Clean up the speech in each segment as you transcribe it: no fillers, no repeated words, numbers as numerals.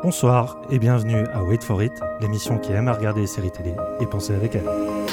Bonsoir et bienvenue à Wait for It, l'émission qui aime à regarder les séries télé et penser avec elles.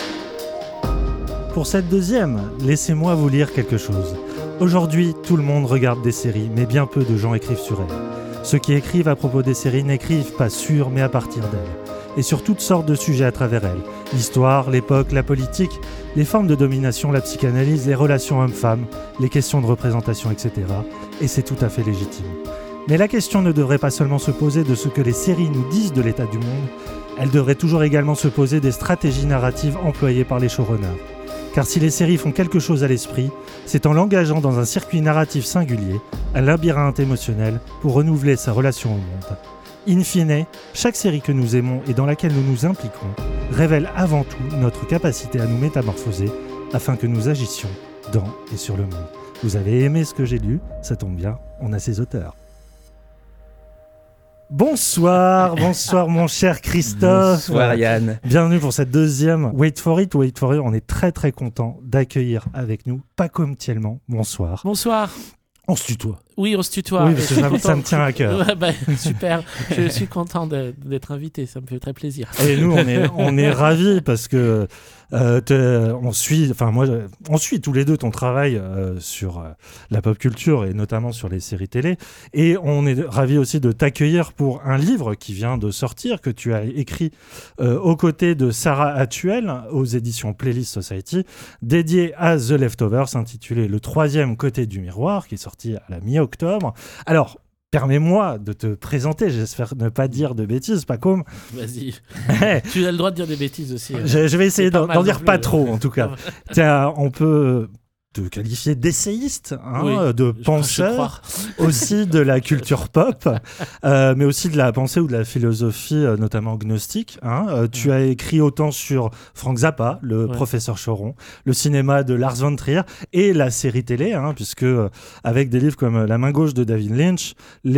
Pour cette deuxième, laissez-moi vous lire quelque chose. Aujourd'hui, tout le monde regarde des séries, mais bien peu de gens écrivent sur elles. Ceux qui écrivent à propos des séries n'écrivent pas sur, mais à partir d'elles. Et sur toutes sortes de sujets à travers elles. L'histoire, l'époque, la politique, les formes de domination, la psychanalyse, les relations hommes-femmes, les questions de représentation, etc. Et c'est tout à fait légitime. Mais la question ne devrait pas seulement se poser de ce que les séries nous disent de l'état du monde, elle devrait toujours également se poser des stratégies narratives employées par les showrunners. Car si les séries font quelque chose à l'esprit, c'est en l'engageant dans un circuit narratif singulier, un labyrinthe émotionnel, pour renouveler sa relation au monde. In fine, chaque série que nous aimons et dans laquelle nous nous impliquons révèle avant tout notre capacité à nous métamorphoser afin que nous agissions dans et sur le monde. Vous avez aimé ce que j'ai lu ? Ça tombe bien, on a ses auteurs. Bonsoir mon cher Christophe. Bonsoir Yann. Bienvenue pour cette deuxième Wait for It. On est très très content d'accueillir avec nous Pacôme Thielman. Bonsoir. Bonsoir. On se tutoie. Oui, on se tutoie. Oui, parce que ça me tient à cœur. Ouais, super, je suis content d'être invité, ça me fait très plaisir. Et nous, on est ravis parce que on suit tous les deux ton travail sur la pop culture et notamment sur les séries télé. Et on est ravis aussi de t'accueillir pour un livre qui vient de sortir, que tu as écrit aux côtés de Sarah Atuel aux éditions Playlist Society, dédié à The Leftovers, intitulé Le troisième côté du miroir, qui est sorti à la mi-octobre. Alors, permets-moi de te présenter, j'espère ne pas dire de bêtises, Pacôme. Vas-y, tu as le droit de dire des bêtises aussi. Je vais essayer d'en dire pas trop, en tout cas. On peut te qualifier d'essayiste, de penseur, aussi de la culture pop, mais aussi de la pensée ou de la philosophie, notamment gnostique. Tu as écrit autant sur Frank Zappa, le professeur Choron, le cinéma de Lars von Trier et la série télé, puisque avec des livres comme La main gauche de David Lynch,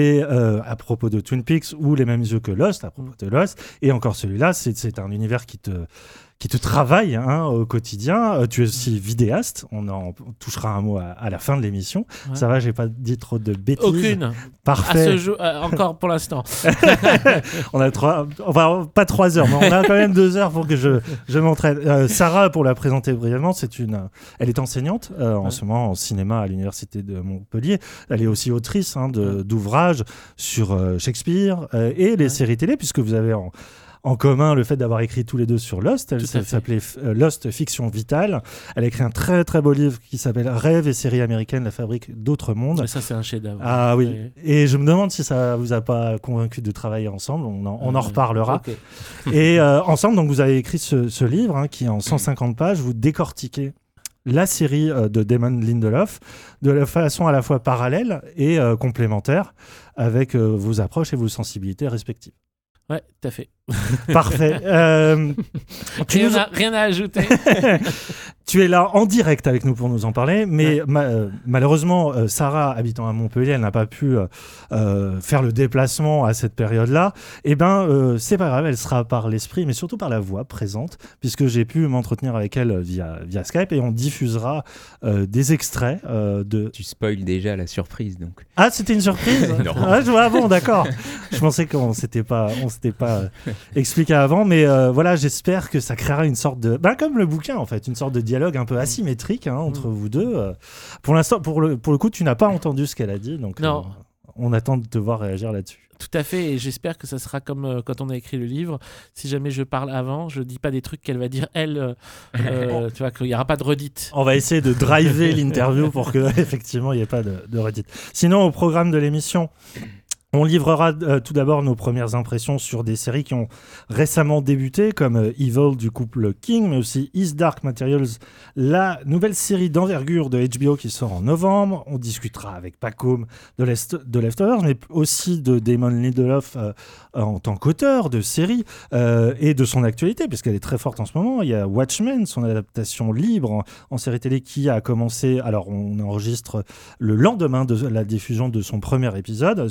à propos de Twin Peaks ou Les mêmes yeux que Lost, à propos de Lost, et encore celui-là, c'est un univers qui te travaille au quotidien. Tu es aussi vidéaste. On en touchera un mot à la fin de l'émission. Ouais. Ça va, j'ai pas dit trop de bêtises. Aucune. Parfait. À ce jour, encore pour l'instant. On a pas 3 heures, mais on a quand même 2 heures pour que je m'entraîne. Sarah, pour la présenter brièvement, elle est enseignante en ce moment en cinéma à l'université de Montpellier. Elle est aussi autrice d'ouvrages sur Shakespeare et les séries télé, puisque vous avez en commun le fait d'avoir écrit tous les deux sur Lost. Elle s'appelait Lost Fiction Vitale. Elle a écrit un très très beau livre qui s'appelle Rêves et séries américaines, la fabrique d'autres mondes. Mais ça, c'est un chef-d'œuvre. Ah oui. Ouais. Et je me demande si ça vous a pas convaincu de travailler ensemble. On en reparlera. Okay. Et ensemble, donc, vous avez écrit ce livre qui est en 150 pages. Vous décortiquez la série de Damon Lindelof de la façon à la fois parallèle et complémentaire avec vos approches et vos sensibilités respectives. Ouais, tout à fait. Parfait. Rien à ajouter. Tu es là en direct avec nous pour nous en parler, mais malheureusement, Sarah, habitant à Montpellier, elle n'a pas pu faire le déplacement à cette période-là. C'est pas grave, elle sera par l'esprit, mais surtout par la voix présente, puisque j'ai pu m'entretenir avec elle via Skype et on diffusera des extraits de... Tu spoil déjà la surprise, donc. Ah, c'était une surprise. Non. Ah bon, d'accord. Je pensais qu'on s'était pas expliqué avant, mais voilà, j'espère que ça créera une sorte de... comme le bouquin, en fait, une sorte de dialogue un peu asymétrique entre vous deux. Pour l'instant, pour le coup, tu n'as pas entendu ce qu'elle a dit, donc on attend de te voir réagir là-dessus. Tout à fait, et j'espère que ça sera comme quand on a écrit le livre. Si jamais je parle avant, je dis pas des trucs qu'elle va dire elle. Tu vois, qu'il n'y aura pas de redite. On va essayer de driver l'interview pour que effectivement il n'y ait pas de redite. Sinon, au programme de l'émission, on livrera tout d'abord nos premières impressions sur des séries qui ont récemment débuté, comme Evil du couple King, mais aussi His Dark Materials, la nouvelle série d'envergure de HBO qui sort en novembre. On discutera avec Pacôme de Leftovers, mais aussi de Damon Lindelof en tant qu'auteur de séries et de son actualité, puisqu'elle est très forte en ce moment. Il y a Watchmen, son adaptation libre en série télé qui a commencé. Alors, on enregistre le lendemain de la diffusion de son premier épisode sur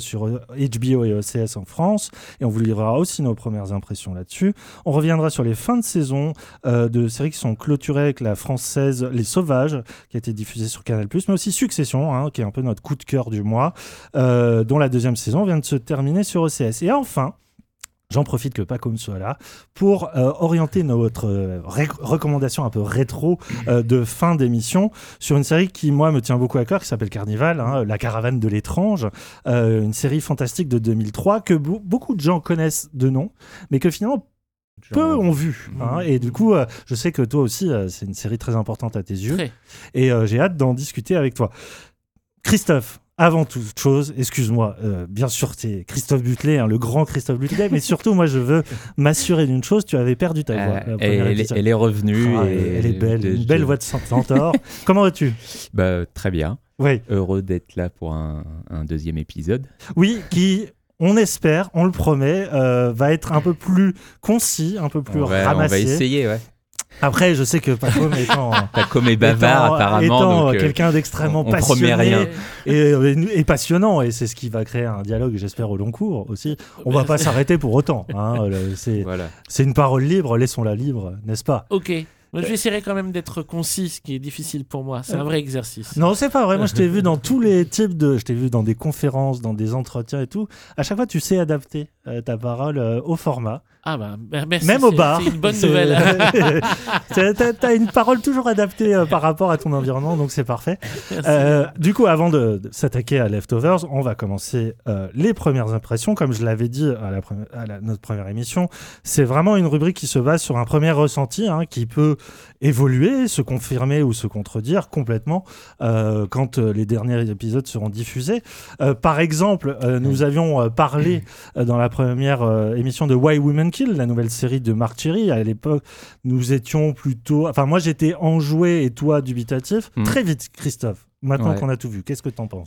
HBO et OCS en France, et on vous livrera aussi nos premières impressions là-dessus. On reviendra sur les fins de saison de séries qui sont clôturées avec la française Les Sauvages, qui a été diffusée sur Canal+, mais aussi Succession, qui est un peu notre coup de cœur du mois, dont la deuxième saison vient de se terminer sur OCS. Et enfin, j'en profite que Pacôme soit là pour orienter notre recommandation un peu rétro de fin d'émission sur une série qui, moi, me tient beaucoup à cœur, qui s'appelle Carnival, La Caravane de l'étrange, une série fantastique de 2003 que beaucoup de gens connaissent de nom, mais que finalement peu ont vu. Et du coup, je sais que toi aussi, c'est une série très importante à tes yeux. Et j'ai hâte d'en discuter avec toi. Christophe, avant toute chose, excuse-moi, bien sûr, c'est Christophe Butler, le grand Christophe Butler, mais surtout, moi, je veux m'assurer d'une chose, tu avais perdu ta voix. Elle est revenue. Elle est belle, une belle voix de centaure. Comment vas-tu ? Très bien. Oui. Heureux d'être là pour un deuxième épisode. Oui, qui... On espère, on le promet, va être un peu plus concis, un peu plus ramassé. On va essayer, ouais. Après, je sais que Pacôme Pacôme est bavard, apparemment. Étant quelqu'un d'extrêmement on passionné promet rien. Et passionnant, et c'est ce qui va créer un dialogue, j'espère, au long cours aussi. On va pas s'arrêter pour autant. C'est une parole libre, laissons-la libre, n'est-ce pas ? Ok. Moi, je vais essayer quand même d'être concis, ce qui est difficile pour moi. C'est un vrai exercice. Non, c'est pas vrai. Moi, je t'ai vu dans tous les types de... Je t'ai vu dans des conférences, dans des entretiens et tout. À chaque fois, tu sais adapter ta parole au format. Ah bah, merci. Même au bar. C'est une bonne nouvelle. T'as une parole toujours adaptée par rapport à ton environnement, donc c'est parfait. Du coup, avant de s'attaquer à Leftovers, on va commencer les premières impressions. Comme je l'avais dit à notre première émission, c'est vraiment une rubrique qui se base sur un premier ressenti qui peut évoluer, se confirmer ou se contredire complètement quand les derniers épisodes seront diffusés. Par exemple, nous avions parlé dans la première émission de Why Women Kill, la nouvelle série de Marc Cherry. À l'époque, nous étions plutôt... Enfin, moi, j'étais enjoué et toi, dubitatif. Très vite, Christophe, maintenant qu'on a tout vu, qu'est-ce que t'en penses ?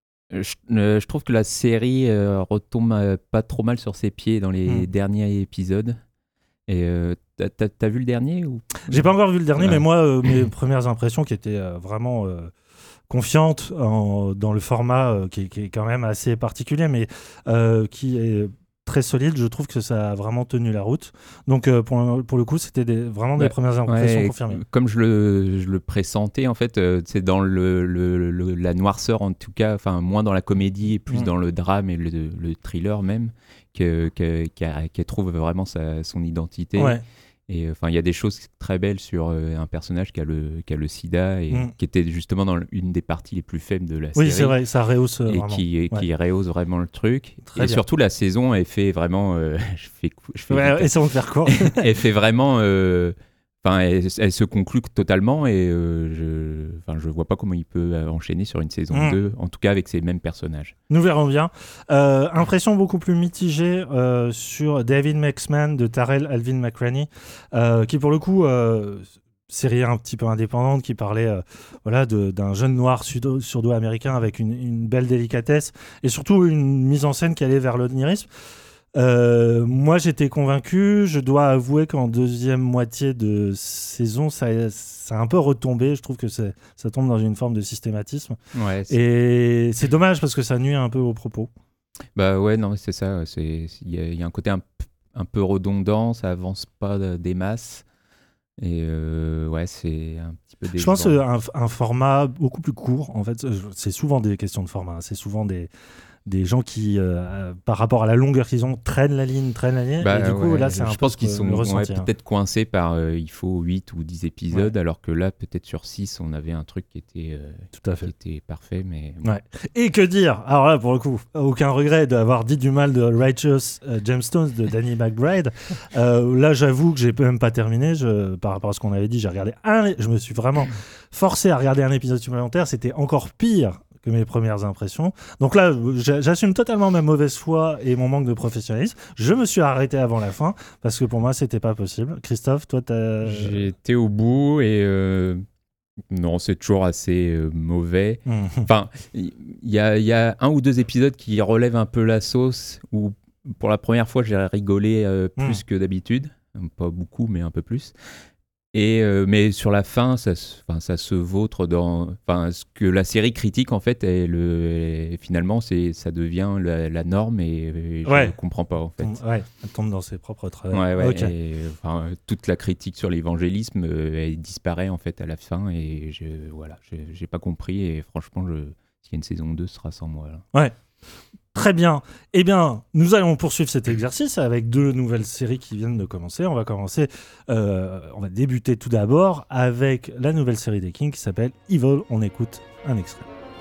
Je trouve que la série retombe pas trop mal sur ses pieds dans les derniers épisodes. Et t'as vu le dernier ou... J'ai pas encore vu le dernier, mais moi, mes premières impressions qui étaient vraiment confiantes dans le format qui est quand même assez particulier, mais qui est très solide, je trouve que ça a vraiment tenu la route. Donc pour le coup, c'était vraiment des premières impressions confirmées. Comme je le pressentais, en fait, c'est dans la noirceur, en tout cas, enfin moins dans la comédie et plus dans le drame et le thriller même, qu'elle trouve vraiment son identité. Ouais. Et il y a des choses très belles sur un personnage qui a le sida et qui était justement dans une des parties les plus faibles de la série. Oui, c'est vrai, ça rehausse et vraiment. Qui rehausse vraiment le truc. Très et bien. Surtout la saison, elle fait vraiment... essayons de faire court. Elle fait vraiment... elle se conclut totalement et je vois pas comment il peut enchaîner sur une saison 2, en tout cas avec ces mêmes personnages. Nous verrons bien. Impression beaucoup plus mitigée sur David Maxman de Tarell Alvin McCraney, qui pour le coup, série un petit peu indépendante, qui parlait d'un jeune noir surdo-américain avec une belle délicatesse et surtout une mise en scène qui allait vers l'onirisme. Moi j'étais convaincu, je dois avouer qu'en deuxième moitié de saison ça a un peu retombé, je trouve que ça tombe dans une forme de systématisme et c'est dommage parce que ça nuit un peu aux propos. Bah ouais, non c'est ça, il y a un côté un peu redondant, ça avance pas des masses et c'est un petit peu décevant. Je pense qu'un format beaucoup plus court, en fait, c'est souvent des questions de format, c'est souvent des gens qui, par rapport à la longueur qu'ils ont, traînent la ligne. Et du coup, là, c'est un peu. Je pense qu'ils sont peut-être coincés par il faut 8 ou 10 épisodes, alors que là, peut-être sur 6, on avait un truc qui était, tout à fait. Qui était parfait. Mais... Ouais. Et que dire ? Alors là, pour le coup, aucun regret d'avoir dit du mal de Righteous Gemstones de Danny McBride. Là, j'avoue que j'ai même pas terminé. Par rapport à ce qu'on avait dit, je me suis vraiment forcé à regarder un épisode supplémentaire. C'était encore pire que mes premières impressions. Donc là, j'assume totalement ma mauvaise foi et mon manque de professionnalisme. Je me suis arrêté avant la fin parce que pour moi, c'était pas possible. Christophe, toi, J'ai été au bout et non, c'est toujours assez mauvais. Enfin, il y a un ou deux épisodes qui relèvent un peu la sauce où pour la première fois, j'ai rigolé plus que d'habitude. Pas beaucoup, mais un peu plus. Mais sur la fin, ça se vautre dans... ce que la série critique, en fait, finalement, ça devient la norme et je ne comprends pas, en fait. Elle tombe dans ses propres travers. Okay. Toute la critique sur l'évangélisme, elle disparaît, en fait, à la fin et j'ai pas compris et franchement, s'il y a une saison 2, ce sera sans moi. Là. Ouais. Très bien. Eh bien, nous allons poursuivre cet exercice avec 2 nouvelles séries qui viennent de commencer. On va débuter tout d'abord avec la nouvelle série des Kings qui s'appelle Evil. On écoute un extrait.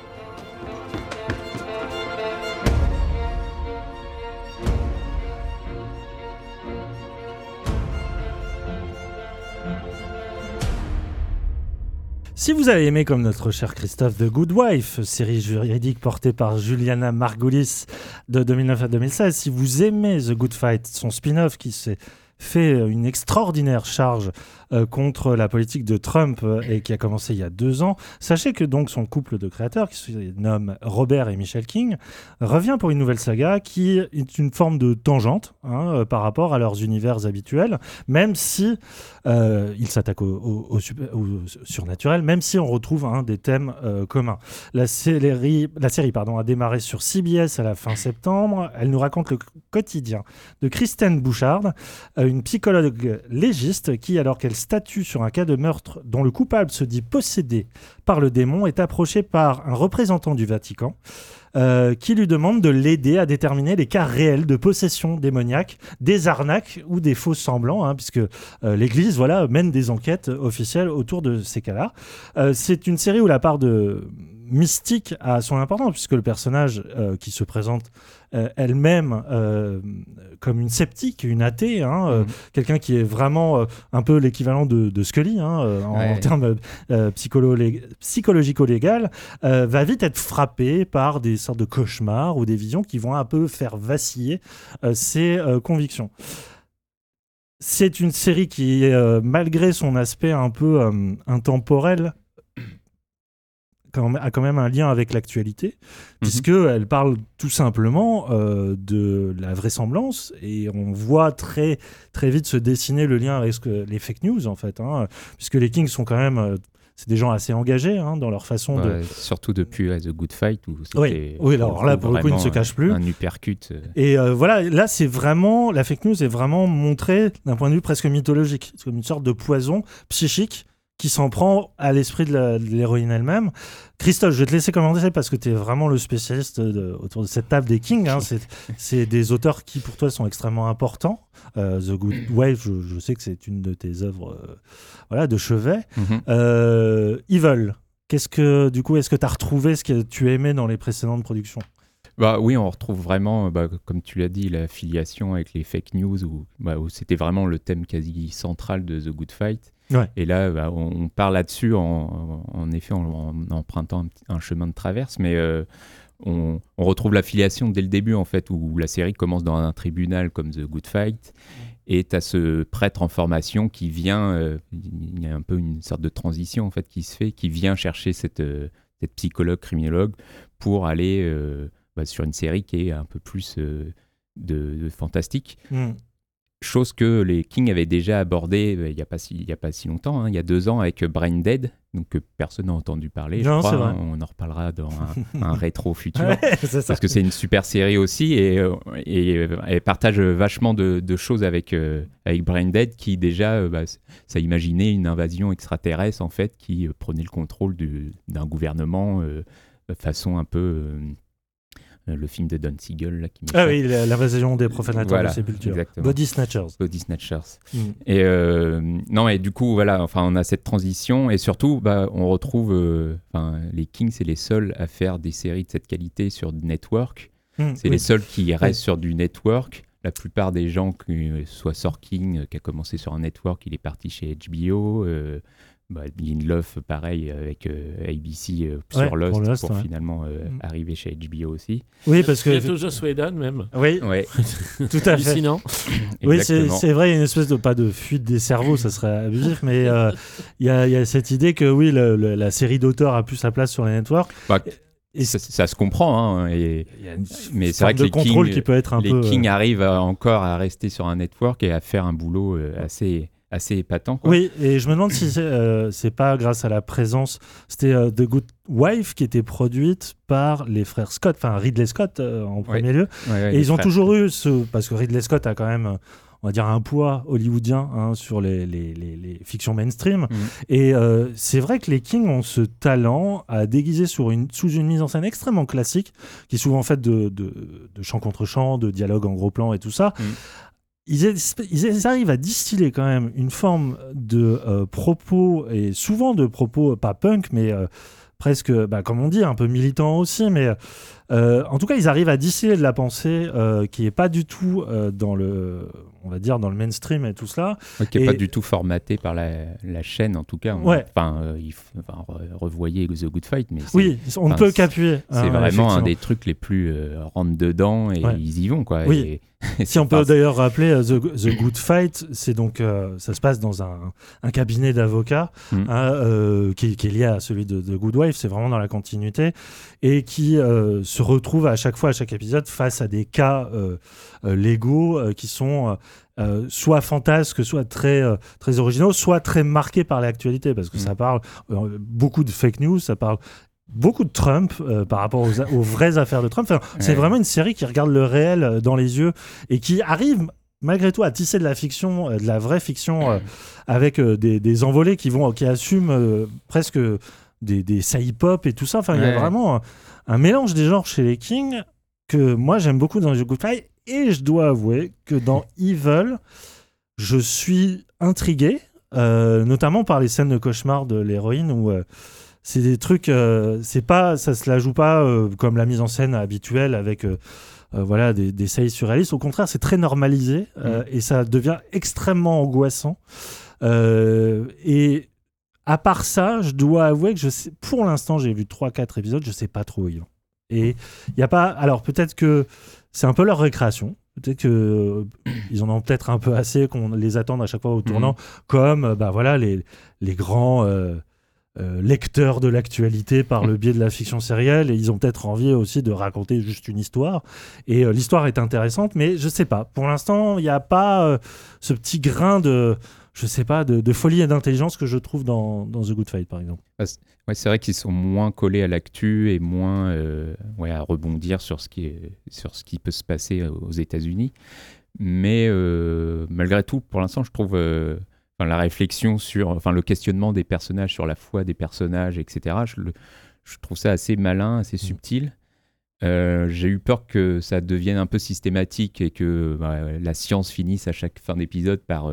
Si vous avez aimé, comme notre cher Christophe, The Good Wife, série juridique portée par Juliana Margulis de 2009 à 2016, si vous aimez The Good Fight, son spin-off qui s'est fait une extraordinaire charge contre la politique de Trump et qui a commencé il y a 2 ans. Sachez que donc son couple de créateurs, qui se nomme Robert et Michelle King, revient pour une nouvelle saga qui est une forme de tangente par rapport à leurs univers habituels, même si ils s'attaquent au surnaturel, même si on retrouve des thèmes communs. La série a démarré sur CBS à la fin septembre. Elle nous raconte le quotidien de Kristen Bouchard, une psychologue légiste qui, alors qu'elle statue sur un cas de meurtre dont le coupable se dit possédé par le démon, est approchée par un représentant du Vatican qui lui demande de l'aider à déterminer les cas réels de possession démoniaque, des arnaques ou des faux semblants, puisque l'Église mène des enquêtes officielles autour de ces cas-là. C'est une série où la part de mystique a son importance, puisque le personnage qui se présente elle-même comme une sceptique, une athée, quelqu'un qui est vraiment un peu l'équivalent de Scully en termes psychologico-légal, va vite être frappé par des sortes de cauchemars ou des visions qui vont un peu faire vaciller ses convictions. C'est une série qui, malgré son aspect un peu intemporel, a quand même un lien avec l'actualité, puisqu'elle parle tout simplement de la vraisemblance, et on voit très, très vite se dessiner le lien avec les fake news, en fait, puisque les Kings sont quand même... c'est des gens assez engagés dans leur façon de... Surtout depuis The Good Fight, où c'était... Oui, alors là, pour le coup, ils ne se cachent plus. Un uppercut. Et là, c'est vraiment... La fake news est vraiment montrée d'un point de vue presque mythologique. C'est comme une sorte de poison psychique qui s'en prend à l'esprit de l'héroïne elle-même. Christophe, je vais te laisser commenter parce que tu es vraiment le spécialiste autour de cette table des Kings. C'est des auteurs qui, pour toi, sont extrêmement importants. The Good Wife, je sais que c'est une de tes œuvres de chevet. Evil, est-ce que tu as retrouvé ce que tu aimais dans les précédentes productions ? Oui, on retrouve vraiment, comme tu l'as dit, la filiation avec les fake news, où c'était vraiment le thème quasi central de The Good Fight. Ouais. Et là, on part là-dessus en effet en empruntant un chemin de traverse, mais on retrouve l'affiliation dès le début, en fait, où la série commence dans un tribunal comme The Good Fight, et tu as ce prêtre en formation qui vient, il y a un peu une sorte de transition en fait qui se fait, qui vient chercher cette psychologue, criminologue, pour aller sur une série qui est un peu plus de fantastique. Chose que les Kings avaient déjà abordée il n'y a pas si longtemps, il y a 2 ans avec Brain Dead, donc que personne n'a entendu parler. Non, je crois, crois, on en reparlera dans un rétro futur. C'est ça. Parce que c'est une super série aussi et elle partage vachement de choses avec Brain Dead qui déjà, ça imaginait une invasion extraterrestre en fait qui prenait le contrôle d'un gouvernement façon un peu... le film de Don Siegel là, qui oui, l'invasion des profanateurs de sépulture. Exactement. Body Snatchers. Et et du coup on a cette transition et surtout on retrouve les Kings, c'est les seuls à faire des séries de cette qualité sur network. C'est les seuls qui restent sur du network. La plupart des gens, soit Sorkin qui a commencé sur un network, il est parti chez HBO. Lindelof, pareil, avec ABC sur Lost pour finalement arriver chez HBO aussi. Oui, parce que... Bientôt Joss Whedon, même. Oui, tout à fait. Hallucinant. Oui, c'est vrai, il y a une espèce de... Pas de fuite des cerveaux, ça serait abusif, mais il y a cette idée que, oui, la série d'auteurs a plus sa place sur les networks. Ça se comprend, mais c'est vrai que contrôle qui peut être les Kings arrivent encore à rester sur un network et à faire un boulot assez assez épatant, quoi. Oui, et je me demande si c'est pas grâce à la présence. C'était The Good Wife qui était produite par les frères Scott, enfin Ridley Scott en premier lieu. Et ils ont toujours eu parce que Ridley Scott a quand même, on va dire, un poids hollywoodien sur les fictions mainstream. Et c'est vrai que les King ont ce talent à déguiser sous une mise en scène extrêmement classique, qui est souvent faite de chant contre chant, de dialogue en gros plan et tout ça. Ils arrivent à distiller quand même une forme de propos, et souvent de propos pas punk, mais presque, comme on dit, un peu militant aussi, mais en tout cas, ils arrivent à distiller de la pensée qui n'est pas du tout dans le mainstream et tout cela. Qui n'est pas du tout formaté par la chaîne, en tout cas. Revoyez The Good Fight. Mais on ne peut qu'appuyer. C'est vraiment un des trucs les plus rentre dedans et ils y vont, quoi. Oui. Si on peut d'ailleurs rappeler The Good Fight, c'est donc ça se passe dans un cabinet d'avocats qui est lié à celui de The Good Wife, c'est vraiment dans la continuité, et qui se retrouve à chaque épisode face à des cas légaux qui sont soit fantasques, soit très originaux, soit très marqués par l'actualité, parce que ça parle beaucoup de fake news, ça parle beaucoup de Trump par rapport aux vraies affaires de Trump. C'est vraiment une série qui regarde le réel dans les yeux et qui arrive malgré tout à tisser de la fiction, de la vraie fiction, avec des envolées qui assument presque des sci-pop et tout ça. Il y a vraiment un mélange des genres chez les King que moi j'aime beaucoup dans The Good Fight, et je dois avouer que dans Evil, je suis intrigué, notamment par les scènes de cauchemar de l'héroïne où c'est des trucs, ça se la joue pas comme la mise en scène habituelle avec des séries surréalistes. Au contraire, c'est très normalisé et ça devient extrêmement angoissant. Et à part ça, je dois avouer que pour l'instant, j'ai vu 3-4 épisodes, je sais pas trop où ils vont. Et il y a pas. Alors peut-être que c'est un peu leur récréation. Peut-être qu'ils en ont peut-être un peu assez qu'on les attende à chaque fois au tournant, comme les grands lecteurs de l'actualité par le biais de la fiction sérielle, et ils ont peut-être envie aussi de raconter juste une histoire, et l'histoire est intéressante, mais je sais pas, pour l'instant il n'y a pas ce petit grain de folie et d'intelligence que je trouve dans The Good Fight, par exemple. C'est vrai qu'ils sont moins collés à l'actu et moins à rebondir sur ce qui peut se passer aux États-Unis, mais malgré tout, pour l'instant, je trouve la réflexion sur le questionnement des personnages, sur la foi des personnages, etc. Je trouve ça assez malin, assez subtil. J'ai eu peur que ça devienne un peu systématique et que la science finisse à chaque fin d'épisode par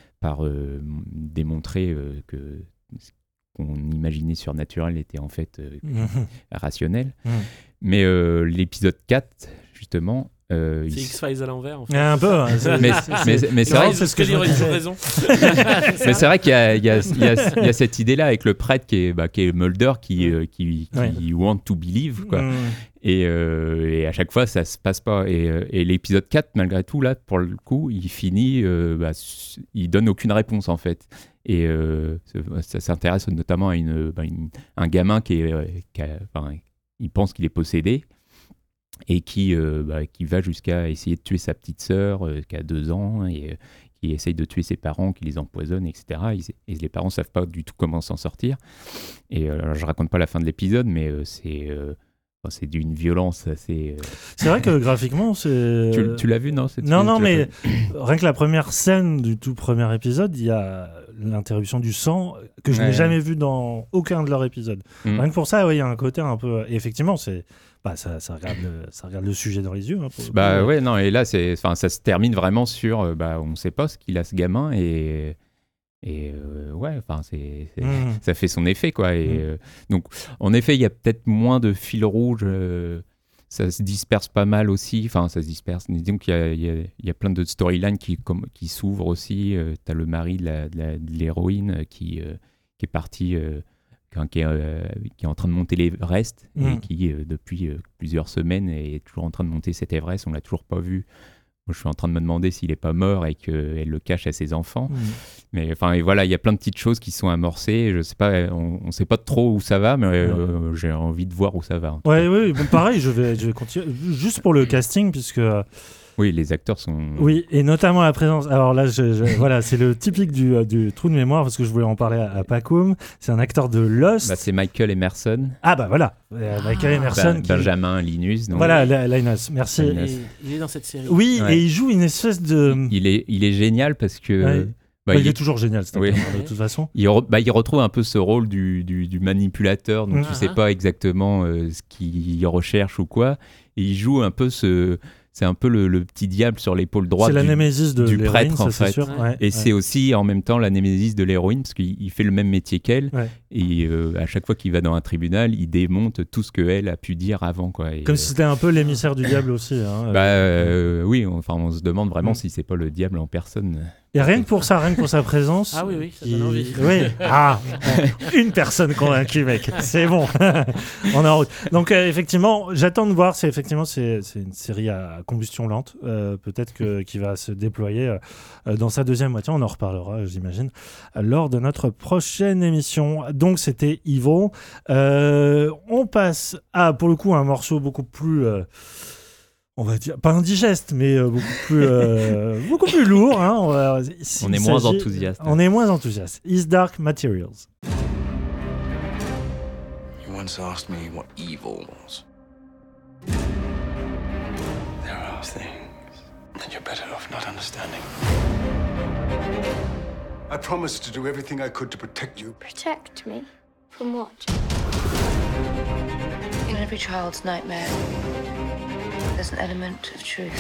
démontrer que ce qu'on imaginait surnaturel était en fait rationnel. Mais l'épisode 4, justement, c'est X-Files à l'envers, en fait. Un peu. Mais c'est vrai, c'est ce que j'ai raison. Mais c'est vrai qu'il y a cette idée-là avec le prêtre qui est Mulder qui want to believe, quoi. Et à chaque fois, ça se passe pas. Et l'épisode 4, malgré tout, là, pour le coup, il finit, il donne aucune réponse, en fait. Et ça s'intéresse notamment à un gamin il pense qu'il est possédé, et qui va jusqu'à essayer de tuer sa petite sœur qui a 2 ans, et qui essaye de tuer ses parents, qui les empoisonne, etc. Et les parents ne savent pas du tout comment s'en sortir. Et je ne raconte pas la fin de l'épisode, mais c'est d'une violence assez... C'est vrai que graphiquement, c'est... Tu l'as vu, non? Non, mais rien que la première scène du tout premier épisode, il y a l'interruption du sang que je n'ai jamais vu dans aucun de leurs épisodes. Rien que pour ça, il y a un côté un peu... Et effectivement, ça regarde le sujet dans les yeux. Et là, ça se termine vraiment sur... on ne sait pas ce qu'il a, ce gamin, ça fait son effet, quoi. Et donc, en effet, il y a peut-être moins de fil rouge. Ça se disperse pas mal aussi. Enfin, ça se disperse. Disons qu'il y a plein de storylines qui s'ouvrent aussi. T'as le mari de l'héroïne qui est parti, qui est en train de monter l'Everest et qui, depuis plusieurs semaines, est toujours en train de monter cet Everest. On l'a toujours pas vu. Moi, je suis en train de me demander s'il n'est pas mort et qu'elle le cache à ses enfants. Mais il y a plein de petites choses qui sont amorcées. Je sais pas, on ne sait pas trop où ça va, mais j'ai envie de voir où ça va. Oui, pareil, je vais continuer. Juste pour le casting, puisque Oui, les acteurs sont... Oui, et notamment la présence. Alors là, voilà, c'est le typique du trou de mémoire parce que je voulais en parler à Pacoum. C'est un acteur de Lost. Bah, c'est Michael Emerson. Ah bah voilà, Michael Emerson. Benjamin Linus. Donc. Voilà, Linus, merci. Il est dans cette série. Oui, et il joue une espèce de... Il est génial parce que... Ouais. Il est toujours génial, oui. De toute façon. Il retrouve un peu ce rôle du manipulateur, donc tu sais pas exactement ce qu'il recherche ou quoi. Et il joue un peu c'est un peu le petit diable sur l'épaule droite c'est la némésis du prêtre, en fait. Sûr. Ouais. Et c'est aussi en même temps la némésis de l'héroïne, parce qu'il fait le même métier qu'elle. Ouais. Et à chaque fois qu'il va dans un tribunal, il démonte tout ce qu'elle a pu dire avant. Quoi. Et, comme si c'était un peu l'émissaire du diable aussi. Oui, on se demande vraiment si c'est pas le diable en personne. Et rien que pour sa présence. Ah oui, ça donne envie. Oui. Une personne convaincue, mec. C'est bon. On est en route. Donc effectivement, j'attends de voir. C'est une série à combustion lente, peut-être qui va se déployer dans sa deuxième moitié. On en reparlera, j'imagine, lors de notre prochaine émission. Donc c'était Evil. On passe à, pour le coup, un morceau beaucoup plus... on va dire, pas indigeste, mais beaucoup plus lourd. Hein. On est moins enthousiaste. On est moins enthousiaste. His Dark Materials. You once asked me what evil was. There are things that you're better off not understanding. I promised to do everything I could to protect you. Protect me? From what? In every child's nightmare, there's an element of truth.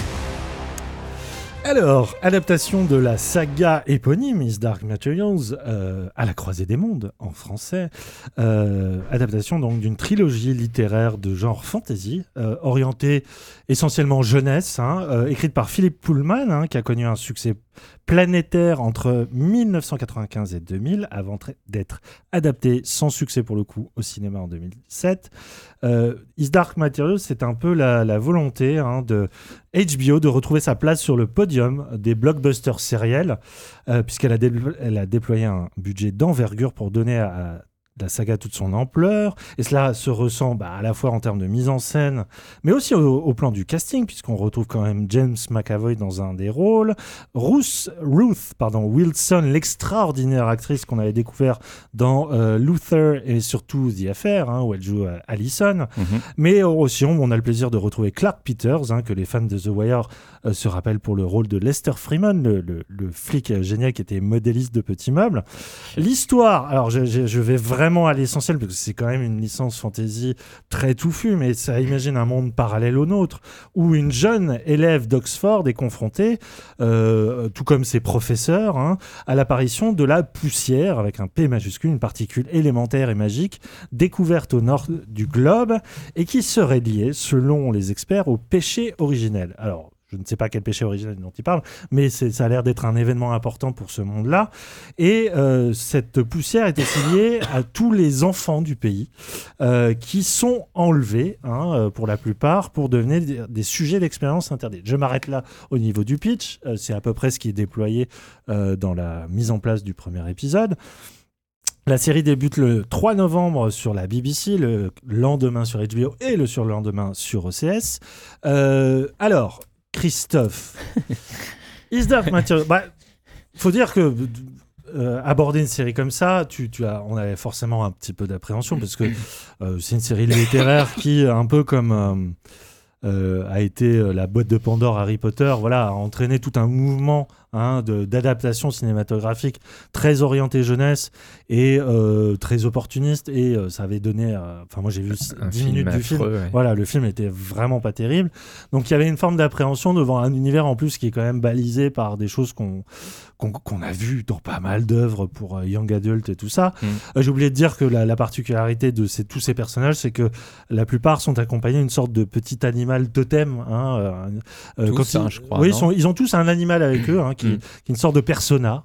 Alors, adaptation de la saga éponyme His Dark Materials, à la croisée des mondes en français, adaptation donc d'une trilogie littéraire de genre fantasy, orientée essentiellement jeunesse, écrite par Philip Pullman, qui a connu un succès planétaire entre 1995 et 2000, avant d'être adapté sans succès pour le coup au cinéma en 2007. His Dark Materials, c'est un peu la volonté de HBO de retrouver sa place sur le podium des blockbusters sériels, puisqu'elle a déployé un budget d'envergure pour donner à la saga toute son ampleur, et cela se ressent à la fois en termes de mise en scène, mais aussi au plan du casting, puisqu'on retrouve quand même James McAvoy dans un des rôles, Ruth Wilson, l'extraordinaire actrice qu'on avait découvert dans Luther et surtout The Affair, où elle joue Allison, mais aussi on a le plaisir de retrouver Clark Peters, que les fans de The Wire se rappellent pour le rôle de Lester Freeman, le flic génial qui était modéliste de petits meubles. L'histoire, alors je vais vraiment à l'essentiel parce que c'est quand même une licence fantasy très touffue, mais ça imagine un monde parallèle au nôtre où une jeune élève d'Oxford est confrontée, tout comme ses professeurs, à l'apparition de la poussière avec un P majuscule, une particule élémentaire et magique découverte au nord du globe et qui serait liée, selon les experts, au péché originel. Alors, je ne sais pas quel péché originel dont il parle, mais ça a l'air d'être un événement important pour ce monde-là. Et cette poussière est aussi liée à tous les enfants du pays qui sont enlevés, pour la plupart, pour devenir des sujets d'expérience interdite. Je m'arrête là au niveau du pitch. C'est à peu près ce qui est déployé dans la mise en place du premier épisode. La série débute le 3 novembre sur la BBC, le lendemain sur HBO et le surlendemain sur OCS. Alors, Christophe, His Dark Materials, faut dire que aborder une série comme ça, on avait forcément un petit peu d'appréhension parce que c'est une série littéraire qui, un peu comme a été la boîte de Pandore Harry Potter, a entraîné tout un mouvement d'adaptation cinématographique très orientée jeunesse et très opportuniste, et ça avait donné moi j'ai vu 10 minutes du film, le film était vraiment pas terrible, donc il y avait une forme d'appréhension devant un univers en plus qui est quand même balisé par des choses qu'on a vues dans pas mal d'œuvres pour young adult et tout ça. J'ai oublié de dire que la particularité de tous ces personnages, c'est que la plupart sont accompagnés d'une sorte de petit animal totem, je crois. Oui, ils ont tous un animal avec eux, qui est une sorte de persona,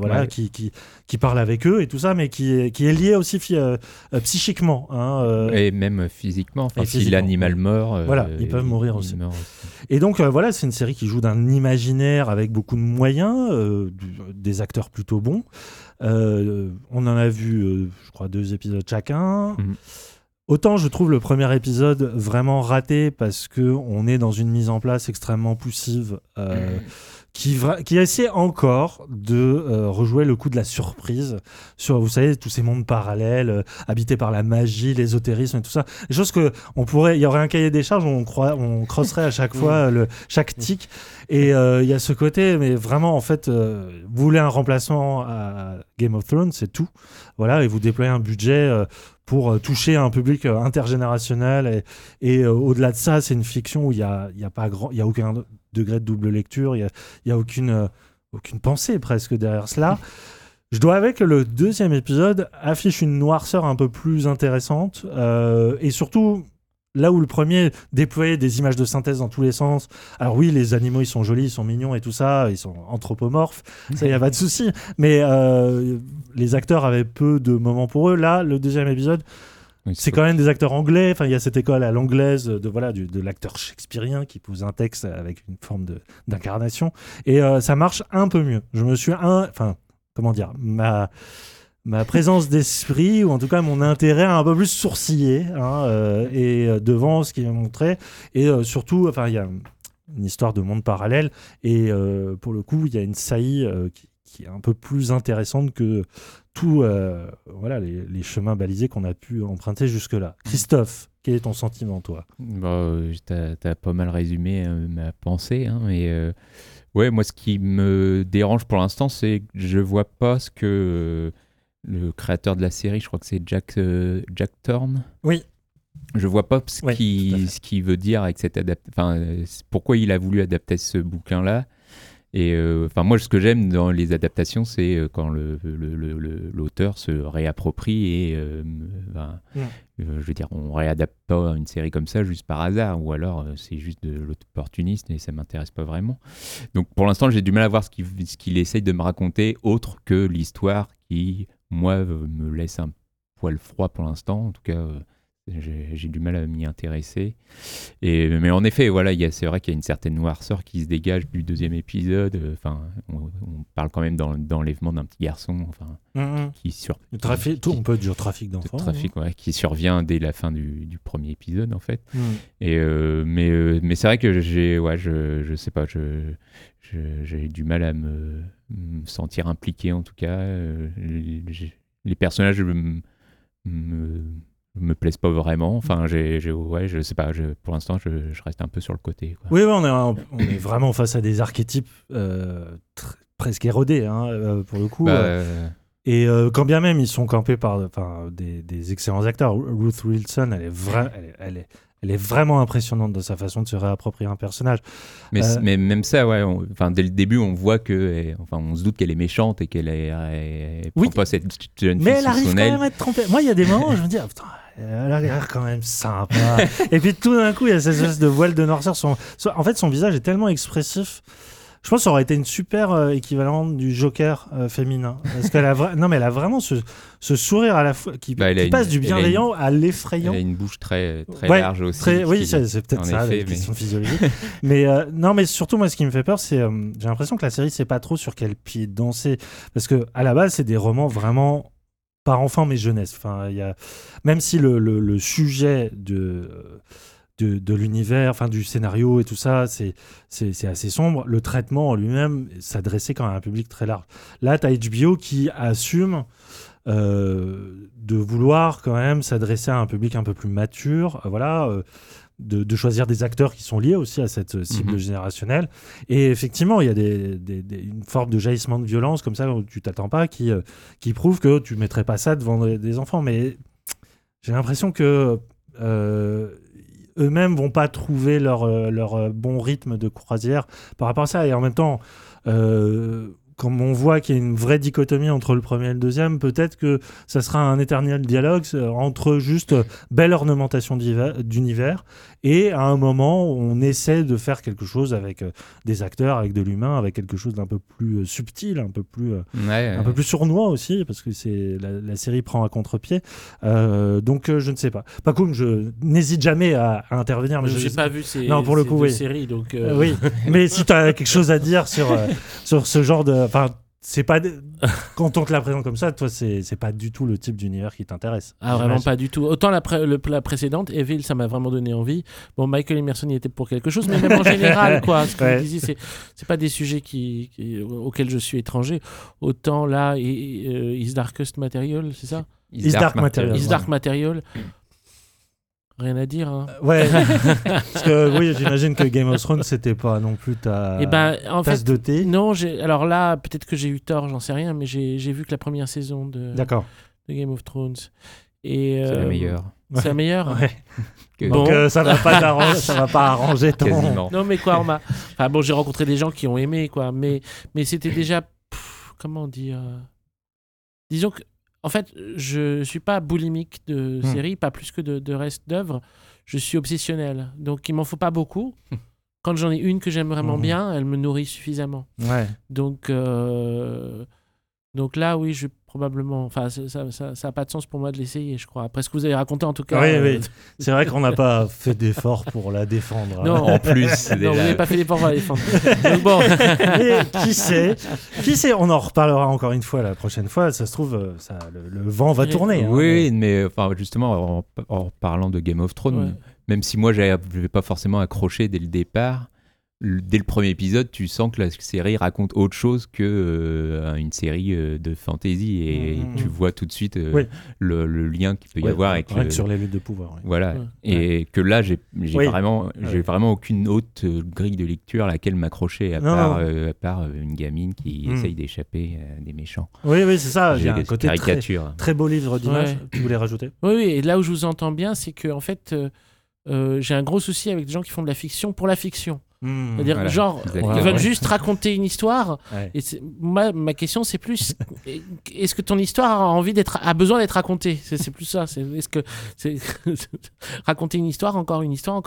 qui parle avec eux et tout ça, mais qui est lié aussi psychiquement. Et même physiquement. Si l'animal meurt, ils peuvent mourir aussi. Et donc, c'est une série qui joue d'un imaginaire avec beaucoup de moyens, des acteurs plutôt bons. On en a vu, je crois, 2 épisodes chacun. Autant je trouve le premier épisode vraiment raté parce qu'on est dans une mise en place extrêmement poussive qui essaie encore de rejouer le coup de la surprise sur, vous savez, tous ces mondes parallèles habités par la magie, l'ésotérisme et tout ça. Des choses que il y aurait un cahier des charges où on crosserait à chaque fois chaque tic. Et il y a ce côté, mais vraiment, en fait, vous voulez un remplacement à Game of Thrones, c'est tout. Voilà, et vous déployez un budget pour toucher un public intergénérationnel. Et au-delà de ça, c'est une fiction où il y a aucun degré de double lecture, il y a aucune pensée presque derrière cela. Je dois avouer que le deuxième épisode affiche une noirceur un peu plus intéressante et surtout là où le premier déployait des images de synthèse dans tous les sens. Alors oui, les animaux ils sont jolis, ils sont mignons et tout ça, ils sont anthropomorphes, ça y a pas de souci, mais les acteurs avaient peu de moments pour eux. Là, le deuxième épisode, c'est quand même des acteurs anglais. Enfin, il y a cette école à l'anglaise de l'acteur shakespearien qui pose un texte avec une forme d'incarnation. Et ça marche un peu mieux. Je me suis comment dire, ma présence d'esprit, ou en tout cas mon intérêt a un peu plus sourcillé devant ce qu'il m'a montré. Et surtout, il y a une histoire de monde parallèle. Et pour le coup, il y a une saillie qui est un peu plus intéressante que tous les chemins balisés qu'on a pu emprunter jusque-là. Christophe, quel est ton sentiment, toi ? T'as pas mal résumé ma pensée, mais moi ce qui me dérange pour l'instant, c'est que je vois pas ce que le créateur de la série, je crois que c'est Jack Thorne. Oui. Je vois pas ce qu'il veut dire avec cette pourquoi il a voulu adapter ce bouquin-là. Et moi, ce que j'aime dans les adaptations, c'est quand l'auteur se réapproprie et je veux dire, on réadapte pas une série comme ça juste par hasard, ou alors c'est juste de l'opportunisme et ça m'intéresse pas vraiment. Donc pour l'instant, j'ai du mal à voir ce qu'il essaye de me raconter autre que l'histoire qui, moi, me laisse un poil froid pour l'instant. En tout cas, j'ai du mal à m'y intéresser. Mais en effet, c'est vrai qu'il y a une certaine noirceur qui se dégage du deuxième épisode. On parle quand même d'enlèvement d'un petit garçon. On peut dire trafic d'enfants. Qui survient dès la fin du premier épisode, en fait. Mais c'est vrai que je sais pas, j'ai du mal à me sentir impliqué, en tout cas. Les personnages me plaisent pas vraiment. Je sais pas, pour l'instant je reste un peu sur le côté, quoi. Oui, on est vraiment face à des archétypes presque érodés, pour le coup. Et quand bien même ils sont campés par des excellents acteurs. Ruth Wilson, elle est vraiment impressionnante de sa façon de se réapproprier un personnage. Mais même ça, dès le début, on voit on se doute qu'elle est méchante et qu'elle prend pas cette jeune fille mais elle sous arrive son quand aile. même à être trompée. Moi, il y a des moments où je me dis, putain, elle a l'air quand même sympa. Et puis tout d'un coup, il y a cette espèce de voile de noirceur. En fait, son visage est tellement expressif. Je pense que ça aurait été une super équivalente du Joker féminin. Parce qu'elle a, elle a vraiment ce sourire à la fois qui passe du bienveillant à l'effrayant. Elle a une bouche très large aussi. C'est peut-être ça, la question physiologique. mais surtout, moi, ce qui me fait peur, c'est j'ai l'impression que la série ne sait pas trop sur quel pied danser. Parce qu'à la base, c'est des romans vraiment pas enfants, mais jeunesse. Même si le sujet de l'univers, du scénario et tout ça, c'est assez sombre. Le traitement en lui-même s'adressait quand même à un public très large. Là, tu as HBO qui assume de vouloir quand même s'adresser à un public un peu plus mature, de choisir des acteurs qui sont liés aussi à cette cible générationnelle. Et effectivement, il y a une forme de jaillissement de violence comme ça où tu t'attends pas, qui prouve que tu mettrais pas ça devant des enfants. Mais j'ai l'impression que eux-mêmes vont pas trouver leur bon rythme de croisière par rapport à ça. Et en même temps, comme on voit qu'il y a une vraie dichotomie entre le premier et le deuxième, peut-être que ça sera un éternel dialogue entre juste belle ornementation d'univers et à un moment où on essaie de faire quelque chose avec des acteurs, avec de l'humain, avec quelque chose d'un peu plus subtil, un peu plus sournois aussi, parce que la série prend à contre-pied. Donc je ne sais pas. Pas comme je n'hésite jamais à intervenir. Mais je n'ai pas vu ces séries. Donc Oui, mais si tu as quelque chose à dire sur ce genre de... c'est pas quand on te la présente comme ça, toi c'est pas du tout le type d'univers qui t'intéresse. Ah, vraiment pas du tout. Autant la précédente, Evil, ça m'a vraiment donné envie. Bon, Michael Emerson y était pour quelque chose, mais même en général, quoi. Ce que Ouais. je disais, c'est pas des sujets auxquels je suis étranger. Autant là, Is Darkest Material, c'est ça? Is Dark Material. Is Dark Material. Rien à dire. Hein. Ouais. Parce que oui, j'imagine que Game of Thrones c'était pas non plus ta En tasse fait, de thé. non. Alors là, peut-être que j'ai eu tort, j'en sais rien, mais j'ai vu que la première saison de Game of Thrones. Et, c'est la meilleure. C'est la meilleure. Ouais. Bon. Donc ça va pas arranger ton. Quasiment. Non, mais quoi, j'ai rencontré des gens qui ont aimé, quoi. Mais c'était déjà, comment dire, disons que. En fait, je suis pas boulimique de séries, pas plus que de reste d'œuvres. Je suis obsessionnel. Donc, il m'en faut pas beaucoup. Quand j'en ai une que j'aime vraiment bien, elle me nourrit suffisamment. Ouais. Donc là, oui, je probablement... Enfin, ça a pas de sens pour moi de l'essayer, je crois. Après ce que vous avez raconté, en tout cas... Oui. C'est vrai qu'on n'a pas fait d'effort pour la défendre. Non, en plus. Non, vous n'avez pas fait d'effort pour la défendre. Donc bon. Mais qui sait, on en reparlera encore une fois la prochaine fois. Ça se trouve, le vent va tourner. Oui, mais enfin, justement, en parlant de Game of Thrones, même si moi, je n'avais pas forcément accroché dès le départ, dès le premier épisode, tu sens que la série raconte autre chose que une série de fantasy et tu vois tout de suite le lien qu'il peut y avoir avec sur les luttes de pouvoir. Oui. Voilà, et que là, j'ai vraiment aucune autre grille de lecture à laquelle m'accrocher à part une gamine qui essaye d'échapper à des méchants. Oui, c'est ça. J'ai un côté caricature. Très beau livre d'images. Tu voulais rajouter ? Oui, et là où je vous entends bien, c'est que en fait, j'ai un gros souci avec des gens qui font de la fiction pour la fiction. C'est-à-dire, ils veulent juste raconter une histoire. Et ma question, c'est plus est-ce que ton histoire a besoin d'être racontée ? C'est plus ça. Est-ce que c'est raconter une histoire, encore une histoire.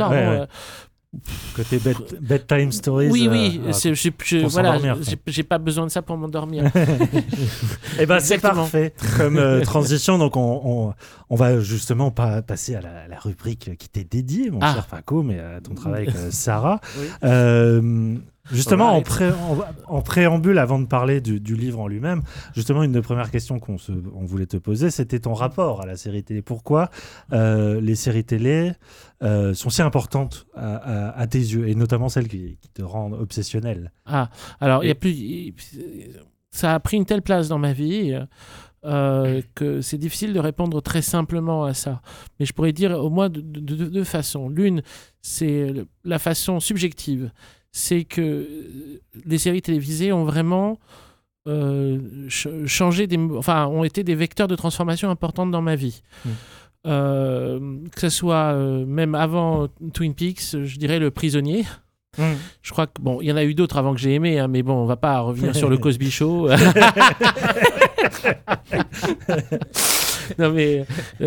Côté bedtime stories. Oui. Voilà, s'endormir, j'ai pas besoin de ça pour m'endormir. Et ben c'est parfait comme transition. Donc on va justement passer à la rubrique qui t'est dédiée, mon cher Paco, mais à ton travail avec Sarah. Oui. Justement, en préambule, avant de parler du livre en lui-même, justement, une des premières questions qu'on voulait te poser, c'était ton rapport à la série télé. Pourquoi les séries télé sont si importantes à tes yeux, et notamment celles qui te rendent obsessionnel ? Alors, ça a pris une telle place dans ma vie que c'est difficile de répondre très simplement à ça. Mais je pourrais dire au moins de deux façons. L'une, c'est la façon subjective. C'est que les séries télévisées ont vraiment ont été des vecteurs de transformation importantes dans ma vie. Que ce soit même avant Twin Peaks, je dirais Le Prisonnier. Je crois que il y en a eu d'autres avant que j'ai aimé, mais bon, on va pas revenir sur le Cosby Show. Non mais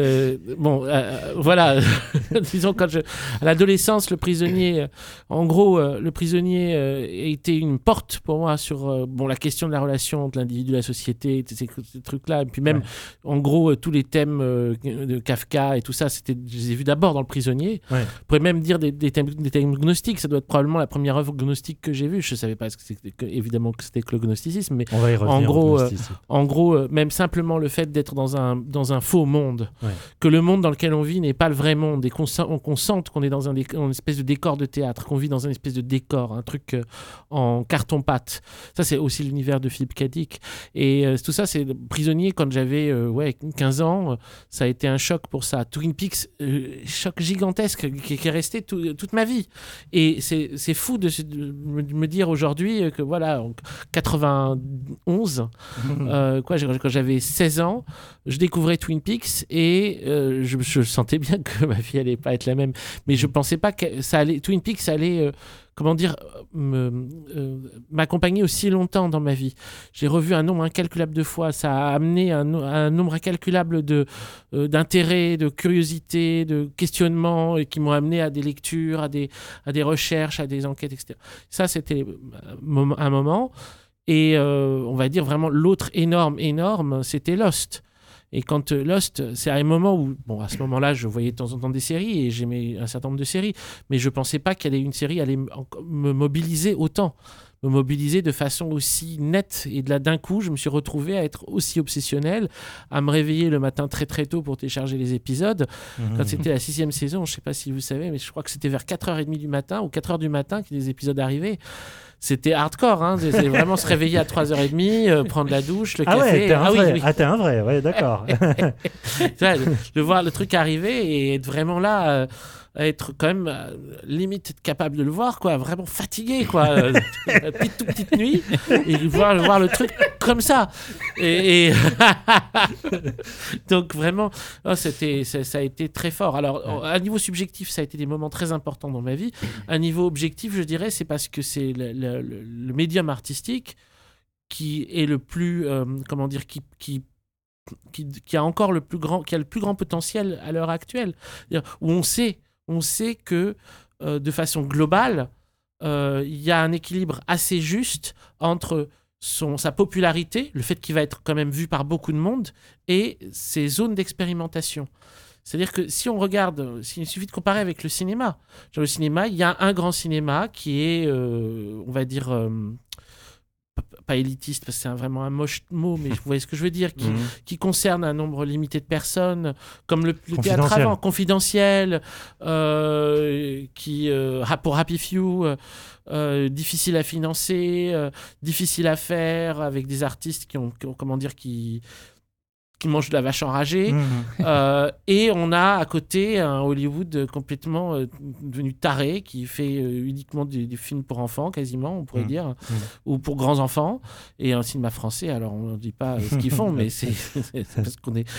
voilà. Disons à l'adolescence, Le Prisonnier, en gros, Le Prisonnier a été une porte pour moi sur la question de la relation entre l'individu et la société, ces trucs-là, et puis même en gros tous les thèmes de Kafka et tout ça, je les ai vus d'abord dans Le Prisonnier. On pourrait même dire des thèmes gnostiques. Ça doit être probablement la première œuvre gnostique que j'ai vue. Je savais pas évidemment que c'était que le gnosticisme, mais on va y revenir, en gros, même simplement le fait d'être dans un faux monde, que le monde dans lequel on vit n'est pas le vrai monde, et qu'on sente qu'on est dans une espèce de décor de théâtre, qu'on vit dans une espèce de décor, un truc en carton-pâte. Ça, c'est aussi l'univers de Philippe K. Dick. Et tout ça, c'est Prisonnier, quand j'avais 15 ans, ça a été un choc pour ça. Twin Peaks, choc gigantesque qui est resté toute ma vie. Et c'est fou de me dire aujourd'hui que voilà, en 91, quand j'avais 16 ans, je découvrais Twin Peaks et je sentais bien que ma vie allait pas être la même, mais je pensais pas que Twin Peaks allait m'accompagner aussi longtemps dans ma vie. J'ai revu un nombre incalculable de fois. Ça a amené un nombre incalculable d'intérêts, de curiosités, de questionnements qui m'ont amené à des lectures, à des recherches, à des enquêtes, etc. Ça, c'était un moment. Et on va dire vraiment l'autre énorme, c'était Lost. Et quand Lost, c'est à un moment où, à ce moment-là, je voyais de temps en temps des séries et j'aimais un certain nombre de séries, mais je pensais pas qu'une série allait me mobiliser autant. me mobiliser de façon aussi nette. Et de là, d'un coup, je me suis retrouvé à être aussi obsessionnel, à me réveiller le matin très très tôt pour télécharger les épisodes. Quand c'était la 6e saison, je ne sais pas si vous savez, mais je crois que c'était vers 4h30 du matin ou 4h du matin que les épisodes arrivaient. C'était hardcore, hein. C'est vraiment se réveiller à 3h30, prendre la douche, le café. Ouais, t'es un vrai. Oui. Ah, t'es un vrai, ouais, d'accord. de voir le truc arriver et être vraiment là, être quand même limite capable de le voir, quoi, vraiment fatigué, quoi, toute petite nuit, et voir le truc comme ça. Et donc vraiment, ça a été très fort. Alors, à niveau subjectif, ça a été des moments très importants dans ma vie. À niveau objectif, je dirais, c'est parce que c'est le médium artistique qui est le plus, qui a encore le plus grand potentiel à l'heure actuelle. C'est-à-dire, où on sait que de façon globale, il y a un équilibre assez juste entre sa popularité, le fait qu'il va être quand même vu par beaucoup de monde, et ses zones d'expérimentation. C'est-à-dire que si on regarde, il suffit de comparer avec le cinéma. Dans le cinéma, il y a un grand cinéma qui est, on va dire, pas élitiste, parce que c'est vraiment un moche mot, mais vous voyez ce que je veux dire, qui concerne un nombre limité de personnes, comme le théâtre avant, confidentiel, pour Happy Few, difficile à financer, difficile à faire, avec des artistes qui mange de la vache enragée. Et on a à côté un Hollywood complètement devenu taré, qui fait uniquement des films pour enfants, quasiment, on pourrait dire, ou pour grands enfants, et un cinéma français. Alors, on ne dit pas ce qu'ils font, mais c'est parce qu'on est...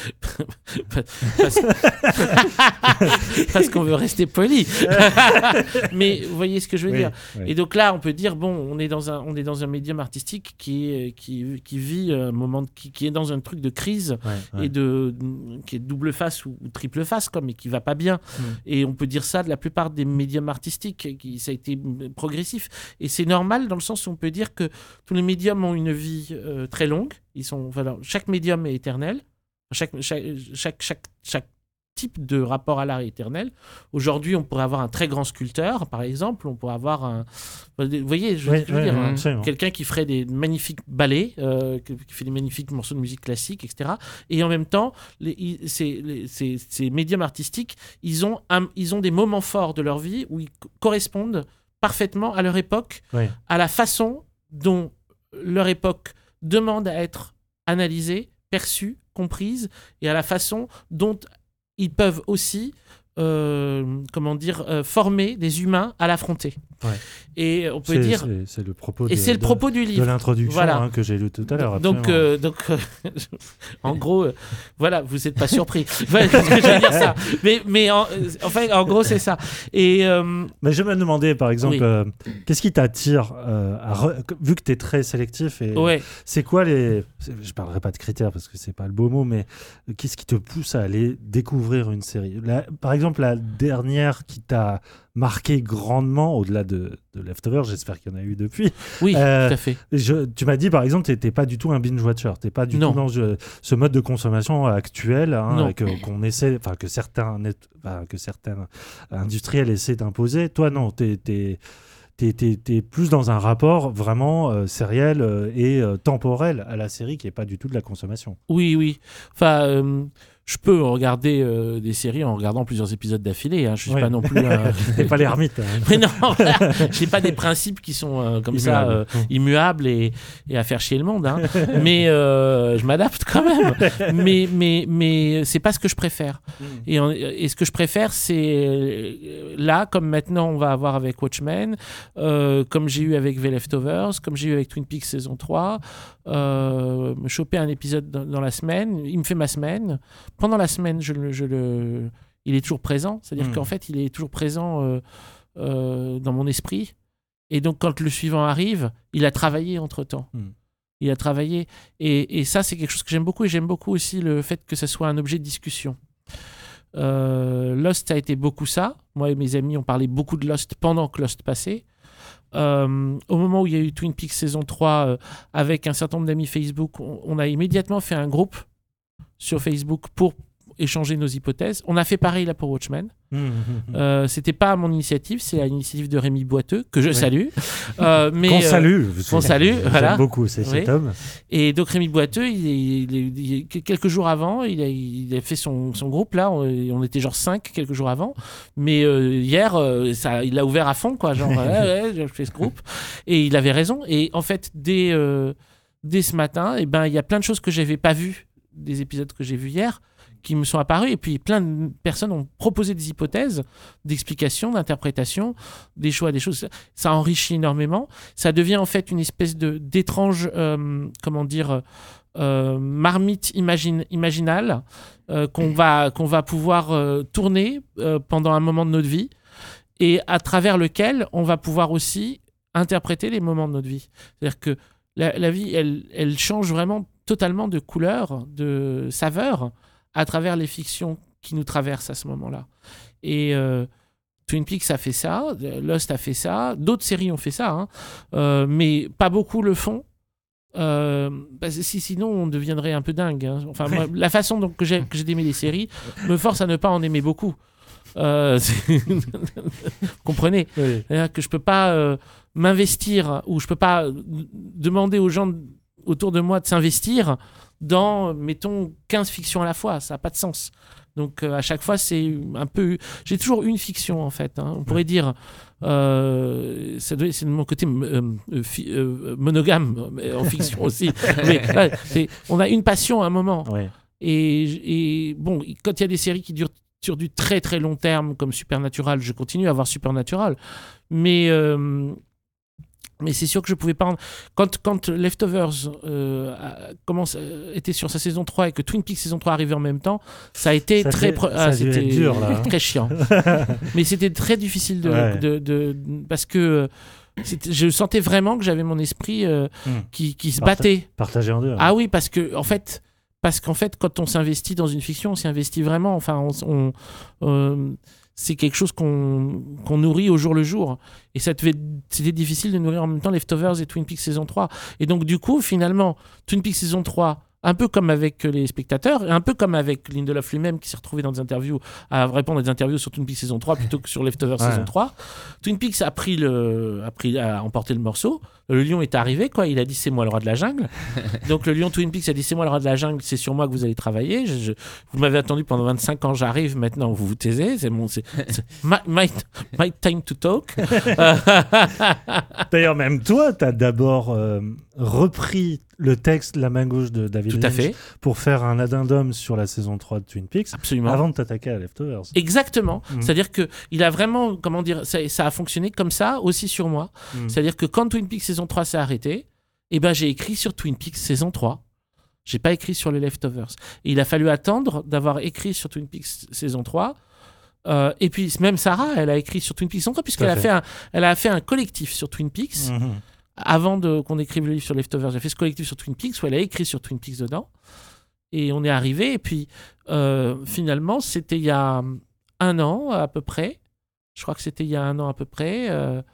parce qu'on veut rester poli. Mais vous voyez ce que je veux dire. Oui. Et donc là, on peut dire, bon, on est dans un médium artistique qui vit un moment, qui est dans un truc de crise, et qui est double face ou triple face, mais qui va pas bien. Et on peut dire ça de la plupart des médiums artistiques, ça a été progressif. Et c'est normal dans le sens où on peut dire que tous les médiums ont une vie très longue. Chaque médium est éternel. Chaque type de rapport à l'art est éternel. Aujourd'hui, on pourrait avoir un très grand sculpteur, par exemple. On pourrait avoir vous voyez, je veux dire, quelqu'un qui ferait des magnifiques ballets, qui fait des magnifiques morceaux de musique classique, etc. Et en même temps, ces médiums artistiques, ils ont des moments forts de leur vie où ils correspondent parfaitement à leur époque, à la façon dont leur époque demande à être analysée, perçue, comprise, et à la façon dont ils peuvent aussi former des humains à l'affronter. Et on peut dire... C'est le propos, c'est le propos du livre. De l'introduction que j'ai lu tout à l'heure. Donc en gros, voilà, vous n'êtes pas surpris. Je vais dire ça. Mais en gros, c'est ça. Et, mais je me demandais, par exemple, qu'est-ce qui t'attire, vu que tu es très sélectif, et c'est quoi je ne parlerai pas de critères parce que ce n'est pas le beau mot, mais qu'est-ce qui te pousse à aller découvrir une série ? Par exemple, la dernière qui t'a marqué grandement, au-delà de Leftovers, j'espère qu'il y en a eu depuis. Oui, tout à fait. Tu m'as dit, par exemple, tu n'étais pas du tout un binge-watcher, tu n'es pas du tout dans ce mode de consommation actuel qu'on essaie, que certains industriels essaient d'imposer. Toi, non, t'es plus dans un rapport vraiment sériel et temporel à la série qui n'est pas du tout de la consommation. Oui. Enfin... je peux regarder des séries en regardant plusieurs épisodes d'affilée. Je ne suis pas non plus... T'es pas l'ermite. Mais non, je n'ai pas des principes qui sont comme immuables. Ça, immuables et à faire chier le monde. Mais je m'adapte quand même. Mais ce n'est pas ce que je préfère. Et ce que je préfère, c'est là, comme maintenant on va avoir avec Watchmen, comme j'ai eu avec The Leftovers, comme j'ai eu avec Twin Peaks saison 3, me choper un épisode dans la semaine. Il me fait ma semaine. Pendant la semaine, il est toujours présent. C'est-à-dire qu'en fait, il est toujours présent dans mon esprit. Et donc, quand le suivant arrive, il a travaillé entre-temps. Il a travaillé. Et ça, c'est quelque chose que j'aime beaucoup. Et j'aime beaucoup aussi le fait que ça soit un objet de discussion. Lost a été beaucoup ça. Moi et mes amis, on parlait beaucoup de Lost pendant que Lost passait. Au moment où il y a eu Twin Peaks saison 3, avec un certain nombre d'amis Facebook, on a immédiatement fait un groupe sur Facebook pour échanger nos hypothèses. On a fait pareil là pour Watchmen. C'était pas à mon initiative, c'est à l'initiative de Rémi Boiteux, que je salue. Mais, qu'on salue. Voilà. J'aime beaucoup cet homme. Et donc Rémi Boiteux, quelques jours avant, il a fait son groupe là. On était genre 5 quelques jours avant. Mais hier, il l'a ouvert à fond, quoi. Genre, je fais ce groupe. Et il avait raison. Et en fait, dès ce matin, il y a plein de choses que j'avais pas vues, des épisodes que j'ai vus hier, qui me sont apparus, et puis plein de personnes ont proposé des hypothèses, d'explications, d'interprétations, des choix, des choses. Ça enrichit énormément. Ça devient en fait une espèce d'étrange, marmite imaginale qu'on va pouvoir tourner pendant un moment de notre vie, et à travers lequel on va pouvoir aussi interpréter les moments de notre vie. C'est-à-dire que la vie, elle change vraiment totalement de couleur, de saveur, à travers les fictions qui nous traversent à ce moment-là. Et Twin Peaks a fait ça, Lost a fait ça, d'autres séries ont fait ça, mais pas beaucoup le font. Sinon on deviendrait un peu dingue. Enfin, moi, la façon dont que j'ai d'aimer les séries me force à ne pas en aimer beaucoup. Comprenez, oui. Que je peux pas m'investir, ou je peux pas demander aux gens autour de moi de s'investir dans, mettons, 15 fictions à la fois. Ça n'a pas de sens. Donc à chaque fois, c'est un peu... J'ai toujours une fiction, en fait. On pourrait dire... c'est de mon côté monogame, en fiction aussi. Mais, on a une passion à un moment. Ouais. Et bon, quand il y a des séries qui durent sur du très très long terme, comme Supernatural, je continue à voir Supernatural. Mais c'est sûr que je pouvais pas... Quand Leftovers était sur sa saison 3 et que Twin Peaks saison 3 arrivait en même temps, ça a été c'était dur, là. très chiant. Mais c'était très difficile parce que je sentais vraiment que j'avais mon esprit qui se battait. Partagé en deux. Ah oui, parce qu'en fait, quand on s'investit dans une fiction, on s'y investit vraiment. Enfin, c'est quelque chose qu'on nourrit au jour le jour. Et c'était difficile de nourrir en même temps Leftovers et Twin Peaks saison 3. Et donc, du coup, finalement, Twin Peaks saison 3, un peu comme avec les spectateurs, et un peu comme avec Lindelof lui-même qui s'est retrouvé dans des interviews à répondre à des interviews sur Twin Peaks saison 3 plutôt que sur Leftovers saison 3. Twin Peaks a emporté le morceau. Le lion est arrivé, quoi. Il a dit c'est moi le roi de la jungle. Donc le lion Twin Peaks a dit c'est moi le roi de la jungle, c'est sur moi que vous allez travailler. Vous m'avez attendu pendant 25 ans, j'arrive, maintenant vous vous taisez. C'est my time to talk. D'ailleurs, même toi, tu as d'abord repris le texte La main gauche de David Lynch pour faire un addendum sur la saison 3 de Twin Peaks. Absolument. Avant de t'attaquer à Leftovers. Exactement. C'est-à-dire qu'il a vraiment, ça a fonctionné comme ça aussi sur moi. C'est-à-dire que quand Twin Peaks saison 3 s'est arrêté, j'ai écrit sur Twin Peaks saison 3. J'ai pas écrit sur les Leftovers. Et il a fallu attendre d'avoir écrit sur Twin Peaks saison 3. Et puis même Sarah, elle a écrit sur Twin Peaks saison 3 puisqu'elle a fait un collectif sur Twin Peaks. Avant qu'on écrive le livre sur Leftovers, j'ai fait ce collectif sur Twin Peaks où elle a écrit sur Twin Peaks dedans. Et on est arrivé. Et puis, finalement, c'était il y a 1 an à peu près. Je crois que c'était il y a 1 an à peu près.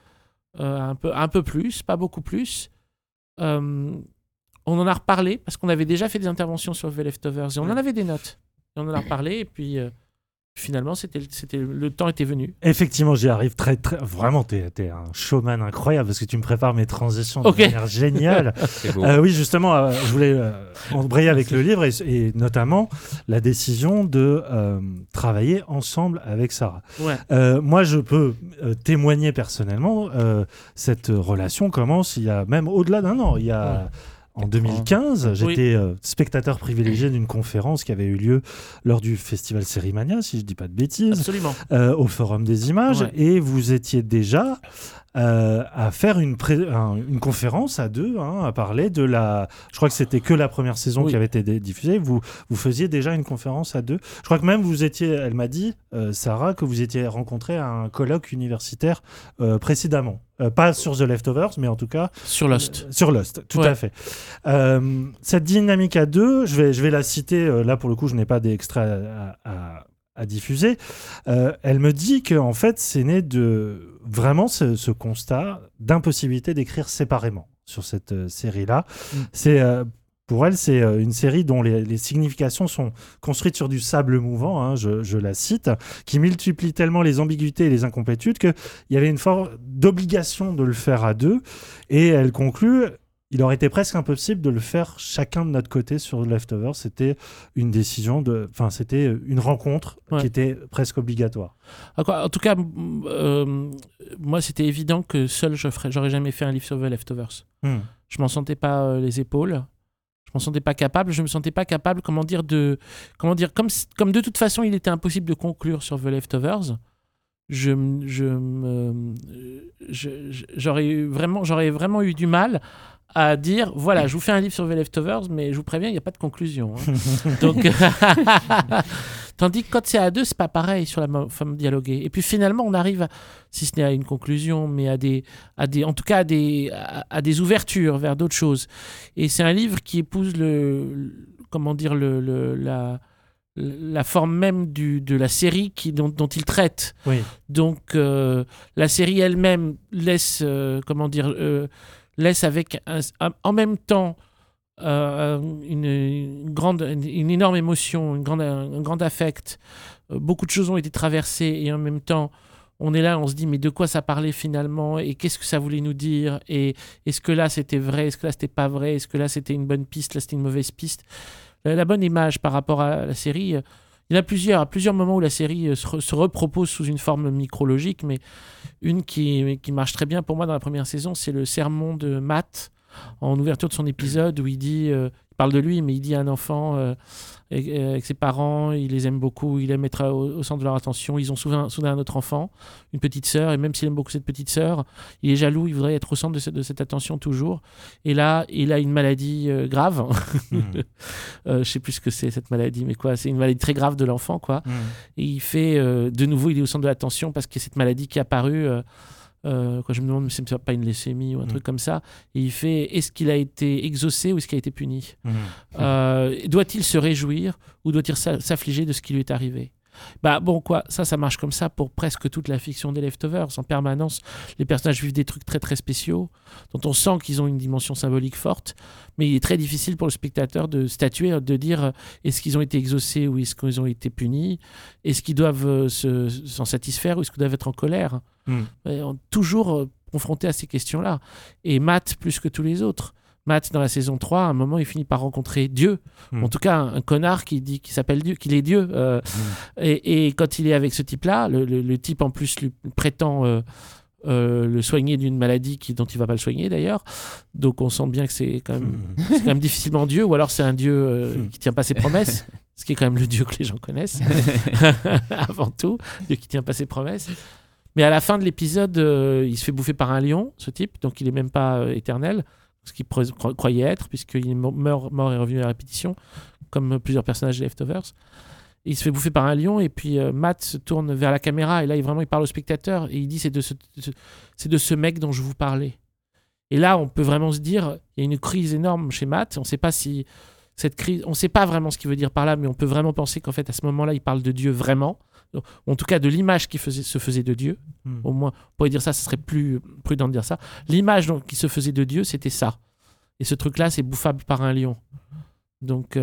Un peu plus, pas beaucoup plus. On en a reparlé parce qu'on avait déjà fait des interventions sur The Leftovers et on en avait des notes. Et on en a reparlé et puis... finalement, le temps était venu. Effectivement, j'y arrive très, très... Vraiment, t'es un showman incroyable parce que tu me prépares mes transitions de manière géniale. C'est beau. Oui, justement, je voulais embrayer avec le livre et notamment la décision de travailler ensemble avec Sarah. Ouais. Moi, je peux témoigner personnellement, cette relation commence il y a même au-delà d'1 an. Il y a... Ouais. En 2015, j'étais spectateur privilégié d'une conférence qui avait eu lieu lors du festival Sérimania, si je ne dis pas de bêtises. Absolument. Au Forum des Images. Ouais. Et vous étiez déjà à faire une conférence à deux, à parler de la... Je crois que c'était que la première saison qui avait été diffusée. Vous faisiez déjà une conférence à deux. Je crois que même elle m'a dit, Sarah, que vous étiez rencontrés à un colloque universitaire précédemment. Pas sur The Leftovers, mais en tout cas... Sur Lost. Sur Lost, tout à fait. Cette dynamique à deux, je vais la citer, là pour le coup je n'ai pas d'extrait à diffuser. Elle me dit qu'en fait c'est né de vraiment ce constat d'impossibilité d'écrire séparément sur cette série-là. C'est Pour elle, c'est une série dont les significations sont construites sur du sable mouvant, hein, je la cite, qui multiplie tellement les ambiguïtés et les incomplétudes qu'il y avait une forme d'obligation de le faire à deux. Et elle conclut, il aurait été presque impossible de le faire chacun de notre côté sur Leftovers. C'était une décision, c'était une rencontre qui était presque obligatoire. En tout cas, moi, c'était évident que seul, j'aurais jamais fait un livre sur The Leftovers. Je m'en sentais pas les épaules. Je m'en sentais pas capable. Je me sentais pas capable, comme de toute façon, il était impossible de conclure sur The Leftovers. J'aurais vraiment eu du mal à dire, voilà, je vous fais un livre sur The Leftovers, mais je vous préviens, il n'y a pas de conclusion. Hein. Donc, tandis que quand c'est à deux, c'est pas pareil sur la forme dialoguée. Et puis finalement, on arrive, si ce n'est à une conclusion, mais à des ouvertures vers d'autres choses. Et c'est un livre qui épouse la forme même de la série dont il traite. Oui. Donc, la série elle-même laisse avec en même temps une énorme émotion, un grand affect. Beaucoup de choses ont été traversées et en même temps, on est là, on se dit mais de quoi ça parlait finalement et qu'est-ce que ça voulait nous dire et est-ce que là c'était vrai, est-ce que là c'était pas vrai, est-ce que là c'était une bonne piste, là c'était une mauvaise piste. La bonne image par rapport à la série, il y en a plusieurs moments où la série se repropose sous une forme micrologique, mais une qui marche très bien pour moi dans la première saison, c'est le sermon de Matt en ouverture de son épisode où il parle de lui, mais il dit à un enfant avec ses parents, il les aime beaucoup, il aime être au centre de leur attention, ils ont soudain un autre enfant, une petite sœur, et même s'il aime beaucoup cette petite sœur, il est jaloux, il voudrait être au centre de cette attention toujours, et là, il a une maladie grave, je sais plus ce que c'est cette maladie, mais quoi, c'est une maladie très grave de l'enfant, quoi, et il fait, de nouveau, il est au centre de l'attention parce que cette maladie qui est apparue, je me demande si c'est pas une leucémie ou un truc comme ça, et il fait, est-ce qu'il a été exaucé ou est-ce qu'il a été puni, doit-il se réjouir ou doit-il s'affliger de ce qui lui est arrivé? Ça marche comme ça pour presque toute la fiction des Leftovers. En permanence, les personnages vivent des trucs très très spéciaux dont on sent qu'ils ont une dimension symbolique forte, mais il est très difficile pour le spectateur de statuer, de dire est-ce qu'ils ont été exaucés ou est-ce qu'ils ont été punis, est-ce qu'ils doivent s'en satisfaire ou est-ce qu'ils doivent être en colère. Toujours confronté à ces questions-là. Et Matt, plus que tous les autres, Matt, dans la saison 3, à un moment, il finit par rencontrer Dieu. En tout cas, un connard qui dit qu'il s'appelle Dieu, qu'il est Dieu. Et quand il est avec ce type-là, le type, en plus, lui prétend le soigner d'une maladie dont il ne va pas le soigner, d'ailleurs. Donc, on sent bien que c'est quand même difficilement Dieu. Ou alors, c'est un Dieu qui ne tient pas ses promesses. Ce qui est quand même le Dieu que les gens connaissent. Avant tout, Dieu qui ne tient pas ses promesses. Mais à la fin de l'épisode, il se fait bouffer par un lion, ce type. Donc, il n'est même pas éternel. Ce qu'il croyait être, puisqu'il est mort et revenu à la répétition, comme plusieurs personnages des Leftovers. Et il se fait bouffer par un lion, et puis Matt se tourne vers la caméra, et là, il parle au spectateur, et il dit, c'est de ce mec dont je vous parlais. Et là, on peut vraiment se dire, il y a une crise énorme chez Matt, on ne sait pas si cette crise, on ne sait pas vraiment ce qu'il veut dire par là, mais on peut vraiment penser qu'en fait, à ce moment-là, il parle de Dieu vraiment, en tout cas de l'image qui se faisait de Dieu. Au moins, on pourrait dire ça, ce serait plus prudent de dire ça. L'image qui se faisait de Dieu, c'était ça. Et ce truc-là, c'est bouffable par un lion. Donc...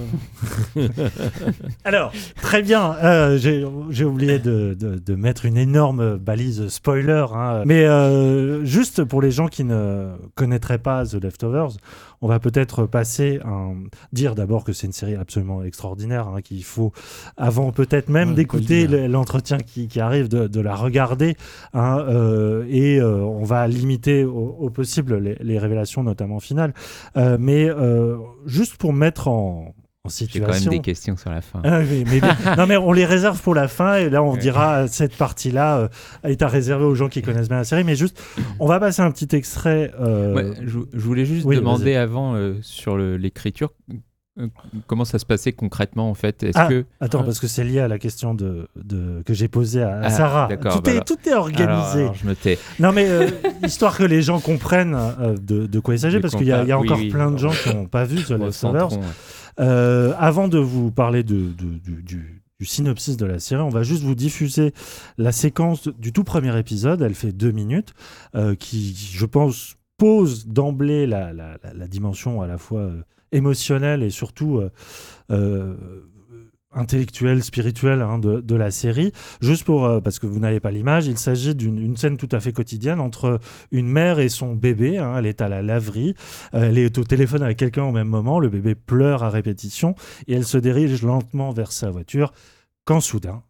Alors, très bien. J'ai oublié de mettre une énorme balise spoiler. Hein. Mais juste pour les gens qui ne connaîtraient pas The Leftovers, on va peut-être dire d'abord que c'est une série absolument extraordinaire, hein, qu'il faut, avant peut-être même d'écouter l'entretien qui arrive, de la regarder. Hein, et on va limiter au possible les révélations, notamment finales. Mais juste pour mettre en situation... J'ai quand même des questions sur la fin. Non, mais on les réserve pour la fin, et là on dira cette partie-là est à réserver aux gens qui connaissent bien la série, mais juste on va passer un petit extrait. Je voulais juste demander avant sur l'écriture, comment ça se passait concrètement en fait. Attends, parce que c'est lié à la question que j'ai posée à Sarah. Tout est organisé. Alors, je me tais. Non, mais histoire que les gens comprennent de quoi il s'agit, parce qu'il y a encore plein de gens qui n'ont pas vu The Leftovers. Avant de vous parler du synopsis de la série, on va juste vous diffuser la séquence du tout premier épisode. Elle fait 2 minutes, qui, je pense, pose d'emblée la dimension à la fois émotionnel et surtout intellectuel, spirituel de la série. Juste parce que vous n'avez pas l'image, il s'agit d'une scène tout à fait quotidienne entre une mère et son bébé. Elle est à la laverie, elle est au téléphone avec quelqu'un au même moment, le bébé pleure à répétition et elle se dirige lentement vers sa voiture quand soudain...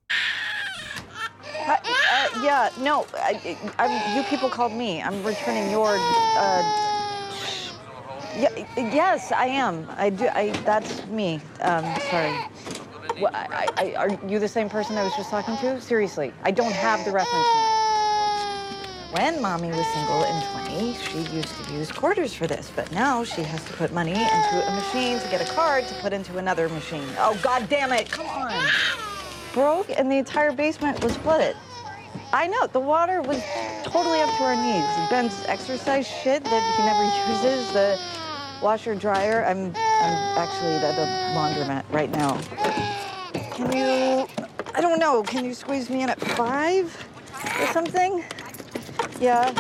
Yeah, no, you people called me. I'm returning your, yes, I am. That's me. Sorry. Are you the same person I was just talking to? Seriously, I don't have the reference. When Mommy was single and 20, she used to use quarters for this, but now she has to put money into a machine to get a card to put into another machine. Oh, God damn it, come on. Broke and the entire basement was flooded. I know, the water was totally up to our knees. Ben's exercise shit that he never uses, the washer dryer. I'm actually at the laundromat right now. Can you, I don't know, can you squeeze me in at 5 or something? Yeah,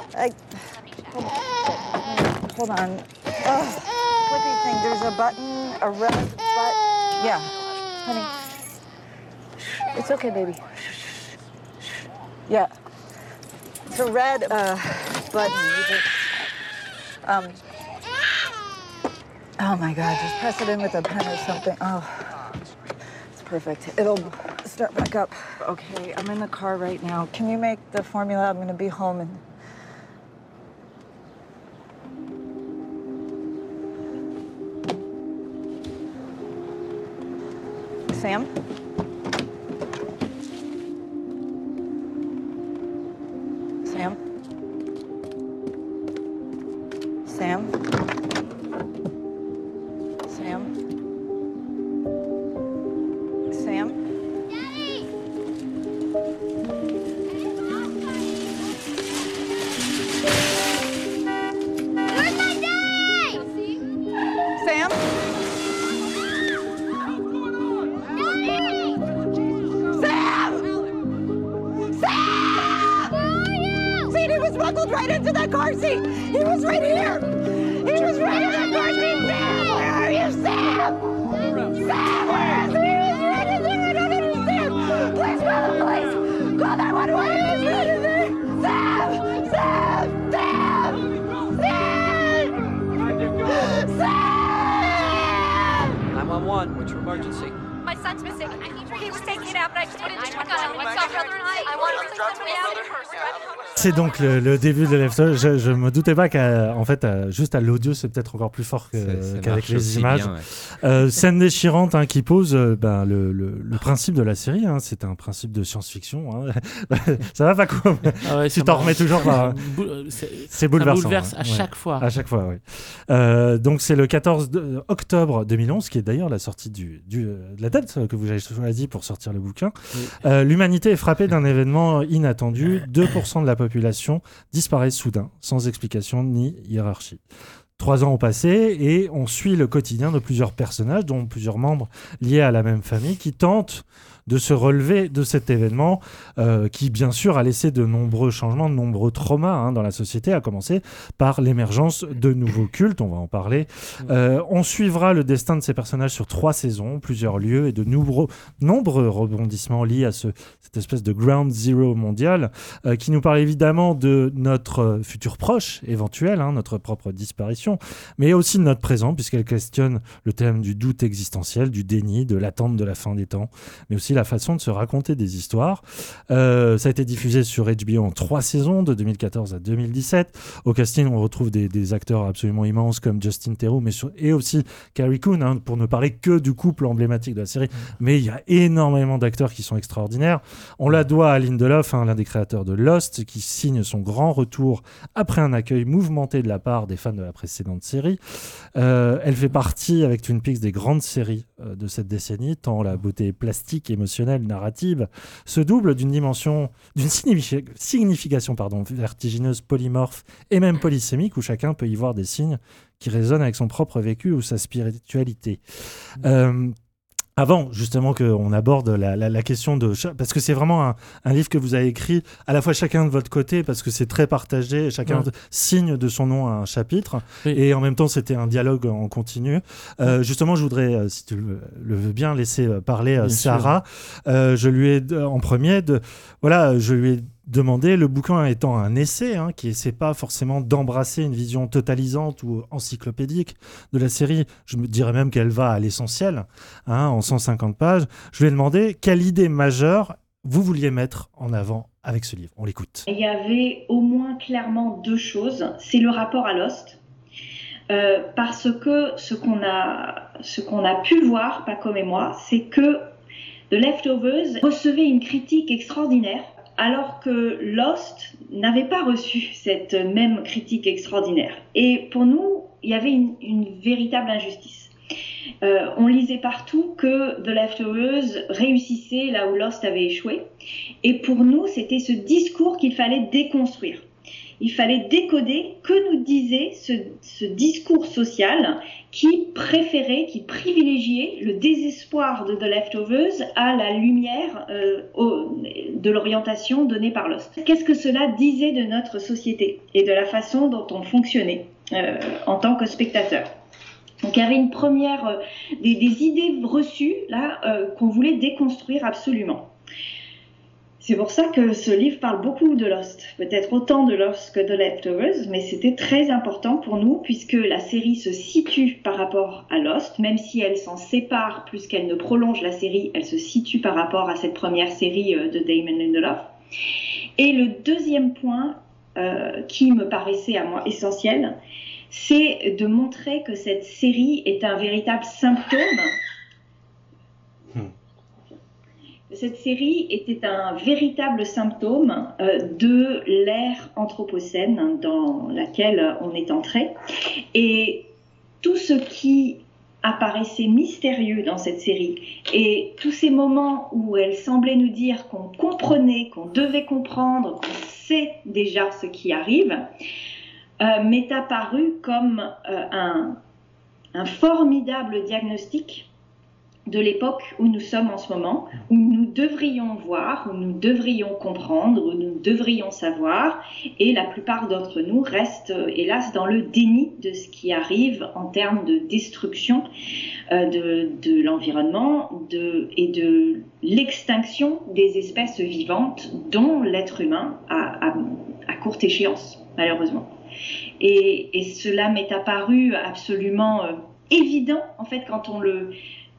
hold on. Flippy thing, there's a button, a red button. Yeah, honey. It's okay, baby. Yeah. It's a red button. You just, oh my God, just press it in with a pen or something. Oh, it's perfect. It'll start back up. Okay, I'm in the car right now. Can you make the formula? I'm gonna be home in... Sam? Sam? Sam? Sam? Sam? Daddy! Where's my daddy? Sam? Smuggled right into that car seat. He was right here. He was right in that car seat. Sam, where are you, Sam? Sam, where is he? He was right in there. I don't understand. Please call the police. Call 911. He was right in there. Sam, Sam, Sam, Sam, Sam. 911. What's your emergency? My son's missing. He was taking it out, but I just put it in the trunk on him. I saw brother and I want to take somebody out. C'est donc le début de Leftovers. Je me doutais pas qu'en fait, juste à l'audio, c'est peut-être encore plus fort qu'avec les images. Bien, ouais. Scène déchirante qui pose le principe de la série. C'est un principe de science-fiction. Ça va pas quoi. Ah ouais, tu t'en remets toujours pas. C'est bouleversant. Ça bouleverse à chaque fois. À chaque fois, oui. Donc c'est le 14 octobre 2011, qui est d'ailleurs la sortie de la date que vous avez choisie pour sortir le bouquin. Oui. L'humanité est frappée d'un événement inattendu. 2% de la population disparaît soudain, sans explication ni hiérarchie. 3 ans ont passé et on suit le quotidien de plusieurs personnages, dont plusieurs membres liés à la même famille, qui tentent de se relever de cet événement qui, bien sûr, a laissé de nombreux changements, de nombreux traumas dans la société, à commencer par l'émergence de nouveaux cultes, on va en parler. On suivra le destin de ces personnages sur 3 saisons, plusieurs lieux et de nombreux rebondissements liés à cette espèce de ground zero mondial qui nous parle évidemment de notre futur proche éventuel, notre propre disparition, mais aussi de notre présent, puisqu'elle questionne le thème du doute existentiel, du déni, de l'attente de la fin des temps, mais aussi la façon de se raconter des histoires. Ça a été diffusé sur HBO en 3 saisons, de 2014 à 2017. Au casting, on retrouve des acteurs absolument immenses comme Justin Theroux, et aussi Carrie Coon, pour ne parler que du couple emblématique de la série. Mais il y a énormément d'acteurs qui sont extraordinaires. On la doit à Lindelof, l'un des créateurs de Lost, qui signe son grand retour après un accueil mouvementé de la part des fans de la précédente série. Elle fait partie, avec Twin Peaks, des grandes séries de cette décennie, tant la beauté plastique, émotionnelle, narrative se double d'une signification vertigineuse, polymorphe et même polysémique, où chacun peut y voir des signes qui résonnent avec son propre vécu ou sa spiritualité. Avant, justement, qu'on aborde la question de... Parce que c'est vraiment un livre que vous avez écrit à la fois chacun de votre côté, parce que c'est très partagé, chacun signe de son nom un chapitre, et en même temps, c'était un dialogue en continu. Justement, je voudrais, si tu le veux bien, laisser parler bien Sarah. Je lui ai, en premier, je lui ai demandé, le bouquin étant un essai, qui essaie pas forcément d'embrasser une vision totalisante ou encyclopédique de la série, je me dirais même qu'elle va à l'essentiel, en 150 pages, je lui ai demandé quelle idée majeure vous vouliez mettre en avant avec ce livre. On l'écoute. Il y avait au moins clairement 2 choses. C'est le rapport à Lost. Parce que ce qu'on a pu voir, Paco et moi, c'est que The Leftovers recevait une critique extraordinaire, alors que Lost n'avait pas reçu cette même critique extraordinaire. Et pour nous, il y avait une véritable injustice. On lisait partout que The Leftovers réussissait là où Lost avait échoué. Et pour nous, c'était ce discours qu'il fallait déconstruire. Il fallait décoder que nous disait ce discours social qui privilégiait le désespoir de The Leftovers à la lumière de l'orientation donnée par Lost. Qu'est-ce que cela disait de notre société et de la façon dont on fonctionnait en tant que spectateur? Donc il y avait une première des idées reçues là qu'on voulait déconstruire absolument. C'est pour ça que ce livre parle beaucoup de Lost, peut-être autant de Lost que de Leftovers, mais c'était très important pour nous puisque la série se situe par rapport à Lost, même si elle s'en sépare plus qu'elle ne prolonge la série, elle se situe par rapport à cette première série de Damon Lindelof. Et le deuxième point qui me paraissait à moi essentiel, c'est de montrer que cette série est un véritable symptôme. Cette série était un véritable symptôme de l'ère anthropocène dans laquelle on est entré. Et tout ce qui apparaissait mystérieux dans cette série et tous ces moments où elle semblait nous dire qu'on comprenait, qu'on devait comprendre, qu'on sait déjà ce qui arrive, m'est apparu comme un formidable diagnostic de l'époque où nous sommes en ce moment, où nous devrions voir, où nous devrions comprendre, où nous devrions savoir, et la plupart d'entre nous restent, hélas, dans le déni de ce qui arrive en termes de destruction de l'environnement et de l'extinction des espèces vivantes, dont l'être humain à courte échéance, malheureusement. Et cela m'est apparu absolument évident, en fait, quand on le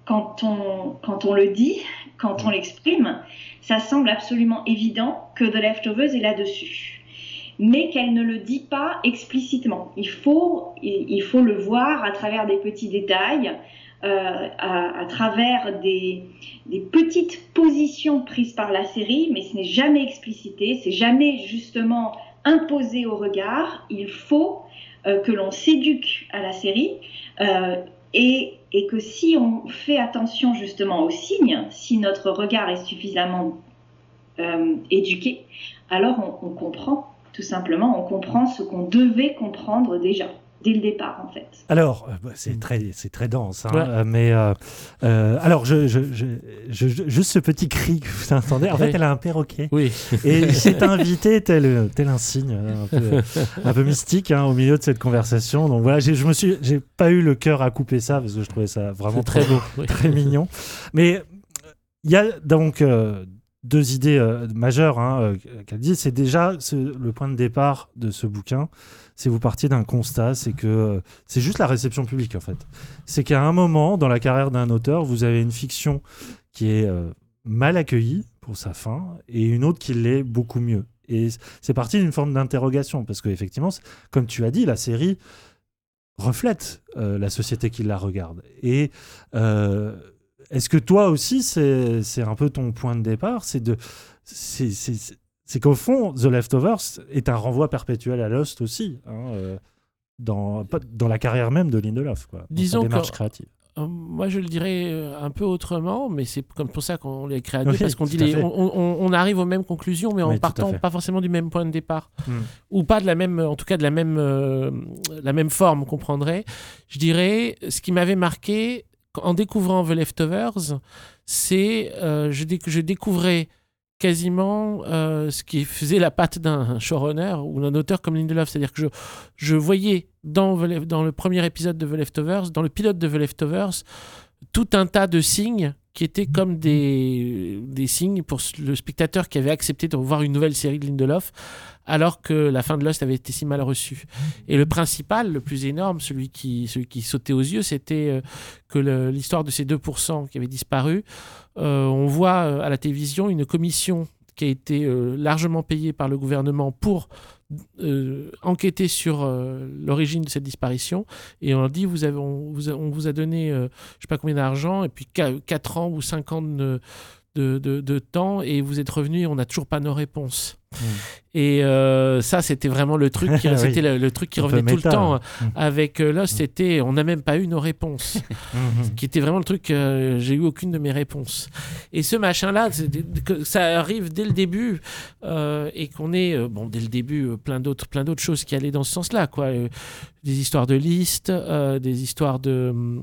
dit, quand on l'exprime, ça semble absolument évident que The Leftovers est là-dessus. Mais qu'elle ne le dit pas explicitement. Il faut le voir à travers des petits détails, à travers des petites positions prises par la série, mais ce n'est jamais explicité, c'est jamais justement imposé au regard. Il faut que l'on s'éduque à la série et que si on fait attention justement aux signes, si notre regard est suffisamment éduqué, alors on comprend, tout simplement, on comprend ce qu'on devait comprendre déjà, dès le départ en fait. Alors, c'est très dense, mais alors, juste ce petit cri que vous entendez, en fait, elle a un perroquet. Oui. Et s'est invité tel un signe un peu mystique au milieu de cette conversation. Donc voilà, j'ai pas eu le cœur à couper ça parce que je trouvais ça vraiment très beau, très mignon. Mais il y a donc 2 idées majeures qu'elle dit. C'est déjà le point de départ de ce bouquin. C'est vous partiez d'un constat, c'est que c'est juste la réception publique en fait. C'est qu'à un moment dans la carrière d'un auteur, vous avez une fiction qui est mal accueillie pour sa fin et une autre qui l'est beaucoup mieux. Et c'est parti d'une forme d'interrogation parce qu'effectivement, comme tu as dit, la série reflète la société qui la regarde. Et est-ce que toi aussi, c'est un peu ton point de départ, c'est qu'au fond, The Leftovers est un renvoi perpétuel à Lost aussi, dans la carrière même de Lindelof, quoi, disons dans sa démarche créative. Moi, je le dirais un peu autrement, mais c'est comme pour ça qu'on les crée à deux, parce qu'on on arrive aux mêmes conclusions, mais en partant pas forcément du même point de départ, ou pas de la même, en tout cas de la même forme qu'on prendrait. Je dirais, ce qui m'avait marqué en découvrant The Leftovers, je découvrais quasiment ce qui faisait la patte d'un showrunner ou d'un auteur comme Lindelof. C'est-à-dire que je voyais dans le premier épisode de The Leftovers, dans le pilote de The Leftovers, tout un tas de signes qui étaient comme des signes pour le spectateur qui avait accepté de voir une nouvelle série de Lindelof, alors que la fin de Lost avait été si mal reçue. Et le principal, le plus énorme, celui qui sautait aux yeux, c'était que l'histoire de ces 2% qui avaient disparu. On voit à la télévision une commission qui a été largement payée par le gouvernement pour enquêter sur l'origine de cette disparition, et on dit on vous a donné je sais pas combien d'argent, et puis 4 ans ou 5 ans de temps, et vous êtes revenu et on n'a toujours pas nos réponses. Et ça, c'était vraiment le truc qui, c'était le truc qui revenait tout le temps. Avec Lost, c'était on n'a même pas eu nos réponses. Qui était vraiment le truc, j'ai eu aucune de mes réponses. Et ce machin-là, ça arrive dès le début, et qu'on est, dès le début, plein d'autres choses qui allaient dans ce sens-là, quoi. Des histoires de listes, des histoires d'hommes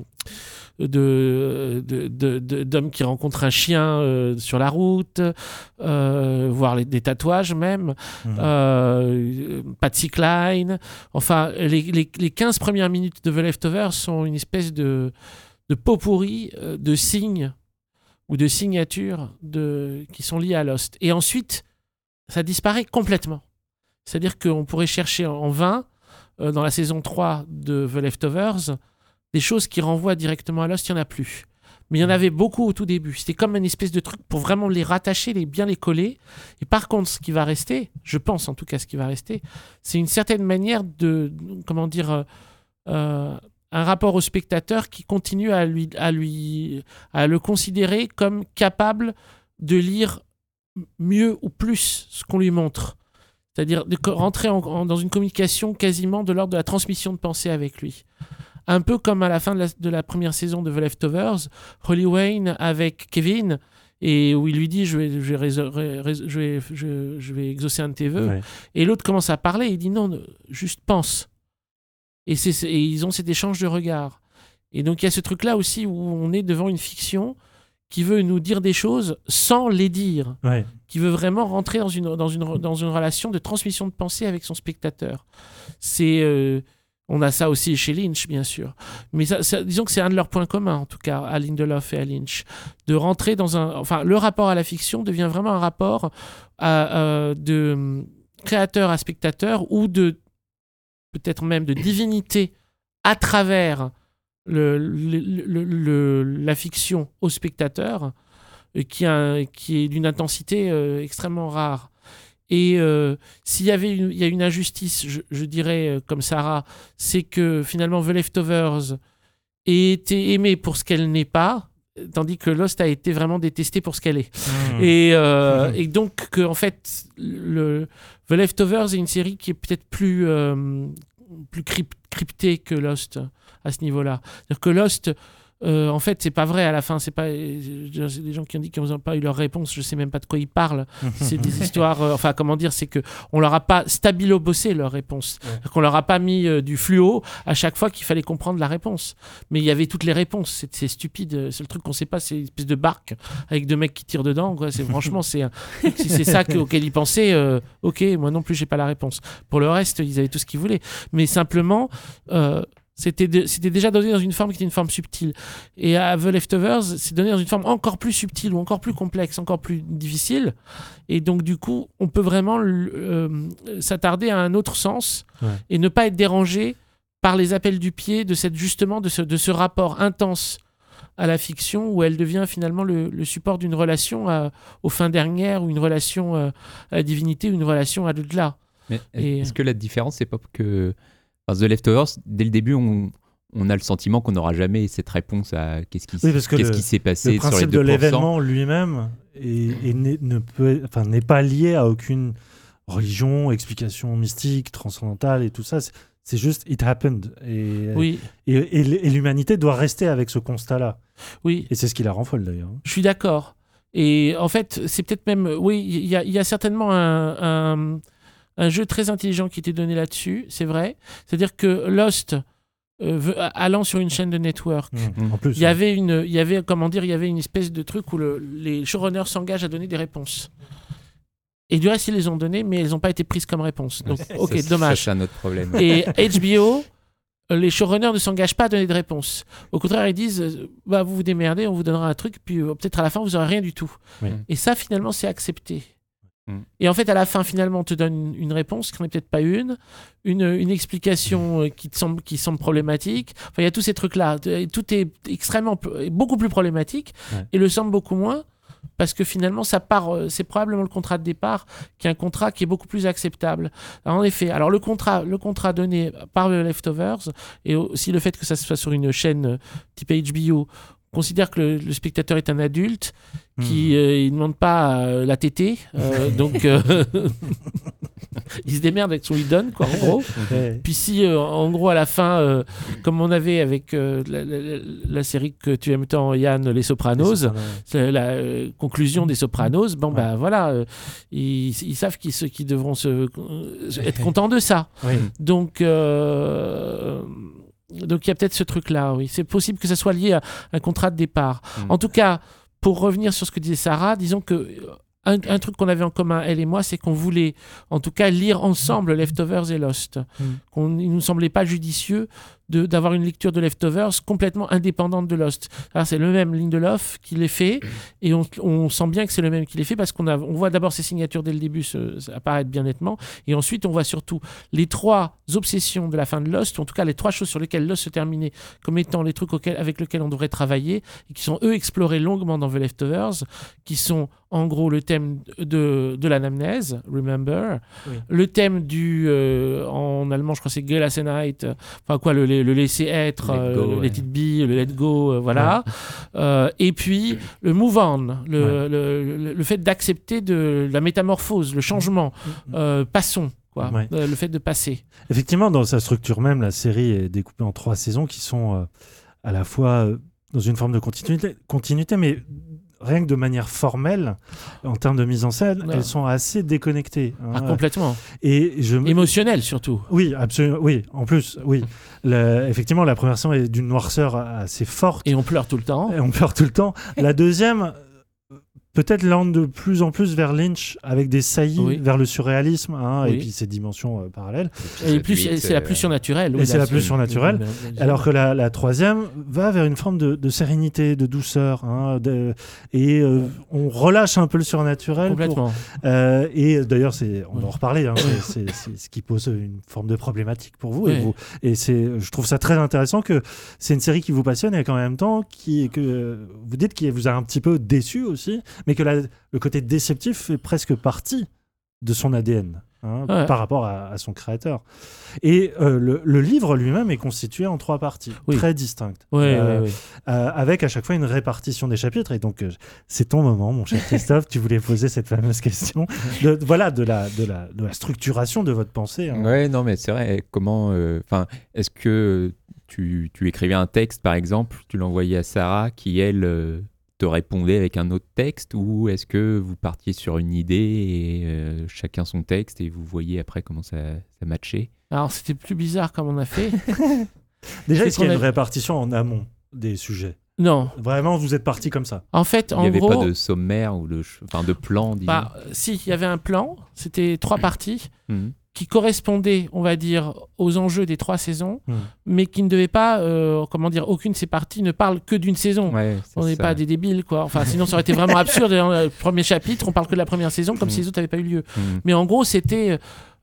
qui rencontrent un chien sur la route, voire des tatouages même, Patsy Cline. Enfin, les 15 premières minutes de The Leftovers sont une espèce de pot-pourri de signes ou de signatures qui sont liées à Lost. Et ensuite, ça disparaît complètement. C'est-à-dire qu'on pourrait chercher en vain, dans la saison 3 de The Leftovers, des choses qui renvoient directement à Lost, il n'y en a plus. Mais il y en avait beaucoup au tout début. C'était comme une espèce de truc pour vraiment les rattacher, bien les coller. Et par contre, ce qui va rester, je pense en tout cas ce qui va rester, c'est une certaine manière de, un rapport au spectateur qui continue à le considérer comme capable de lire mieux ou plus ce qu'on lui montre. C'est-à-dire de rentrer dans une communication quasiment de l'ordre de la transmission de pensée avec lui. Un peu comme à la fin de la première saison de The Leftovers, Holly Wayne avec Kevin, et où il lui dit je vais exaucer un de tes vœux. Ouais. Et l'autre commence à parler, il dit non, juste pense. Et ils ont cet échange de regards. Et donc il y a ce truc-là aussi où on est devant une fiction qui veut nous dire des choses sans les dire, qui veut vraiment rentrer dans une relation de transmission de pensée avec son spectateur. On a ça aussi chez Lynch, bien sûr. Mais disons que c'est un de leurs points communs, en tout cas, à Lindelof et à Lynch. De rentrer le rapport à la fiction devient vraiment un rapport de créateur à spectateur, ou peut-être même de divinité à travers la fiction au spectateur, qui est d'une intensité extrêmement rare. Et s'il y a une injustice, je dirais, comme Sarah, c'est que finalement The Leftovers ait été aimée pour ce qu'elle n'est pas, tandis que Lost a été vraiment détestée pour ce qu'elle est. Et donc, que, en fait, The Leftovers est une série qui est peut-être plus cryptée que Lost à ce niveau-là. C'est-à-dire que Lost... en fait, c'est pas vrai à la fin. C'est des gens qui ont dit qu'ils n'ont pas eu leur réponse. Je sais même pas de quoi ils parlent. C'est des histoires. C'est que on leur a pas stabilo-bossé leur réponse. Qu'on leur a pas mis du fluo à chaque fois qu'il fallait comprendre la réponse. Mais il y avait toutes les réponses. C'est stupide. C'est le truc qu'on sait pas. C'est une espèce de barque avec 2 mecs qui tirent dedans. Quoi. Franchement, si c'est ça auquel ils pensaient. Ok, moi non plus, j'ai pas la réponse. Pour le reste, ils avaient tout ce qu'ils voulaient. Mais simplement. C'était déjà donné dans une forme qui était une forme subtile. Et à The Leftovers, c'est donné dans une forme encore plus subtile, ou encore plus complexe, encore plus difficile. Et donc, du coup, on peut vraiment s'attarder à un autre sens et ne pas être dérangé par les appels du pied de ce rapport intense à la fiction, où elle devient finalement le support d'une relation aux fins dernières, ou une relation à la divinité, ou une relation à l'au-delà. Mais est-ce que la différence, c'est pas que... The Leftovers, dès le début, on a le sentiment qu'on n'aura jamais cette réponse à qu'est-ce qui s'est passé sur les 2%. Le principe de l'événement lui-même n'est pas lié à aucune religion, explication mystique, transcendantale et tout ça. C'est juste « it happened ». Et l'humanité doit rester avec ce constat-là. Oui. Et c'est ce qui la rend folle, d'ailleurs. Je suis d'accord. Et en fait, c'est peut-être même... Oui, il y a certainement un jeu très intelligent qui était donné là-dessus, c'est vrai. C'est-à-dire que Lost allant sur une chaîne de network. En plus, Il y avait une espèce de truc où les showrunners s'engagent à donner des réponses. Et du reste, ils les ont données, mais elles n'ont pas été prises comme réponse. Donc, dommage. C'est un autre problème. Et HBO, les showrunners ne s'engagent pas à donner de réponse. Au contraire, ils disent vous vous démerdez, on vous donnera un truc, puis peut-être à la fin, vous n'aurez rien du tout. Oui. Et ça, finalement, c'est accepté. Et en fait, à la fin, finalement, on te donne une réponse qui n'est peut-être pas une explication qui semble problématique. Enfin, il y a tous ces trucs-là. Tout est beaucoup plus problématique et le semble beaucoup moins. Parce que finalement, c'est probablement le contrat de départ qui est un contrat qui est beaucoup plus acceptable. Alors, en effet, le contrat donné par le Leftovers et aussi le fait que ça se fasse sur une chaîne type HBO, considère que le spectateur est un adulte qui il ne demande pas la tétée, donc il se démerde avec ce qu'on lui donne, quoi, en gros. Puis si, en gros, à la fin, comme on avait avec la série que tu aimes tant, Yann, Les Sopranos, la conclusion des Sopranos, voilà, ils savent qu'ils devront être contents de ça. Donc, il y a peut-être ce truc-là, oui. C'est possible que ça soit lié à un contrat de départ. En tout cas, pour revenir sur ce que disait Sarah, disons que un truc qu'on avait en commun, elle et moi, c'est qu'on voulait, en tout cas, lire ensemble Leftovers et Lost. Il ne nous semblait pas judicieux d'avoir une lecture de Leftovers complètement indépendante de Lost. Alors, c'est le même Lindelof qui les fait, et on sent bien que c'est le même qui les fait, parce qu'on voit d'abord ses signatures dès le début apparaître bien nettement, et ensuite on voit surtout les 3 obsessions de la fin de Lost, ou en tout cas les 3 choses sur lesquelles Lost se terminait comme étant les trucs avec lesquels on devrait travailler, et qui sont eux explorés longuement dans The Leftovers, qui sont en gros le thème de l'anamnèse, Remember, le thème en allemand je crois c'est Gelassenheit, enfin quoi, le laisser être, le let it be, le let go, voilà. Et puis le move on, le fait d'accepter la métamorphose, le changement, passons. Le fait de passer. Effectivement, dans sa structure même, la série est découpée en 3 saisons qui sont à la fois dans une forme de continuité, mais rien que de manière formelle, en termes de mise en scène, elles sont assez déconnectées. Complètement. Émotionnelles surtout. Oui, absolument. Oui, en plus, oui. Effectivement, la première saison est d'une noirceur assez forte. Et on pleure tout le temps. La deuxième, peut-être l'oriente de plus en plus vers Lynch, avec des saillies vers le surréalisme, et puis ses dimensions parallèles. Et c'est la plus surnaturelle. Et c'est la plus surnaturelle. Alors que la troisième va vers une forme de sérénité, de douceur, on relâche un peu le surnaturel. Complètement. Et d'ailleurs, on va en reparler, c'est ce qui pose une forme de problématique pour vous. Et je trouve ça très intéressant que c'est une série qui vous passionne et qu'en même temps, que vous dites qu'il vous a un petit peu déçu aussi, mais que le côté déceptif fait presque partie de son ADN par rapport à son créateur. Et le livre lui-même est constitué en 3 parties très distinctes, avec à chaque fois une répartition des chapitres. Et donc, c'est ton moment, mon cher Christophe, tu voulais poser cette fameuse question de la structuration de votre pensée. Ouais, non, mais c'est vrai. Comment, est-ce que tu écrivais un texte, par exemple, tu l'envoyais à Sarah, qui, elle... te répondait avec un autre texte, ou est-ce que vous partiez sur une idée et chacun son texte et vous voyez après comment ça matchait? Alors c'était plus bizarre comme on a fait. Déjà, est-ce qu'il y a une répartition en amont des sujets? Non. Vraiment, vous êtes parti comme ça? En fait, il n'y avait pas de sommaire ou de plan, disons. Si, il y avait un plan, c'était 3 parties. Qui correspondait, on va dire, aux enjeux des 3 saisons, mais qui ne devait pas, aucune de ces parties ne parle que d'une saison. On n'est pas des débiles, quoi. Enfin, sinon, ça aurait été vraiment absurde. Dans le premier chapitre, on parle que de la première saison, comme si les autres n'avaient pas eu lieu. Mais en gros, c'était,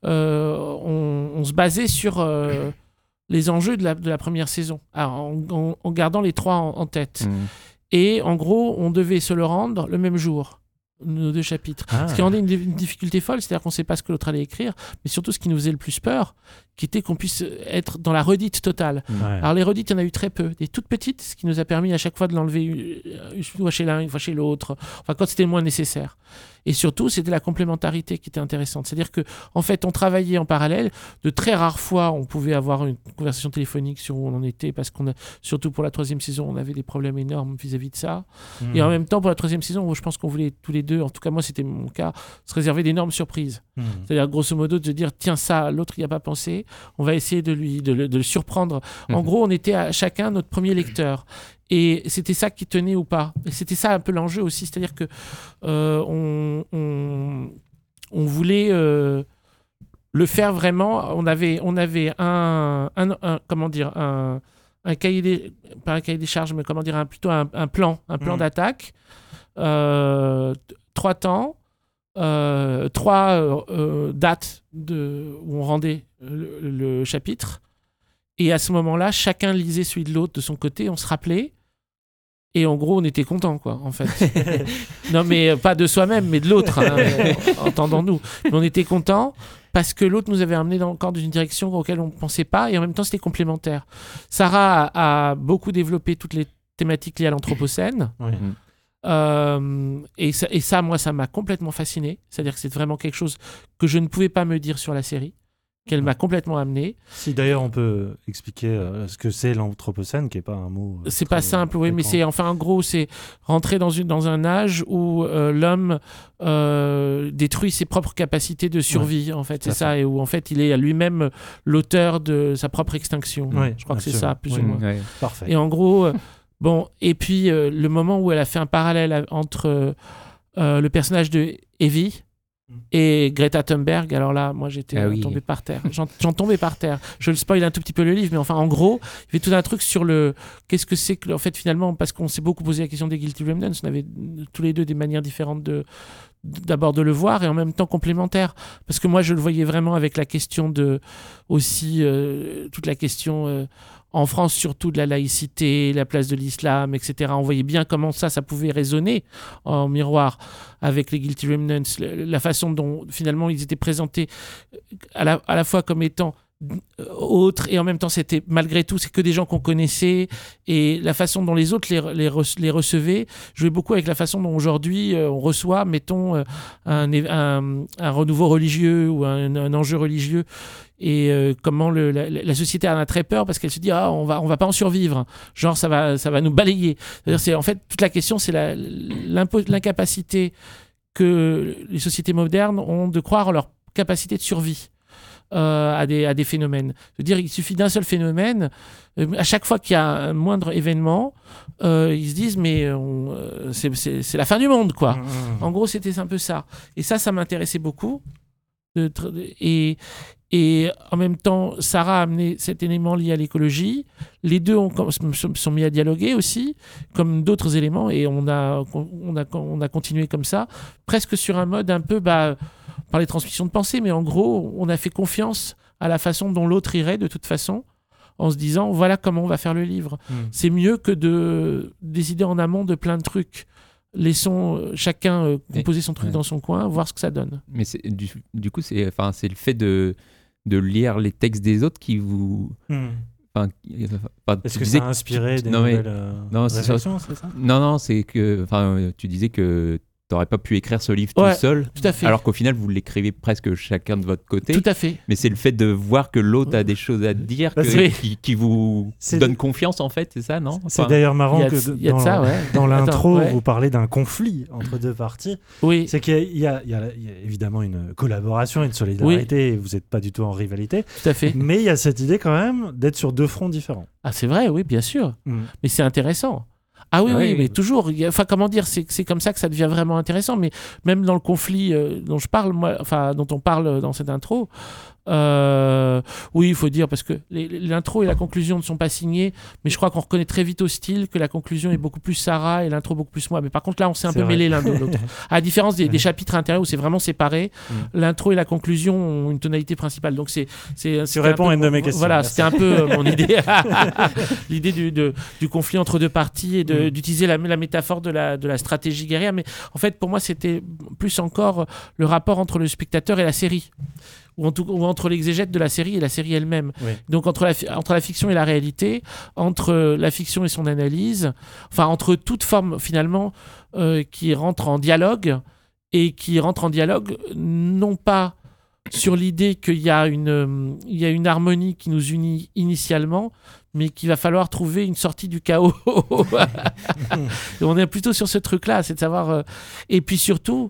on se basait sur les enjeux de la première saison, en gardant les 3 en tête. Et en gros, on devait se le rendre le même jour. Nos 2 chapitres. Ce qui rendait une difficulté folle, c'est-à-dire qu'on ne sait pas ce que l'autre allait écrire, mais surtout ce qui nous faisait le plus peur, qui était qu'on puisse être dans la redite totale. Alors les redites, il y en a eu très peu, des toutes petites, ce qui nous a permis à chaque fois de l'enlever une fois chez l'un, une fois chez l'autre, quand c'était le moins nécessaire. Et surtout, c'était la complémentarité qui était intéressante. C'est-à-dire que, en fait, on travaillait en parallèle. De très rares fois, on pouvait avoir une conversation téléphonique sur où on en était, parce surtout pour la 3e saison, on avait des problèmes énormes vis-à-vis de ça. Et en même temps, pour la 3e saison, je pense qu'on voulait tous les deux, en tout cas moi, c'était mon cas, se réserver d'énormes surprises. C'est-à-dire, grosso modo, de dire, tiens, ça, l'autre n'y a pas pensé. raconter, on va essayer de le surprendre. En gros, on était à chacun notre premier lecteur. Et c'était ça qui tenait ou pas. Et c'était ça un peu l'enjeu aussi, c'est-à-dire que on voulait le faire vraiment. On avait un cahier des, pas un cahier des charges, mais comment dire, plutôt un plan d'attaque, 3 temps, 3 dates où on rendait le chapitre. Et à ce moment-là, chacun lisait celui de l'autre de son côté, on se rappelait. Et en gros, on était content, quoi, en fait. Non, mais pas de soi-même, mais de l'autre, hein, entendons-nous. Mais on était content parce que l'autre nous avait amené encore dans une direction auquel on ne pensait pas, et en même temps, c'était complémentaire. Sarah a beaucoup développé toutes les thématiques liées à l'Anthropocène. Oui. Et ça, moi, ça m'a complètement fasciné. C'est-à-dire que c'est vraiment quelque chose que je ne pouvais pas me dire sur la série, qu'elle m'a complètement amené. Si d'ailleurs on peut expliquer ce que c'est l'Anthropocène, qui n'est pas un mot... c'est pas simple, oui, mais c'est, enfin, en gros, c'est rentrer dans un âge où l'homme détruit ses propres capacités de survie, en fait, c'est ça, et où en fait il est lui-même l'auteur de sa propre extinction. Je crois que c'est ça, plus ou moins. Parfait. Et en gros, bon, et puis le moment où elle a fait un parallèle entre le personnage de Evie et Greta Thunberg, alors là, moi j'étais tombé par terre. J'en tombais par terre. Je le spoil un tout petit peu le livre, mais enfin, en gros, il y avait tout un truc sur qu'est-ce que c'est que, en fait, finalement, parce qu'on s'est beaucoup posé la question des Guilty Remnants, on avait tous les deux des manières différentes d'abord de le voir et en même temps complémentaires. Parce que moi, je le voyais vraiment avec la question aussi, toute la question en France, surtout de la laïcité, la place de l'islam, etc. On voyait bien comment ça pouvait résonner en miroir avec les Guilty Remnants, la façon dont finalement ils étaient présentés à la fois comme étant autres et en même temps c'était malgré tout c'est que des gens qu'on connaissait, et la façon dont les autres les recevaient jouait beaucoup avec la façon dont aujourd'hui on reçoit, mettons, un renouveau religieux ou un enjeu religieux, et comment la société en a très peur parce qu'elle se dit on va pas en survivre, genre ça va nous balayer. C'est-à-dire, c'est en fait toute la question, c'est l'incapacité que les sociétés modernes ont de croire en leur capacité de survie à des phénomènes. C'est-à-dire, il suffit d'un seul phénomène, à chaque fois qu'il y a un moindre événement, ils se disent mais c'est la fin du monde, quoi. En gros, c'était un peu ça. Et ça m'intéressait beaucoup. Et en même temps, Sarah a amené cet élément lié à l'écologie. Les deux sont mis à dialoguer aussi, comme d'autres éléments, et on a continué comme ça, presque sur un mode un peu par les transmissions de pensée, mais en gros, on a fait confiance à la façon dont l'autre irait de toute façon, en se disant voilà comment on va faire le livre. C'est mieux que de décider en amont de plein de trucs. Laissons chacun composer son truc dans son coin, voir ce que ça donne. Mais du coup, c'est le fait de lire les textes des autres qui vous... Est-ce que ça a inspiré des nouvelles réflexions, c'est ça ? Non, c'est que tu disais que t'aurais pas pu écrire ce livre tout seul, tout à fait. Alors qu'au final vous l'écrivez presque chacun de votre côté. Tout à fait. Mais c'est le fait de voir que l'autre a des choses à dire qui vous donne confiance, en fait, c'est ça, non ? C'est d'ailleurs marrant que dans l'intro vous parlez d'un conflit entre deux parties. Oui. C'est qu'il y a évidemment une collaboration, une solidarité, et vous n'êtes pas du tout en rivalité. Tout à fait. Mais il y a cette idée quand même d'être sur deux fronts différents. Ah, c'est vrai, oui, bien sûr. Mais c'est intéressant. Ah oui, mais toujours. Enfin, comment dire, c'est comme ça que ça devient vraiment intéressant. Mais même dans le conflit dont je parle, dont on parle dans cette intro, oui, il faut dire, parce que l'intro et la conclusion ne sont pas signés, mais je crois qu'on reconnaît très vite au style que la conclusion est beaucoup plus Sarah et l'intro beaucoup plus moi. Mais par contre, là, on s'est un peu mêlé l'un de l'autre. À la différence des chapitres intérieurs où c'est vraiment séparé, l'intro et la conclusion ont une tonalité principale. Donc, tu réponds à une de mes questions. Voilà, c'était un peu mon idée. L'idée du conflit entre deux parties et d'utiliser la métaphore de la stratégie guerrière. Mais en fait, pour moi, c'était plus encore le rapport entre le spectateur et la série. Ou entre l'exégète de la série et la série elle-même. Oui. Donc entre la fiction et la réalité, entre la fiction et son analyse, enfin entre toute forme finalement qui rentre en dialogue, et qui rentre en dialogue non pas sur l'idée qu'il y a une harmonie qui nous unit initialement, mais qu'il va falloir trouver une sortie du chaos. On est plutôt sur ce truc-là, c'est de savoir... Et puis surtout,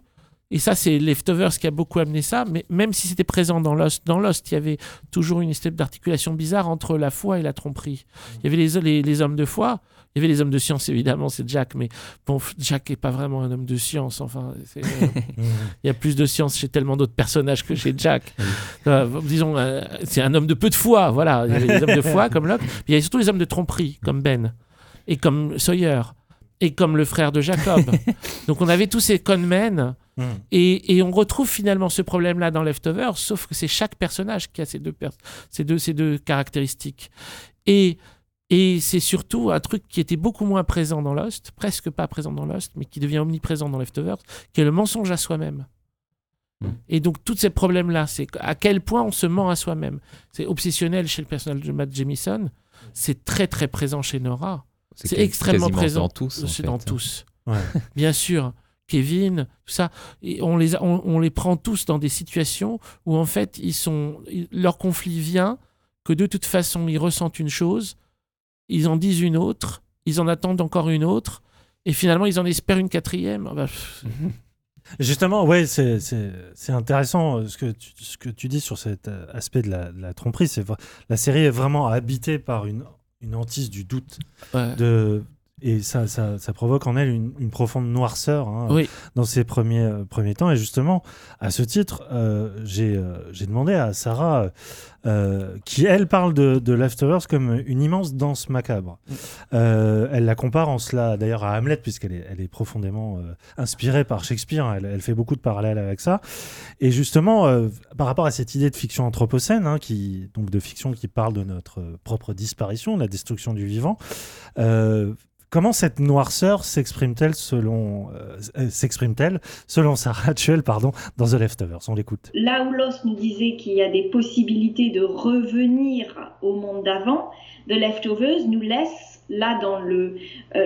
Et ça, c'est Leftovers qui a beaucoup amené ça, mais même si c'était présent dans Lost, il y avait toujours une espèce d'articulation bizarre entre la foi et la tromperie. Il y avait les hommes de foi, il y avait les hommes de science, évidemment, c'est Jack, mais bon, Jack n'est pas vraiment un homme de science, enfin, il y a plus de science chez tellement d'autres personnages que chez Jack. Disons, c'est un homme de peu de foi, voilà, il y avait les hommes de foi comme Locke, puis il y avait surtout les hommes de tromperie, comme Ben, et comme Sawyer, et comme le frère de Jacob. Donc on avait tous ces conmen. Et on retrouve finalement ce problème-là dans Leftovers, sauf que c'est chaque personnage qui a ces deux caractéristiques. Et c'est surtout un truc qui était beaucoup moins présent dans Lost, presque pas présent dans Lost, mais qui devient omniprésent dans Leftovers, qui est le mensonge à soi-même. Et donc tous ces problèmes-là, c'est à quel point on se ment à soi-même. C'est obsessionnel chez le personnage de Matt Jamison, c'est très très présent chez Nora, c'est extrêmement présent dans tous. Ouais. Bien sûr. Kevin, tout ça, et on les prend tous dans des situations où en fait leur conflit vient que de toute façon ils ressentent une chose, ils en disent une autre, ils en attendent encore une autre, et finalement ils en espèrent une quatrième. Justement, ouais, c'est intéressant ce que tu dis sur cet aspect de la tromperie. La série est vraiment habitée par une hantise du doute. Ouais. Et ça provoque en elle une profonde noirceur dans ses premiers temps. Et justement, à ce titre, j'ai demandé à Sarah, qui, elle, parle de Leftovers comme une immense danse macabre. Elle la compare en cela, d'ailleurs, à Hamlet, puisqu'elle est profondément inspirée par Shakespeare. Elle fait beaucoup de parallèles avec ça. Et justement, par rapport à cette idée de fiction anthropocène, donc de fiction qui parle de notre propre disparition, de la destruction du vivant, comment cette noirceur s'exprime-t-elle selon Sarah Tuel, dans The Leftovers? On l'écoute. Là où Lost nous disait qu'il y a des possibilités de revenir au monde d'avant, The Leftovers nous laisse là dans le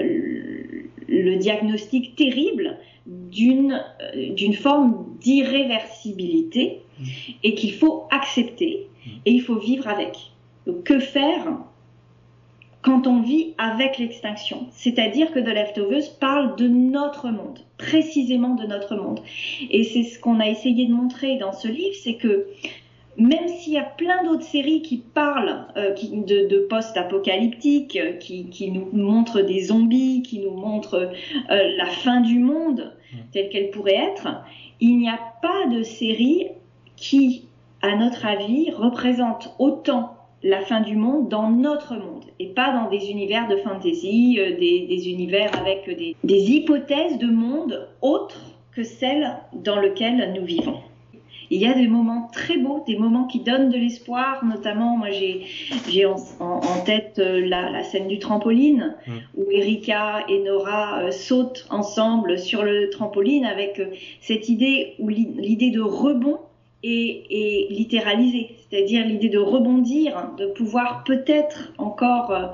diagnostic terrible d'une forme d'irréversibilité et qu'il faut accepter et il faut vivre avec. Donc, que faire quand on vit avec l'extinction? C'est-à-dire que The Leftovers parle de notre monde, précisément de notre monde. Et c'est ce qu'on a essayé de montrer dans ce livre, c'est que même s'il y a plein d'autres séries qui parlent de post-apocalyptique, qui nous montrent des zombies, qui nous montrent la fin du monde telle qu'elle pourrait être, il n'y a pas de série qui, à notre avis, représente autant la fin du monde dans notre monde et pas dans des univers de fantasy, des univers avec des hypothèses de monde autres que celles dans lesquelles nous vivons. Il y a des moments très beaux, des moments qui donnent de l'espoir, notamment moi j'ai en tête la scène du trampoline où Erika et Nora sautent ensemble sur le trampoline avec cette idée où l'idée de rebond est littéralisée, c'est-à-dire l'idée de rebondir, de pouvoir peut-être encore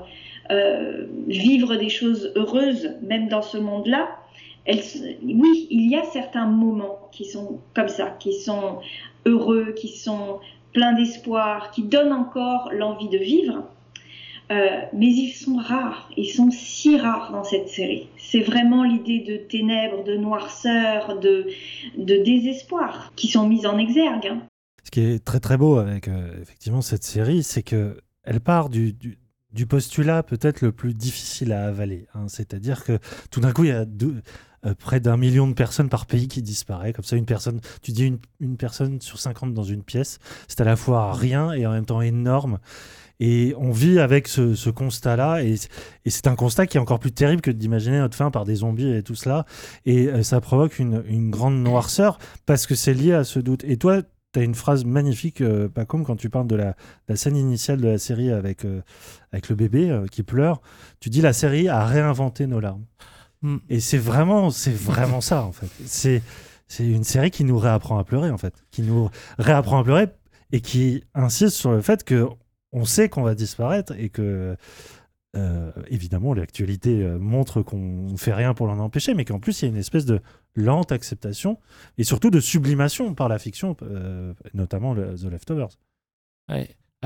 vivre des choses heureuses même dans ce monde-là. Oui, il y a certains moments qui sont comme ça, qui sont heureux, qui sont pleins d'espoir, qui donnent encore l'envie de vivre, mais ils sont rares, ils sont si rares dans cette série. C'est vraiment l'idée de ténèbres, de noirceur, de désespoir qui sont mises en exergue. Ce qui est très très beau avec effectivement cette série, c'est qu'elle part du postulat peut-être le plus difficile à avaler. C'est-à-dire que tout d'un coup, il y a près d'1 million de personnes par pays qui disparaît. Comme ça, tu dis une personne sur 50 dans une pièce, c'est à la fois rien et en même temps énorme. Et on vit avec ce constat-là, et c'est un constat qui est encore plus terrible que d'imaginer notre fin par des zombies et tout cela. Et ça provoque une grande noirceur parce que c'est lié à ce doute. Et toi, tu as une phrase magnifique, Pacôme, quand tu parles de la scène initiale de la série avec le bébé qui pleure. Tu dis la série a réinventé nos larmes. Et c'est vraiment ça, en fait. C'est une série qui nous réapprend à pleurer, en fait. Qui nous réapprend à pleurer et qui insiste sur le fait qu'on sait qu'on va disparaître et que, évidemment, l'actualité montre qu'on ne fait rien pour l'en empêcher, mais qu'en plus, il y a une espèce de lente acceptation et surtout de sublimation par la fiction, notamment The Leftovers. Ouais.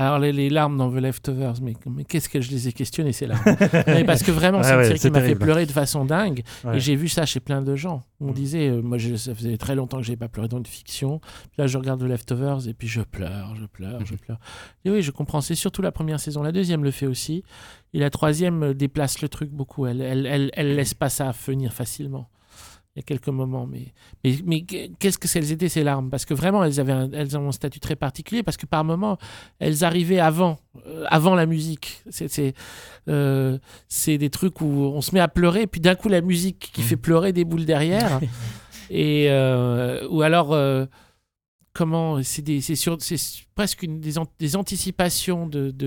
Alors les larmes dans The Leftovers, mais qu'est-ce que je les ai questionnées ces larmes. Mais parce que vraiment c'est une série qui m'a fait pleurer de façon dingue, et j'ai vu ça chez plein de gens. On disait, moi ça faisait très longtemps que je n'avais pas pleuré dans une fiction, puis là je regarde The Leftovers et puis je pleure. Et oui, je comprends, c'est surtout la première saison, la deuxième le fait aussi, et la troisième déplace le truc beaucoup, elle laisse pas ça venir facilement. Il y a quelques moments, mais qu'est-ce que elles étaient ces larmes? Parce que vraiment, elles ont un statut très particulier, parce que par moments, elles arrivaient avant la musique. C'est des trucs où on se met à pleurer, et puis d'un coup, la musique qui fait pleurer déboule derrière. Et, ou alors, c'est presque des anticipations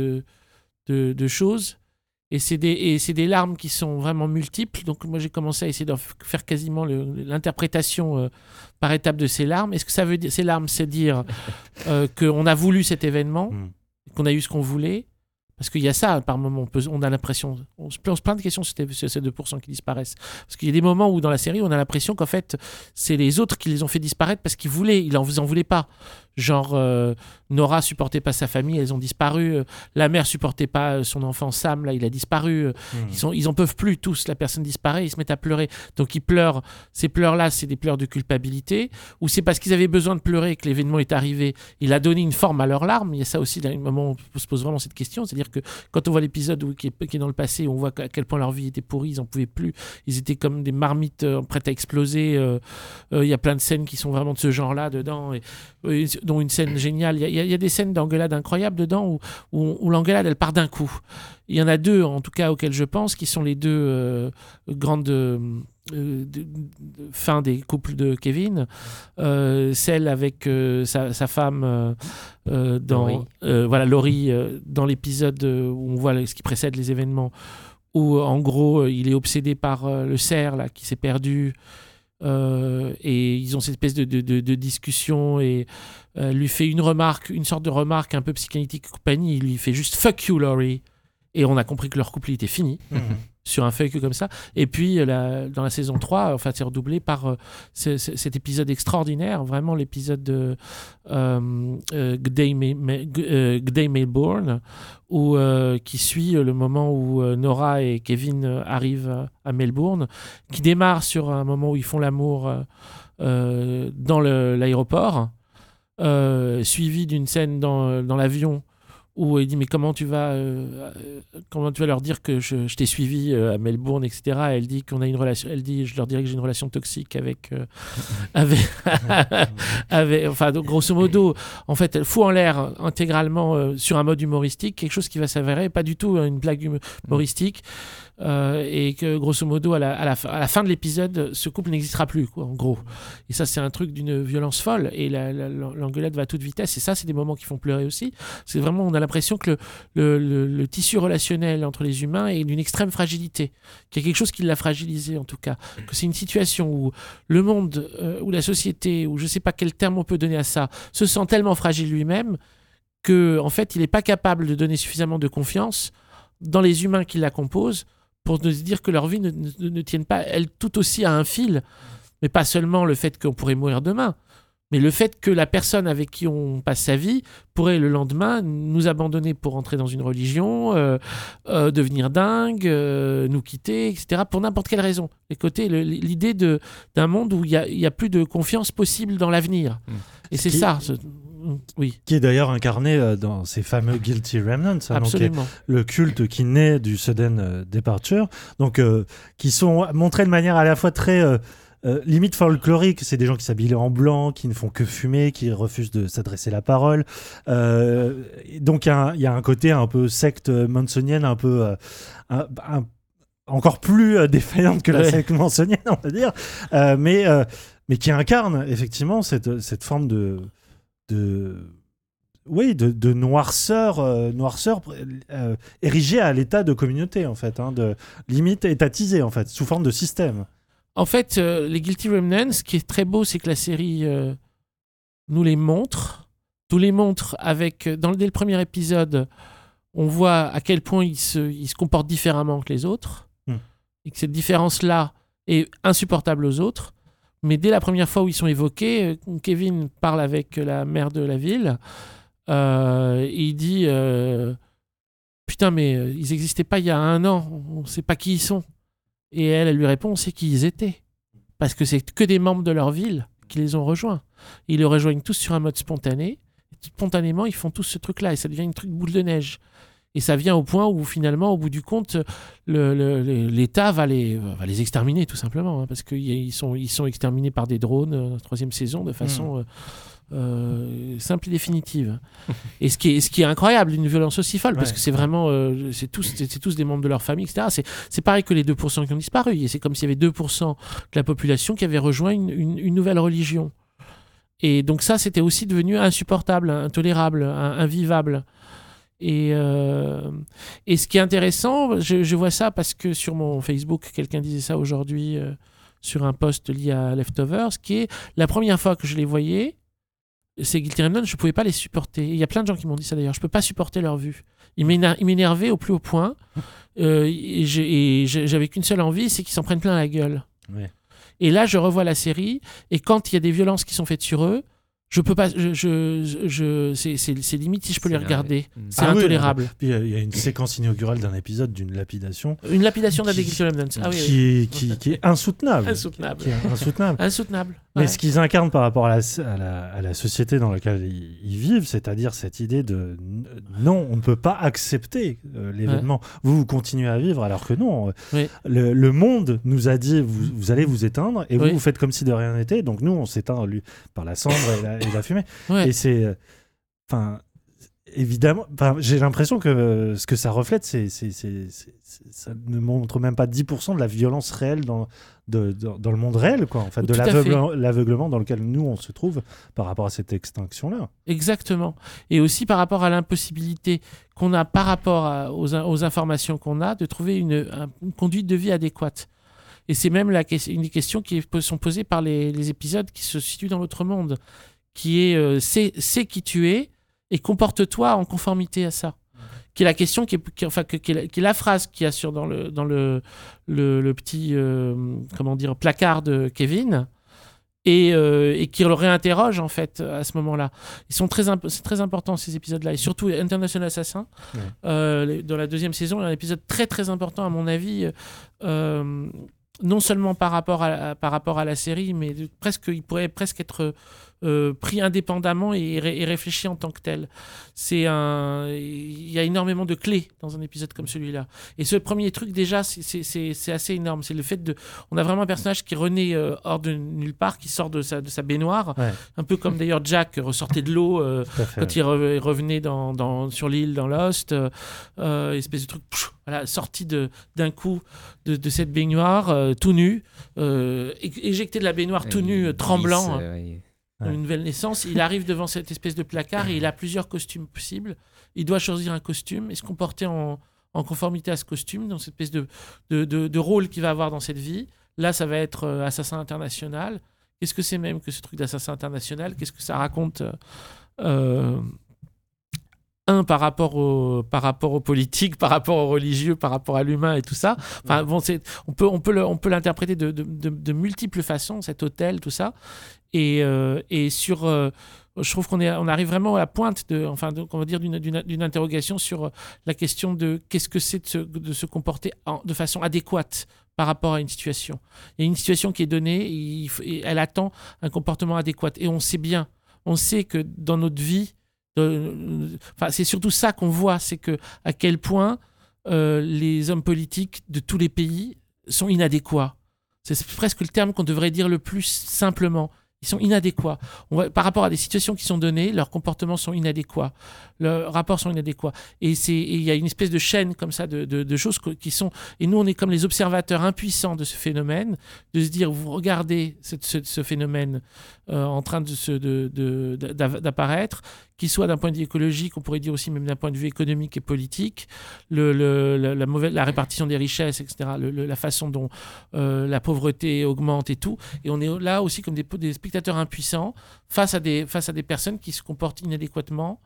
de choses. Et c'est des larmes qui sont vraiment multiples. Donc moi, j'ai commencé à essayer de faire quasiment l'interprétation par étape de ces larmes. Est-ce que ça veut dire, ces larmes, c'est dire qu'on a voulu cet événement, qu'on a eu ce qu'on voulait? Parce qu'il y a ça, par moment, on a l'impression... On se pose plein de questions sur ces 2% qui disparaissent. Parce qu'il y a des moments où, dans la série, on a l'impression qu'en fait, c'est les autres qui les ont fait disparaître parce qu'ils voulaient, ils en voulaient pas. Genre, Nora supportait pas sa famille, elles ont disparu. La mère supportait pas son enfant Sam, là, il a disparu. Ils en peuvent plus tous. La personne disparaît, ils se mettent à pleurer. Donc ils pleurent. Ces pleurs-là, c'est des pleurs de culpabilité, ou c'est parce qu'ils avaient besoin de pleurer que l'événement est arrivé. Il a donné une forme à leurs larmes. Il y a ça aussi, dans un moment où on se pose vraiment cette question. C'est-à-dire que quand on voit l'épisode qui est dans le passé, on voit à quel point leur vie était pourrie, ils en pouvaient plus. Ils étaient comme des marmites prêtes à exploser. Il y a plein de scènes qui sont vraiment de ce genre-là dedans. Dont une scène géniale. Il y a des scènes d'engueulade incroyables dedans où l'engueulade, elle part d'un coup. Il y en a deux, en tout cas, auxquelles je pense, qui sont les deux grandes fins des couples de Kevin. Celle avec sa femme Laurie, dans l'épisode où on voit ce qui précède les événements, où en gros, il est obsédé par le cerf là, qui s'est perdu. Et ils ont cette espèce de discussion, et lui fait une sorte de remarque un peu psychanalytique et compagnie. Il lui fait juste fuck you Laurie, et on a compris que leur couple était fini sur un fuck comme ça. Et puis dans la saison 3, enfin c'est redoublé par cet épisode extraordinaire, vraiment l'épisode de Good Day Melbourne, qui suit le moment où Nora et Kevin arrivent à Melbourne, qui démarre sur un moment où ils font l'amour dans l'aéroport, suivi d'une scène dans l'avion où il dit mais comment tu vas leur dire que je t'ai suivi à Melbourne, etc. Elle dit qu'on a une relation, elle dit je leur dirais que j'ai une relation toxique avec enfin donc, grosso modo en fait elle fout en l'air intégralement sur un mode humoristique quelque chose qui va s'avérer pas du tout une blague humoristique. Et que grosso modo à la fin de l'épisode ce couple n'existera plus quoi, en gros, et ça c'est un truc d'une violence folle, et l'engueulade va à toute vitesse, et ça c'est des moments qui font pleurer aussi. C'est vraiment, on a l'impression que le tissu relationnel entre les humains est d'une extrême fragilité, qu'il y a quelque chose qui l'a fragilisé en tout cas, que c'est une situation où le monde où la société, ou je sais pas quel terme on peut donner à ça, se sent tellement fragile lui-même que en fait il n'est pas capable de donner suffisamment de confiance dans les humains qui la composent pour nous dire que leur vie ne tienne pas, elle, tout aussi à un fil. Mais pas seulement le fait qu'on pourrait mourir demain, mais le fait que la personne avec qui on passe sa vie pourrait le lendemain nous abandonner pour entrer dans une religion, devenir dingue, nous quitter, etc. pour n'importe quelle raison. L'idée d'un monde où il y a plus de confiance possible dans l'avenir. Et c'est ça... Oui. Qui est d'ailleurs incarné dans ces fameux Guilty Remnants, Absolument. Donc, le culte qui naît du sudden departure, donc qui sont montrés de manière à la fois très limite folklorique. C'est des gens qui s'habillent en blanc, qui ne font que fumer, qui refusent de s'adresser la parole. Donc il y a un côté un peu secte mansonienne, un peu encore plus défaillante que la secte mansonienne, on va dire, mais qui incarne effectivement cette forme de noirceur érigée à l'état de communauté, en fait, de limite étatisée, en fait, sous forme de système. En fait, les Guilty Remnants, ce qui est très beau, c'est que la série nous les montre avec, dès le premier épisode, on voit à quel point ils se comportent différemment que les autres, et que cette différence-là est insupportable aux autres. Mais dès la première fois où ils sont évoqués, Kevin parle avec la maire de la ville, il dit putain, mais ils n'existaient pas il y a 1 an, on ne sait pas qui ils sont. Et elle lui répond, on sait qui ils étaient. Parce que c'est que des membres de leur ville qui les ont rejoints. Ils les rejoignent tous sur un mode spontané. Et spontanément, ils font tous ce truc-là et ça devient une truc boule de neige. Et ça vient au point où finalement, au bout du compte, l'État va les exterminer tout simplement. Parce qu'ils sont exterminés par des drones, 3e saison, de façon simple et définitive. Et ce qui est incroyable, une violence aussi folle, parce que c'est vraiment, c'est tous des membres de leur famille, etc. C'est pareil que les 2% qui ont disparu. Et c'est comme s'il y avait 2% de la population qui avait rejoint une nouvelle religion. Et donc ça, c'était aussi devenu insupportable, intolérable, invivable. Et ce qui est intéressant, je vois ça parce que sur mon Facebook, quelqu'un disait ça aujourd'hui sur un post lié à Leftovers, qui est la première fois que je les voyais, ces Guilty Remnants, je ne pouvais pas les supporter. Et il y a plein de gens qui m'ont dit ça d'ailleurs. Je ne peux pas supporter leur vue. Ils m'énervaient au plus haut point. Et j'avais qu'une seule envie, c'est qu'ils s'en prennent plein la gueule. Ouais. Et là, je revois la série. Et quand il y a des violences qui sont faites sur eux, je peux pas. C'est limite si je peux les regarder. C'est intolérable. Puis il y a une séquence inaugurale d'un épisode d'une lapidation. Une lapidation d'un des Guilty Remnants. Qui est insoutenable. Insoutenable. Mais Ouais. ce qu'ils incarnent par rapport à la société dans laquelle ils vivent, c'est-à-dire cette idée de non, on ne peut pas accepter l'événement. Ouais. Vous continuez à vivre alors que non. Oui. Le monde nous a dit vous allez vous éteindre et vous faites comme si de rien n'était. Donc nous, on s'éteint par la cendre et la fumée. Ouais. Et c'est... évidemment, j'ai l'impression que ce que ça reflète, ça ne montre même pas 10% de la violence réelle dans le monde réel, quoi, en fait, de l'aveuglement dans lequel nous on se trouve par rapport à cette extinction-là. Exactement. Et aussi par rapport à l'impossibilité qu'on a par rapport aux informations qu'on a de trouver une conduite de vie adéquate. Et c'est même une des questions qui sont posées par les épisodes qui se situent dans l'autre monde, qui est sais qui tu es et comporte-toi en conformité à ça. Qui est la question, qui est la phrase qu'il y a dans le petit placard de Kevin et qui le réinterroge en fait à ce moment-là. C'est très important ces épisodes-là, et surtout International Assassin dans la 2e saison, il y a un épisode très très important à mon avis. Non seulement par rapport à la série, mais il pourrait presque être pris indépendamment et réfléchi en tant que tel. Il y a énormément de clés dans un épisode comme celui-là. Et ce premier truc, déjà, c'est assez énorme. C'est le fait on a vraiment un personnage qui renaît hors de nulle part, qui sort de sa baignoire, un peu comme d'ailleurs Jack ressortait de l'eau quand il revenait sur l'île dans Lost, espèce de truc sorti d'un coup de cette baignoire, tout nu, éjecté de la baignoire tout nu, tremblant. Une nouvelle naissance, il arrive devant cette espèce de placard et il a plusieurs costumes possibles. Il doit choisir un costume et se comporter en conformité à ce costume, dans cette espèce de rôle qu'il va avoir dans cette vie. Là, ça va être assassin international. Qu'est-ce que c'est même que ce truc d'assassin international ? Qu'est-ce que ça raconte par rapport aux politiques, par rapport aux religieux, par rapport à l'humain et tout ça. Enfin, bon, on peut l'interpréter de multiples façons, cet hôtel, tout ça. Et je trouve qu'on arrive vraiment à la pointe on va dire d'une interrogation sur la question de qu'est-ce que c'est de se comporter de façon adéquate par rapport à une situation. Il y a une situation qui est donnée et elle attend un comportement adéquat. Et on sait que dans notre vie, c'est surtout ça qu'on voit, c'est à quel point les hommes politiques de tous les pays sont inadéquats. C'est presque le terme qu'on devrait dire le plus simplement. Ils sont inadéquats. Par rapport à des situations qui sont données, leurs comportements sont inadéquats. Leurs rapports sont inadéquats. Et il y a une espèce de chaîne comme ça de choses qui sont... Et nous, on est comme les observateurs impuissants de ce phénomène, de se dire, vous regardez ce phénomène en train d'apparaître, qu'il soit d'un point de vue écologique, on pourrait dire aussi même d'un point de vue économique et politique, la répartition des richesses, etc., la façon dont la pauvreté augmente et tout. Et on est là aussi comme des spectateurs impuissants face à des personnes qui se comportent inadéquatement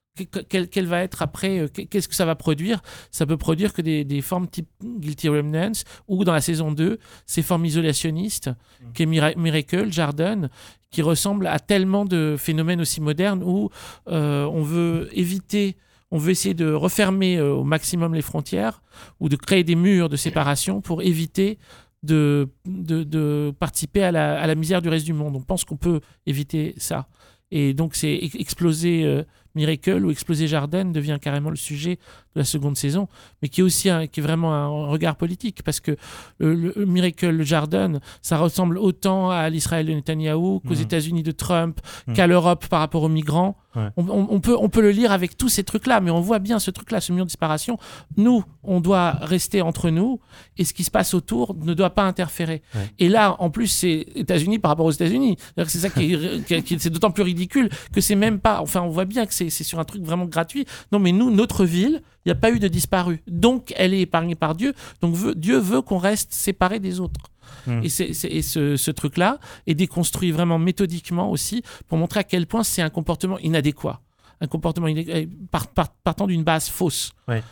quelle va être après, qu'est-ce que ça va produire? Ça peut produire que des formes type Guilty Remnants, ou dans la saison 2, ces formes isolationnistes, qui est Miracle, Jarden, qui ressemblent à tellement de phénomènes aussi modernes où on veut essayer de refermer au maximum les frontières, ou de créer des murs de séparation pour éviter de participer à la misère du reste du monde. On pense qu'on peut éviter ça. Et donc, c'est exploser Miracle ou exploser Jarden devient carrément le sujet de la seconde saison, mais qui est aussi qui est vraiment un regard politique, parce que le Miracle, le Jarden, ça ressemble autant à l'Israël de Netanyahou qu'aux États-Unis de Trump, qu'à l'Europe par rapport aux migrants. Ouais. On peut le lire avec tous ces trucs-là, mais on voit bien ce truc-là, ce mur de séparation. Nous, on doit rester entre nous, et ce qui se passe autour ne doit pas interférer. Ouais. Et là, en plus, c'est États-Unis par rapport aux États-Unis. C'est ça qui c'est d'autant plus ridicule que c'est même pas. Enfin, on voit bien que c'est sur un truc vraiment gratuit. Non, mais nous, notre ville, il n'y a pas eu de disparu. Donc, elle est épargnée par Dieu. Donc, Dieu veut qu'on reste séparés des autres. Et ce truc-là est déconstruit vraiment méthodiquement aussi pour montrer à quel point c'est un comportement inadéquat. Un comportement partant d'une base fausse. Ouais.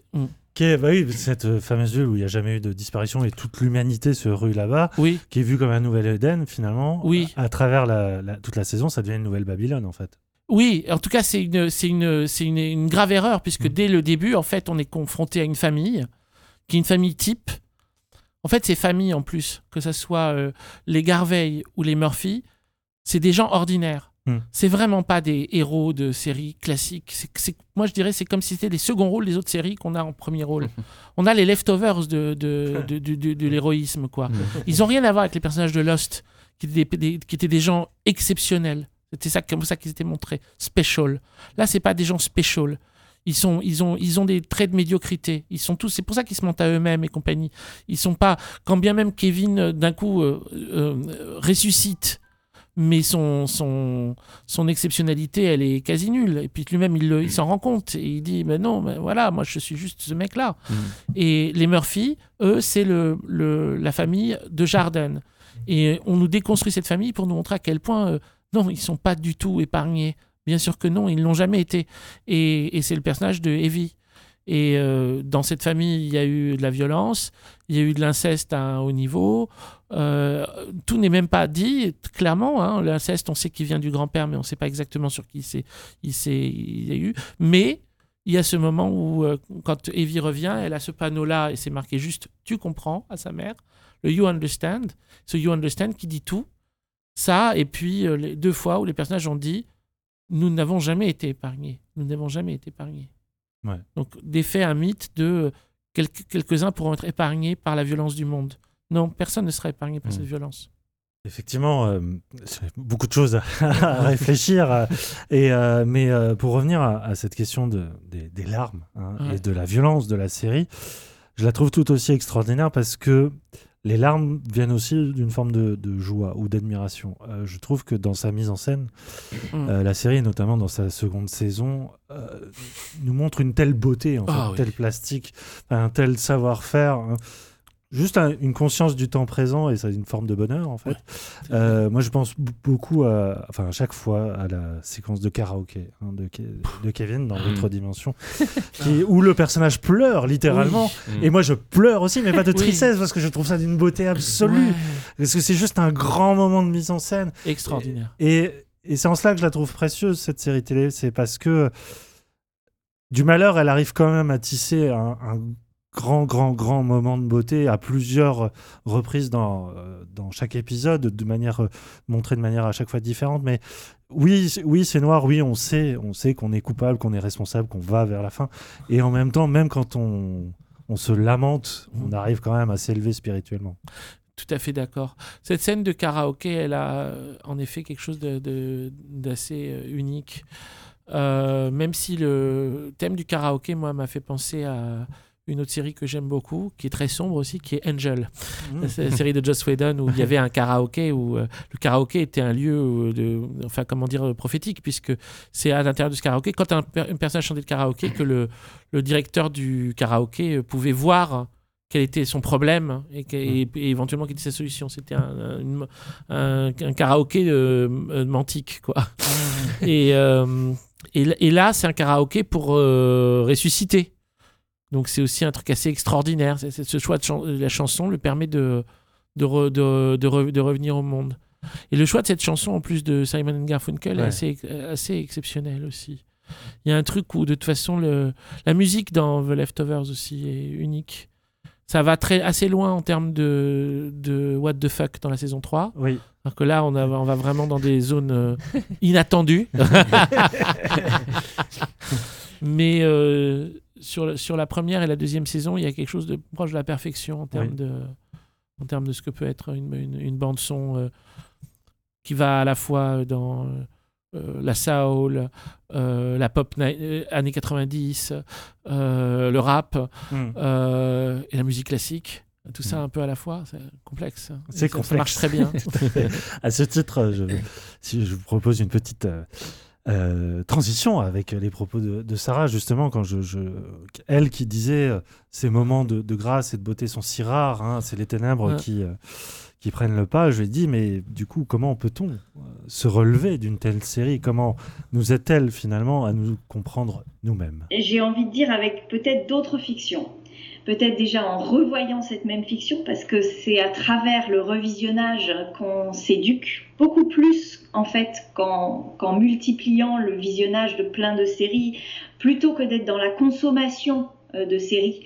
Oui, cette fameuse ville où il n'y a jamais eu de disparition et toute l'humanité se rue là-bas, qui est vue comme un nouvel Éden finalement. Oui. À travers toute la saison, ça devient une nouvelle Babylone en fait. Oui, en tout cas, c'est une grave erreur, puisque dès le début, en fait, on est confronté à une famille, qui est une famille type. En fait, ces familles, en plus, que ce soit les Garvey ou les Murphy, c'est des gens ordinaires. C'est vraiment pas des héros de séries classiques. Moi, je dirais c'est comme si c'était les seconds rôles des autres séries qu'on a en premier rôle. On a les leftovers de l'héroïsme, quoi. Ils n'ont rien à voir avec les personnages de Lost, qui étaient des gens exceptionnels. C'était comme ça qu'ils étaient montrés. Special. Là, c'est pas des gens special. Ils ont des traits de médiocrité. Ils sont tous. C'est pour ça qu'ils se mentent à eux-mêmes et compagnie. Ils sont pas. Quand bien même Kevin d'un coup ressuscite, mais son exceptionnalité, elle est quasi nulle. Et puis lui-même, il s'en rend compte et il dit, ben non, ben voilà, moi je suis juste ce mec-là. Et les Murphy, eux, c'est la famille de Jarden. Et on nous déconstruit cette famille pour nous montrer à quel point non, ils sont pas du tout épargnés. Bien sûr que non, ils l'ont jamais été. Et c'est le personnage de Evie. Et dans cette famille, il y a eu de la violence, il y a eu de l'inceste à un haut niveau. Tout n'est même pas dit clairement. Hein. L'inceste, on sait qu'il vient du grand-père, mais on ne sait pas exactement sur qui il y a eu. Mais il y a ce moment où, quand Evie revient, elle a ce panneau-là, et c'est marqué juste « Tu comprends » à sa mère. Le « You understand », ce « You understand » qui dit tout. Ça, et puis les 2 fois où les personnages ont dit « Nous n'avons jamais été épargnés. Nous n'avons jamais été épargnés. » Ouais. Donc, défait un mythe de quelques-uns pourront être épargnés par la violence du monde. Non, personne ne sera épargné par cette violence. Effectivement, beaucoup de choses à réfléchir. Mais pour revenir à cette question des larmes et de la violence de la série, je la trouve tout aussi extraordinaire parce que les larmes viennent aussi d'une forme de joie ou d'admiration. Je trouve que dans sa mise en scène, la série, notamment dans sa seconde saison, nous montre une telle beauté, un tel plastique, un tel savoir-faire, juste une conscience du temps présent, et c'est une forme de bonheur en fait. Moi, je pense beaucoup à chaque fois à la séquence de karaoké de Kevin dans l'autre dimension, où le personnage pleure littéralement, et moi je pleure aussi, mais pas de tristesse, parce que je trouve ça d'une beauté absolue, parce que c'est juste un grand moment de mise en scène extraordinaire. Et c'est en cela que je la trouve précieuse, cette série télé. C'est parce que du malheur, elle arrive quand même à tisser un grand moment de beauté à plusieurs reprises dans chaque épisode, montré de manière à chaque fois différente. Mais oui, c'est noir, oui, on sait qu'on est coupable, qu'on est responsable, qu'on va vers la fin. Et en même temps, même quand on se lamente, on arrive quand même à s'élever spirituellement. Tout à fait d'accord. Cette scène de karaoké, elle a en effet quelque chose d'assez unique. Même si le thème du karaoké, moi, m'a fait penser à une autre série que j'aime beaucoup, qui est très sombre aussi, qui est Angel. C'est la série de Joss Whedon où il y avait un karaoké, où le karaoké était un lieu prophétique, puisque c'est à l'intérieur de ce karaoké, quand un personnage chantait le karaoké, que le directeur du karaoké pouvait voir quel était son problème et éventuellement quelle était sa solution. C'était un karaoké mantique, quoi. Et Et là, c'est un karaoké pour ressusciter. Donc c'est aussi un truc assez extraordinaire. Ce choix de la chanson le permet de revenir au monde. Et le choix de cette chanson, en plus de Simon & Garfunkel, est assez exceptionnel aussi. Il y a un truc où, de toute façon, la musique dans The Leftovers aussi est unique. Ça va assez loin en termes de what the fuck dans la saison 3. Oui. Alors que là, on va vraiment dans des zones inattendues. Mais sur la première et la deuxième saison, il y a quelque chose de proche de la perfection en termes de ce que peut être une bande-son qui va à la fois dans la soul, la pop années 90, le rap et la musique classique. Tout ça un peu à la fois, c'est complexe. C'est complexe. Ça marche très bien. À ce titre, si je vous propose une petite transition avec les propos de Sarah, justement, quand elle qui disait ces moments de grâce et de beauté sont si rares, hein, c'est les ténèbres qui prennent le pas. Je lui ai dit, mais du coup, comment peut-on se relever d'une telle série ? Comment nous aide-t-elle finalement à nous comprendre nous-mêmes ? Et j'ai envie de dire avec peut-être d'autres fictions. Peut-être déjà en revoyant cette même fiction, parce que c'est à travers le revisionnage qu'on s'éduque, beaucoup plus en fait qu'en multipliant le visionnage de plein de séries, plutôt que d'être dans la consommation de séries,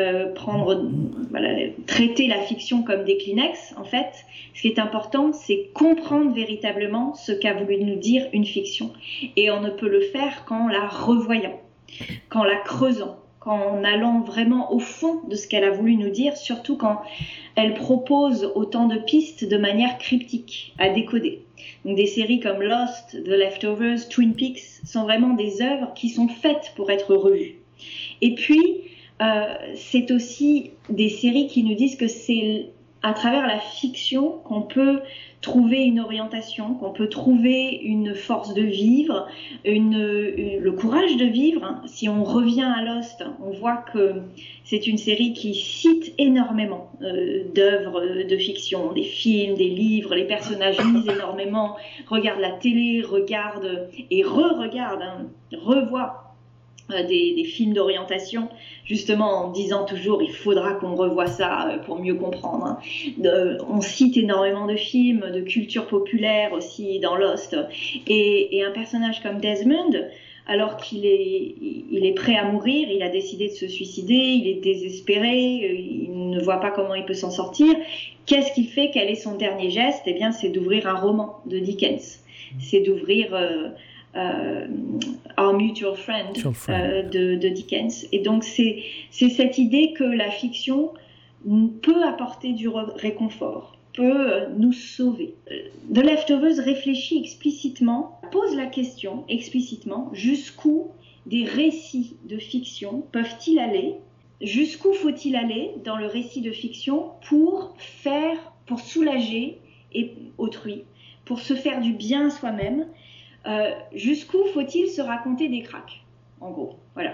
traiter la fiction comme des Kleenex, en fait. Ce qui est important, c'est comprendre véritablement ce qu'a voulu nous dire une fiction. Et on ne peut le faire qu'en la revoyant, qu'en la creusant, qu'en allant vraiment au fond de ce qu'elle a voulu nous dire, surtout quand elle propose autant de pistes de manière cryptique à décoder. Donc des séries comme Lost, The Leftovers, Twin Peaks sont vraiment des œuvres qui sont faites pour être revues. Et puis, c'est aussi des séries qui nous disent que c'est à travers la fiction qu'on peut trouver une orientation, qu'on peut trouver une force de vivre, le courage de vivre. Si on revient à Lost, on voit que c'est une série qui cite énormément d'œuvres de fiction, des films, des livres, les personnages lisent énormément, regardent la télé, regardent et re-regardent, revoient des films d'orientation, justement en disant toujours il faudra qu'on revoie ça pour mieux comprendre. On cite énormément de films, de culture populaire aussi dans Lost. Et un personnage comme Desmond, alors qu'il est prêt à mourir, il a décidé de se suicider, il est désespéré, il ne voit pas comment il peut s'en sortir. Qu'est-ce qu'il fait ? Quel est son dernier geste ? Eh bien, c'est d'ouvrir un roman de Dickens. C'est d'ouvrir Our Mutual Friend de Dickens. Et donc c'est cette idée que la fiction peut apporter du réconfort, peut nous sauver. The Leftovers réfléchit explicitement, pose la question explicitement, jusqu'où des récits de fiction peuvent-ils aller ? Jusqu'où faut-il aller dans le récit de fiction pour soulager autrui, pour se faire du bien à soi-même ? Jusqu'où faut-il se raconter des cracks, en gros, voilà.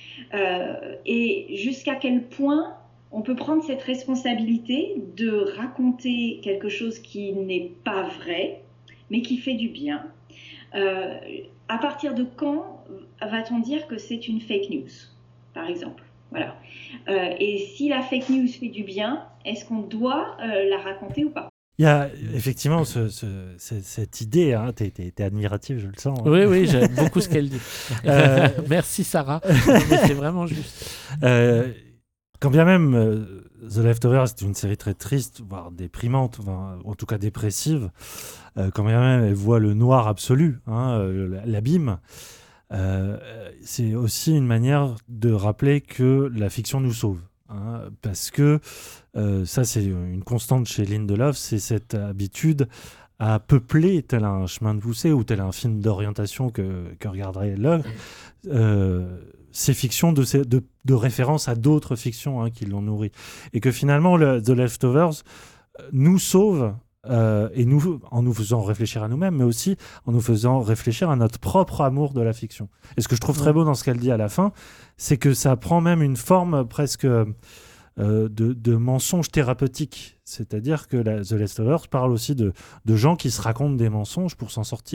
Et jusqu'à quel point on peut prendre cette responsabilité de raconter quelque chose qui n'est pas vrai, mais qui fait du bien. À partir de quand va-t-on dire que c'est une fake news, par exemple ? Voilà. Et si la fake news fait du bien, est-ce qu'on doit la raconter ou pas ? Il y a effectivement cette idée, hein, t'es admirative, je le sens. Hein. Oui, j'aime beaucoup ce qu'elle dit. Merci Sarah, mais c'est vraiment juste. Quand bien même The Leftovers est une série très triste, voire déprimante, en tout cas dépressive, quand bien même elle voit le noir absolu, hein, l'abîme, c'est aussi une manière de rappeler que la fiction nous sauve. Hein, parce que ça c'est une constante chez Lindelof, c'est cette habitude à peupler tel un chemin de poussée ou tel un film d'orientation que regarderait l'œuvre, ces fictions de référence à d'autres fictions, hein, qui l'ont nourri, et que finalement The Leftovers nous sauve et en nous faisant réfléchir à nous-mêmes, mais aussi en nous faisant réfléchir à notre propre amour de la fiction. Et ce que je trouve très beau dans ce qu'elle dit à la fin, c'est que ça prend même une forme presque de mensonge thérapeutique. C'est-à-dire que The Leftovers parle aussi de gens qui se racontent des mensonges pour s'en sortir.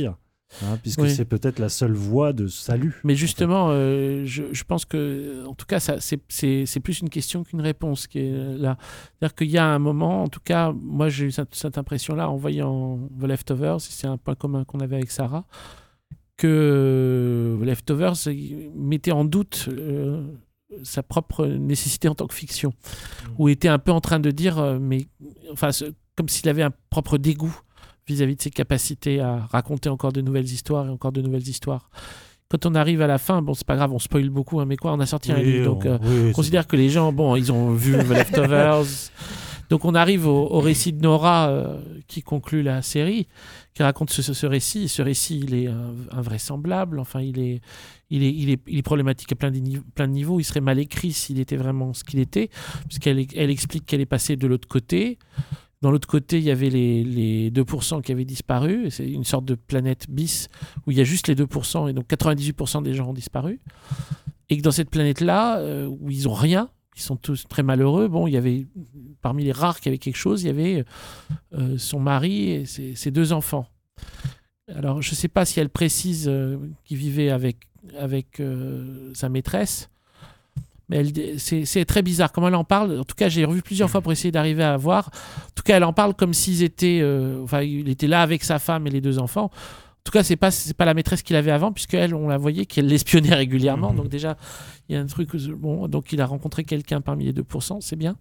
puisque Oui. c'est peut-être la seule voie de salut. Mais justement, je pense que, en tout cas, c'est plus une question qu'une réponse qui est là. C'est-à-dire qu'il y a un moment, en tout cas, moi j'ai eu cette impression-là en voyant The Leftovers, c'est un point commun qu'on avait avec Sarah, que The Leftovers mettait en doute sa propre nécessité en tant que fiction, ou était un peu en train de dire, comme s'il avait un propre dégoût vis-à-vis de ses capacités à raconter encore de nouvelles histoires et encore de nouvelles histoires. Quand on arrive à la fin, bon, c'est pas grave, on spoil beaucoup, mais quoi, on a sorti un livre, donc on considère que les gens, ils ont vu The Leftovers. Donc on arrive au récit de Nora qui conclut la série, qui raconte ce récit. Ce récit, il est invraisemblable, enfin, il est problématique à plein de niveaux. Il serait mal écrit s'il était vraiment ce qu'il était, puisqu'elle explique qu'elle est passée de l'autre côté. Dans l'autre côté, il y avait les 2% qui avaient disparu. C'est une sorte de planète bis où il y a juste les 2%, et donc 98% des gens ont disparu. Et que dans cette planète-là, où ils n'ont rien, ils sont tous très malheureux, il y avait, parmi les rares qui avaient quelque chose, il y avait son mari et ses 2 enfants. Alors, je ne sais pas si elle précise qu'il vivait avec sa maîtresse, mais c'est très bizarre comment elle en parle. En tout cas, j'ai revu plusieurs fois pour essayer d'arriver à voir. En tout cas, elle en parle comme s'ils étaient, il était là avec sa femme et les 2 enfants. En tout cas, c'est pas la maîtresse qu'il avait avant, puisqu'elle, on la voyait qu'elle l'espionnait régulièrement. Donc déjà, il y a un truc. Donc il a rencontré quelqu'un parmi les 2%, c'est bien.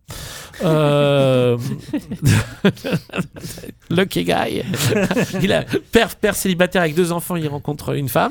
Lucky guy. Il a père célibataire avec 2 enfants, il rencontre une femme.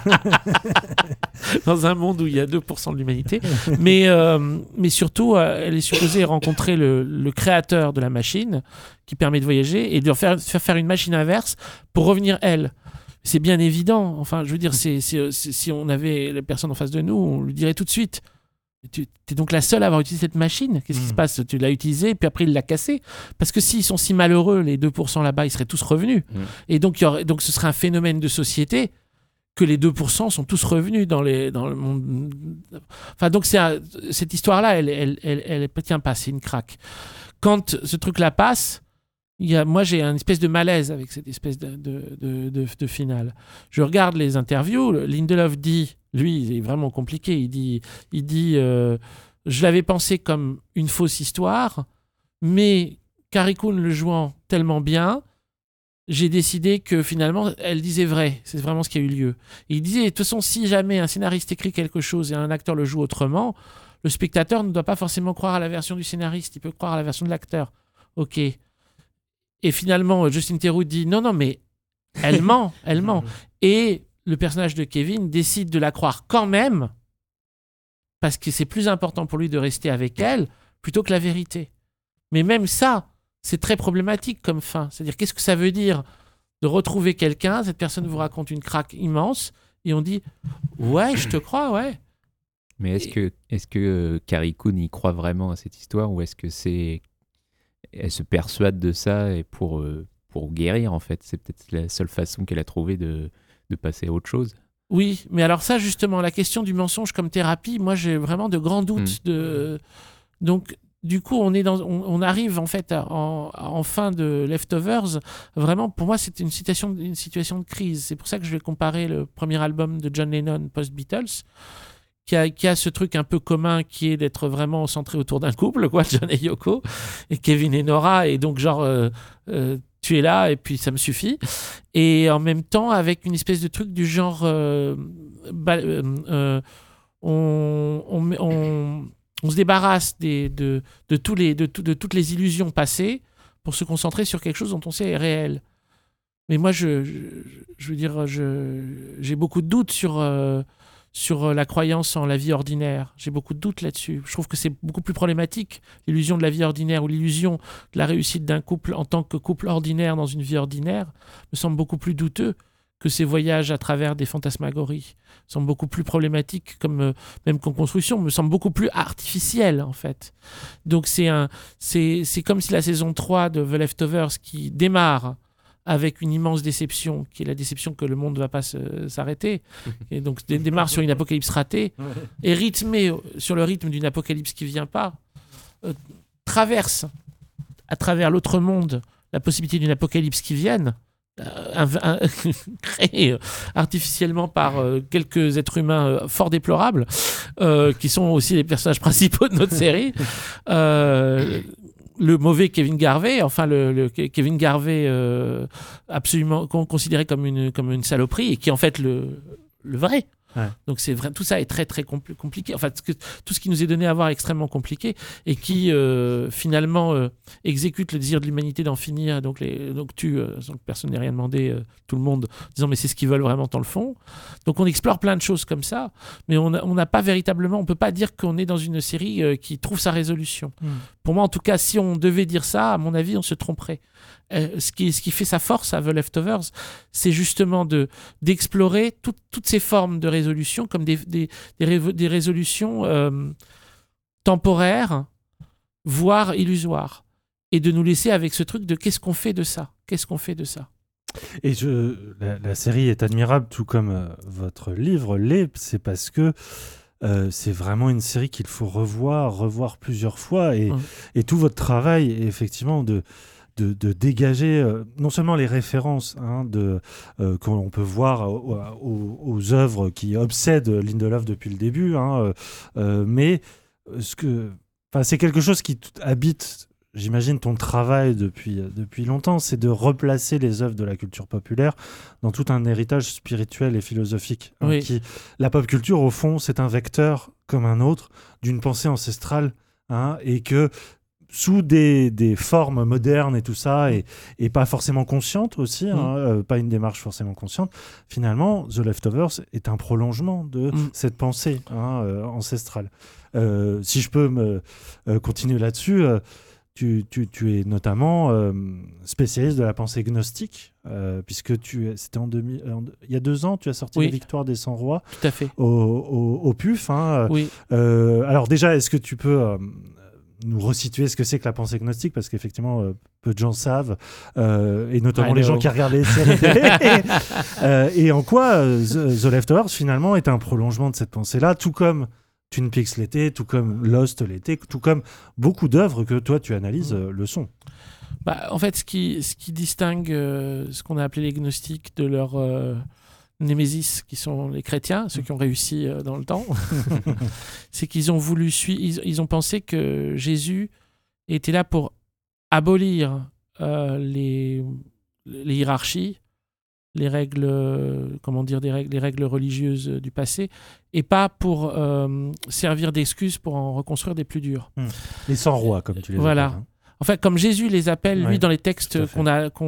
Dans un monde où il y a 2% de l'humanité. Mais surtout, elle est supposée rencontrer le créateur de la machine qui permet de voyager et de faire une machine inverse pour revenir elle. C'est bien évident. Enfin, je veux dire, si on avait la personne en face de nous, on lui dirait tout de suite. Tu es donc la seule à avoir utilisé cette machine. Qu'est-ce qui se passe ? Tu l'as utilisée, puis après il l'a cassée. Parce que s'ils sont si malheureux, les 2% là-bas, ils seraient tous revenus. Et donc ce serait un phénomène de société que les 2% sont tous revenus dans le monde. Enfin, donc cette histoire-là, elle tient pas, c'est une craque. Quand ce truc-là passe, moi j'ai un espèce de malaise avec cette espèce de finale. Je regarde les interviews, Lindelof dit, lui il est vraiment compliqué, il dit je l'avais pensé comme une fausse histoire, mais Carrie Coon le jouant tellement bien, j'ai décidé que finalement elle disait vrai, c'est vraiment ce qui a eu lieu. Et il disait de toute façon, si jamais un scénariste écrit quelque chose et un acteur le joue autrement, le spectateur ne doit pas forcément croire à la version du scénariste, il peut croire à la version de l'acteur. Ok. Et finalement, Justin Theroux dit non, mais elle ment, elle ment. Et le personnage de Kevin décide de la croire quand même, parce que c'est plus important pour lui de rester avec elle plutôt que la vérité. Mais même ça, c'est très problématique comme fin. C'est-à-dire, qu'est-ce que ça veut dire de retrouver quelqu'un, cette personne vous raconte une craque immense, et on dit ouais, je te crois, ouais. Mais est-ce que Carrie Coon y croit vraiment à cette histoire, ou est-ce que elle se persuade de ça et pour guérir, en fait. C'est peut-être la seule façon qu'elle a trouvé de passer à autre chose. Oui, mais alors ça, justement, la question du mensonge comme thérapie, moi, j'ai vraiment de grands doutes. Donc, du coup, on arrive, en fait, en fin de Leftovers. Vraiment, pour moi, c'était une situation de crise. C'est pour ça que je vais comparer le premier album de John Lennon post-Beatles, qui a ce truc un peu commun qui est d'être vraiment centré autour d'un couple, quoi, John et Yoko, et Kevin et Nora, et donc genre tu es là et puis ça me suffit, et en même temps avec une espèce de truc du genre on se débarrasse de toutes les illusions passées pour se concentrer sur quelque chose dont on sait est réel. Mais moi je veux dire, j'ai beaucoup de doutes sur la croyance en la vie ordinaire. J'ai beaucoup de doutes là-dessus. Je trouve que c'est beaucoup plus problématique, l'illusion de la vie ordinaire ou l'illusion de la réussite d'un couple en tant que couple ordinaire dans une vie ordinaire me semble beaucoup plus douteux que ces voyages à travers des fantasmagories. Me semble beaucoup plus problématique, même qu'en construction, me semble beaucoup plus artificiel, en fait. Donc c'est comme si la saison 3 de The Leftovers, qui démarre avec une immense déception, qui est la déception que le monde ne va pas s'arrêter, et donc démarre sur une apocalypse ratée, et rythmée sur le rythme d'une apocalypse qui ne vient pas, traverse à travers l'autre monde la possibilité d'une apocalypse qui vienne, créé artificiellement par quelques êtres humains fort déplorables, qui sont aussi les personnages principaux de notre série. Le mauvais Kevin Garvey, enfin le Kevin Garvey absolument considéré comme une saloperie, et qui est en fait le vrai. Ouais. Donc c'est vrai, tout ça est très très compliqué. Enfin, tout ce qui nous est donné à voir est extrêmement compliqué, et qui finalement exécute le désir de l'humanité d'en finir. Donc tue, sans que personne n'ait rien demandé, tout le monde, disant mais c'est ce qu'ils veulent vraiment dans le fond. Donc on explore plein de choses comme ça, mais on n'a pas véritablement, on peut pas dire qu'on est dans une série qui trouve sa résolution. Pour moi, en tout cas, si on devait dire ça, à mon avis, on se tromperait. Ce qui fait sa force à The Leftovers, c'est justement d'explorer toutes ces formes de résolution comme des résolutions temporaires, voire illusoires, et de nous laisser avec ce truc de qu'est-ce qu'on fait de ça. Et la série est admirable, tout comme votre livre l'est, c'est parce que c'est vraiment une série qu'il faut revoir plusieurs fois, et tout votre travail est effectivement de dégager non seulement les références qu'on peut voir aux œuvres qui obsèdent Lindelof depuis le début, mais c'est quelque chose qui habite, j'imagine, ton travail depuis longtemps, c'est de replacer les œuvres de la culture populaire dans tout un héritage spirituel et philosophique. Oui. La pop culture, au fond, c'est un vecteur comme un autre d'une pensée ancestrale, et que sous des formes modernes et tout ça, et pas forcément conscientes aussi, pas une démarche forcément consciente, finalement, The Leftovers est un prolongement de cette pensée ancestrale. Si je peux continuer là-dessus, tu es notamment spécialiste de la pensée gnostique, puisque c'était il y a 2 ans, tu as sorti La Victoire des 100 rois. Tout à fait. Au PUF. Oui. Alors déjà, est-ce que tu peux nous resituer ce que c'est que la pensée gnostique, parce qu'effectivement peu de gens savent, et notamment les gens qui regardent les séries télé, et en quoi The Leftovers finalement est un prolongement de cette pensée-là, tout comme Twin Peaks l'était, tout comme Lost l'était, tout comme beaucoup d'œuvres que toi tu analyses le sont. En fait, ce qui distingue ce qu'on a appelé les gnostiques de leur némésis, qui sont les chrétiens, ceux qui ont réussi dans le temps, c'est qu'ils ont voulu ils ont pensé que Jésus était là pour abolir les hiérarchies, les règles, les règles religieuses du passé, et pas pour servir d'excuse pour en reconstruire des plus dures. Les 100 rois, comme tu les appelles. Voilà. Enfin, comme Jésus les appelle, lui, dans les textes qu'on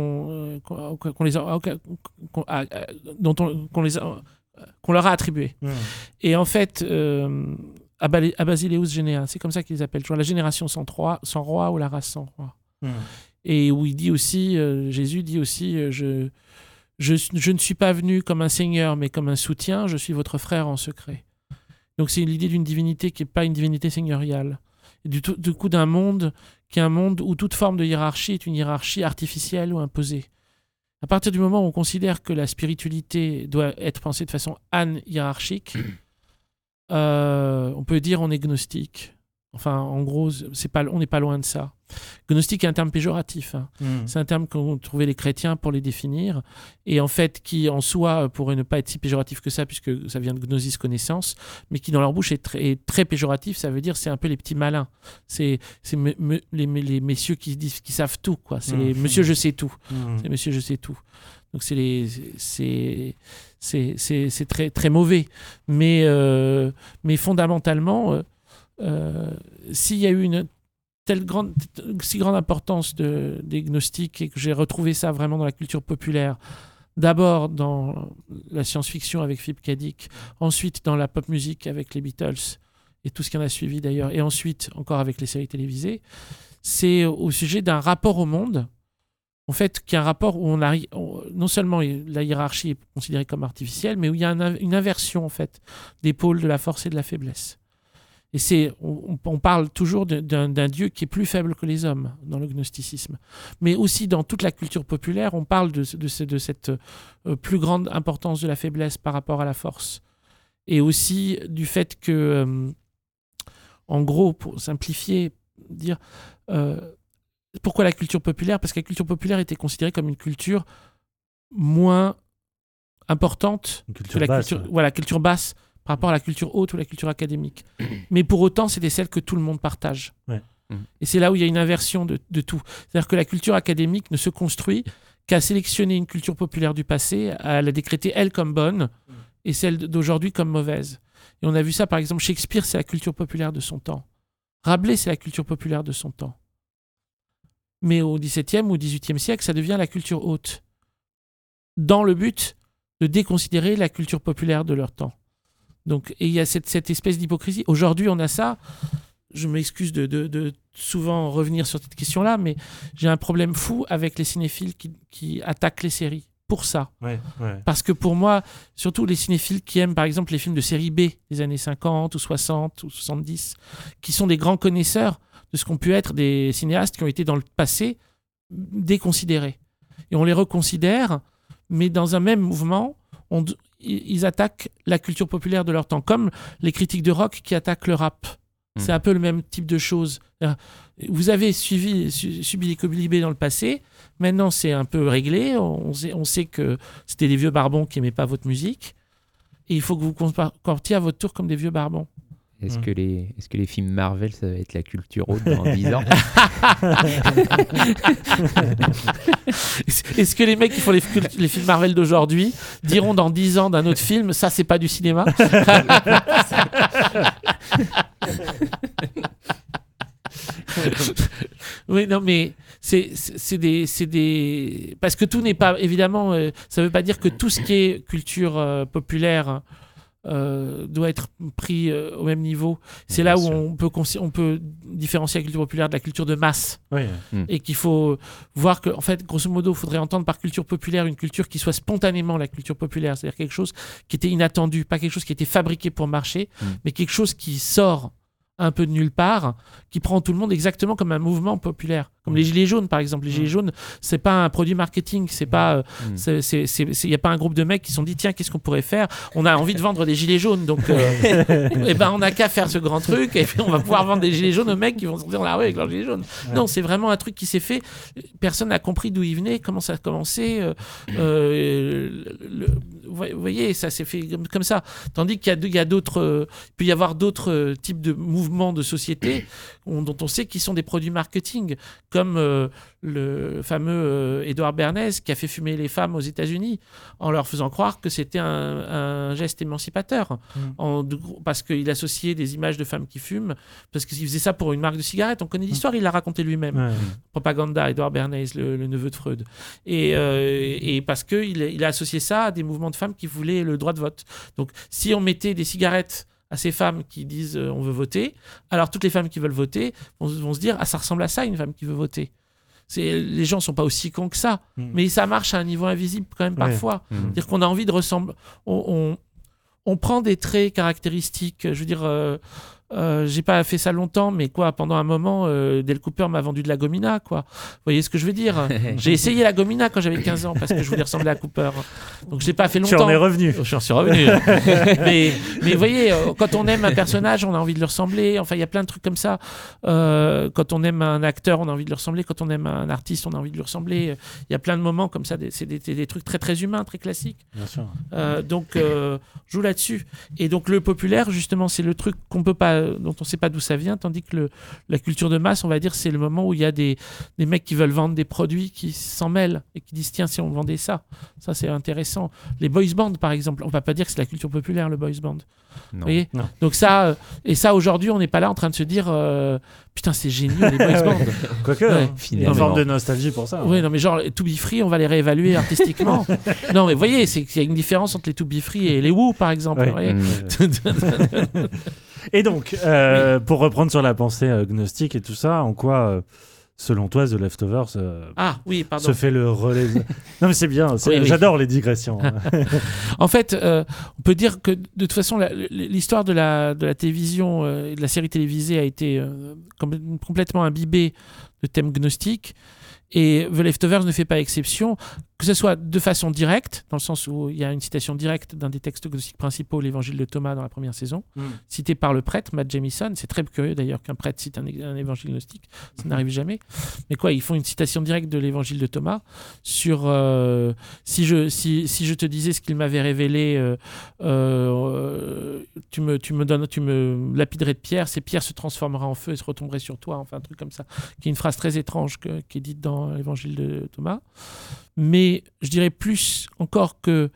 leur a attribués. Et en fait, à Basileus Généa, c'est comme ça qu'ils les appellent, la génération 100 rois ou la race 100 rois. Et où il dit aussi, Jésus dit aussi, je ne suis pas venu comme un seigneur, mais comme un soutien, je suis votre frère en secret. Donc c'est l'idée d'une divinité qui n'est pas une divinité seigneuriale. Et du coup, d'un monde qui est un monde où toute forme de hiérarchie est une hiérarchie artificielle ou imposée. À partir du moment où on considère que la spiritualité doit être pensée de façon an-hiérarchique, on peut dire on est gnostique. Enfin, en gros, on n'est pas loin de ça. Gnostique est un terme péjoratif. C'est un terme qu'ont trouvé les chrétiens pour les définir, et en fait, qui en soi pourrait ne pas être si péjoratif que ça, puisque ça vient de gnosis, connaissance, mais qui dans leur bouche est très péjoratif. Ça veut dire c'est un peu les petits malins. C'est les messieurs qui savent tout, quoi. C'est les monsieur je sais tout. C'est monsieur je sais tout. Donc c'est très très mauvais. Mais fondamentalement, s'il y a eu une si grande importance des gnostiques, et que j'ai retrouvé ça vraiment dans la culture populaire, d'abord dans la science-fiction avec Philip K. Dick, ensuite dans la pop music avec les Beatles et tout ce qui en a suivi d'ailleurs, et ensuite encore avec les séries télévisées, c'est au sujet d'un rapport au monde, en fait, qui est un rapport où non seulement la hiérarchie est considérée comme artificielle, mais où il y a une inversion en fait des pôles de la force et de la faiblesse. Et on parle toujours d'un Dieu qui est plus faible que les hommes dans le gnosticisme. Mais aussi dans toute la culture populaire, on parle de cette plus grande importance de la faiblesse par rapport à la force. Et aussi du fait que, en gros, pour simplifier, dire pourquoi la culture populaire ? Parce que la culture populaire était considérée comme une culture moins importante que la basse, culture, ouais. voilà, culture basse par rapport à la culture haute ou la culture académique. Mais pour autant, c'est des celles que tout le monde partage. Ouais. Et c'est là où il y a une inversion de tout. C'est-à-dire que la culture académique ne se construit qu'à sélectionner une culture populaire du passé, à la décréter, elle, comme bonne, et celle d'aujourd'hui comme mauvaise. Et on a vu ça, par exemple, Shakespeare, c'est la culture populaire de son temps. Rabelais, c'est la culture populaire de son temps. Mais au XVIIe ou XVIIIe siècle, ça devient la culture haute, dans le but de déconsidérer la culture populaire de leur temps. Donc, et il y a cette espèce d'hypocrisie. Aujourd'hui, on a ça. Je m'excuse de souvent revenir sur cette question-là, mais j'ai un problème fou avec les cinéphiles qui attaquent les séries. Pour ça. Ouais. Parce que pour moi, surtout les cinéphiles qui aiment par exemple les films de série B des années 50 ou 60 ou 70, qui sont des grands connaisseurs de ce qu'ont pu être des cinéastes qui ont été dans le passé déconsidérés. Et on les reconsidère, mais dans un même mouvement, ils attaquent la culture populaire de leur temps, comme les critiques de rock qui attaquent le rap. C'est un peu le même type de choses. Vous avez subi les Colibés dans le passé. Maintenant, c'est un peu réglé. On sait que c'était des vieux barbons qui n'aimaient pas votre musique. Et il faut que vous comportiez à votre tour comme des vieux barbons. Est-ce que les films Marvel, ça va être la culture haute dans 10 ans? Est-ce que les mecs qui font les films Marvel d'aujourd'hui diront dans 10 ans d'un autre film, ça, c'est pas du cinéma? Oui, non, mais c'est des... Parce que tout n'est pas... Évidemment, ça veut pas dire que tout ce qui est culture populaire doit être pris au même niveau. C'est là où on peut différencier la culture populaire de la culture de masse. Oui. Et qu'il faut voir que, en fait, grosso modo, il faudrait entendre par culture populaire une culture qui soit spontanément la culture populaire, c'est-à-dire quelque chose qui était inattendu, pas quelque chose qui était fabriqué pour marcher, mais quelque chose qui sort un peu de nulle part, qui prend tout le monde exactement comme un mouvement populaire. Comme les Gilets jaunes, par exemple. Les Gilets jaunes, c'est pas un produit marketing, c'est pas... Il n'y a pas un groupe de mecs qui se sont dit, tiens, qu'est-ce qu'on pourrait faire? On a envie de vendre des Gilets jaunes, donc eh ben, on n'a qu'à faire ce grand truc, et puis on va pouvoir vendre des Gilets jaunes aux mecs qui vont sortir dans la rue avec leurs Gilets jaunes. Ouais. Non, c'est vraiment un truc qui s'est fait. Personne n'a compris d'où il venait, comment ça a commencé. Vous voyez, ça s'est fait comme ça. Tandis qu'il y a d'autres... il peut y avoir d'autres types de mouvements de société dont on sait qu'ils sont des produits marketing, comme le fameux Édouard Bernays qui a fait fumer les femmes aux États-Unis en leur faisant croire que c'était un geste émancipateur, parce qu'il associait des images de femmes qui fument, parce qu'il faisait ça pour une marque de cigarettes. On connaît l'histoire, il l'a raconté lui-même. Propaganda, Édouard Bernays, le neveu de Freud. Et parce qu'il a associé ça à des mouvements de femmes qui voulaient le droit de vote. Donc, si on mettait des cigarettes à ces femmes qui disent on veut voter, alors toutes les femmes qui veulent voter vont se dire ça ressemble à ça, une femme qui veut voter. Les gens ne sont pas aussi cons que ça, mais ça marche à un niveau invisible quand même parfois. C'est-à-dire qu'on a envie de ressembler. On prend des traits caractéristiques. Je veux dire, j'ai pas fait ça longtemps, mais pendant un moment, Del Cooper m'a vendu de la gomina, quoi. Vous voyez ce que je veux dire? J'ai essayé la gomina quand j'avais 15 ans parce que je voulais ressembler à Cooper. Donc je l'ai pas fait longtemps. Tu en es revenu. Je suis revenu. mais vous voyez, quand on aime un personnage, on a envie de lui ressembler. Enfin, il y a plein de trucs comme ça. Quand on aime un acteur, on a envie de lui ressembler. Quand on aime un artiste, on a envie de lui ressembler. Il y a plein de moments comme ça. C'est des trucs très très humains, très classiques. Bien sûr. Donc joue là-dessus. Et donc le populaire, justement, c'est le truc qu'on peut pas, dont on ne sait pas d'où ça vient, tandis que la culture de masse, on va dire, c'est le moment où il y a des mecs qui veulent vendre des produits qui s'en mêlent et qui disent tiens, si on vendait ça c'est intéressant. Les boys bands, par exemple, on ne va pas dire que c'est la culture populaire, le boys band. Non. Vous voyez ? Non. Donc ça, aujourd'hui, on n'est pas là en train de se dire putain, c'est génial les boys bands. Quoique, il y a une forme de nostalgie pour ça. Oui, non, mais genre, les To Be Free, on va les réévaluer artistiquement. Non, mais vous voyez, c'est qu'il y a une différence entre les To Be Free et les Who, par exemple. Et donc, pour reprendre sur la pensée gnostique et tout ça, en quoi, selon toi, The Leftovers se fait le relais Non, mais c'est bien, j'adore les digressions. En fait, on peut dire que, de toute façon, l'histoire de la télévision et de la série télévisée a été complètement imbibée de thèmes gnostiques. Et The Leftovers ne fait pas exception. que ce soit de façon directe, dans le sens où il y a une citation directe d'un des textes gnostiques principaux, l'évangile de Thomas dans la première saison, cité par le prêtre Matt Jamison. C'est très curieux d'ailleurs qu'un prêtre cite un évangile gnostique, ça n'arrive jamais. Mais quoi, ils font une citation directe de l'évangile de Thomas sur si je te disais ce qu'il m'avait révélé, tu me lapiderais de pierre, ces pierres se transformeraient en feu et se retomberaient sur toi, enfin un truc comme ça, qui est une phrase très étrange qui est dite dans l'évangile de Thomas. Mais je dirais plus encore que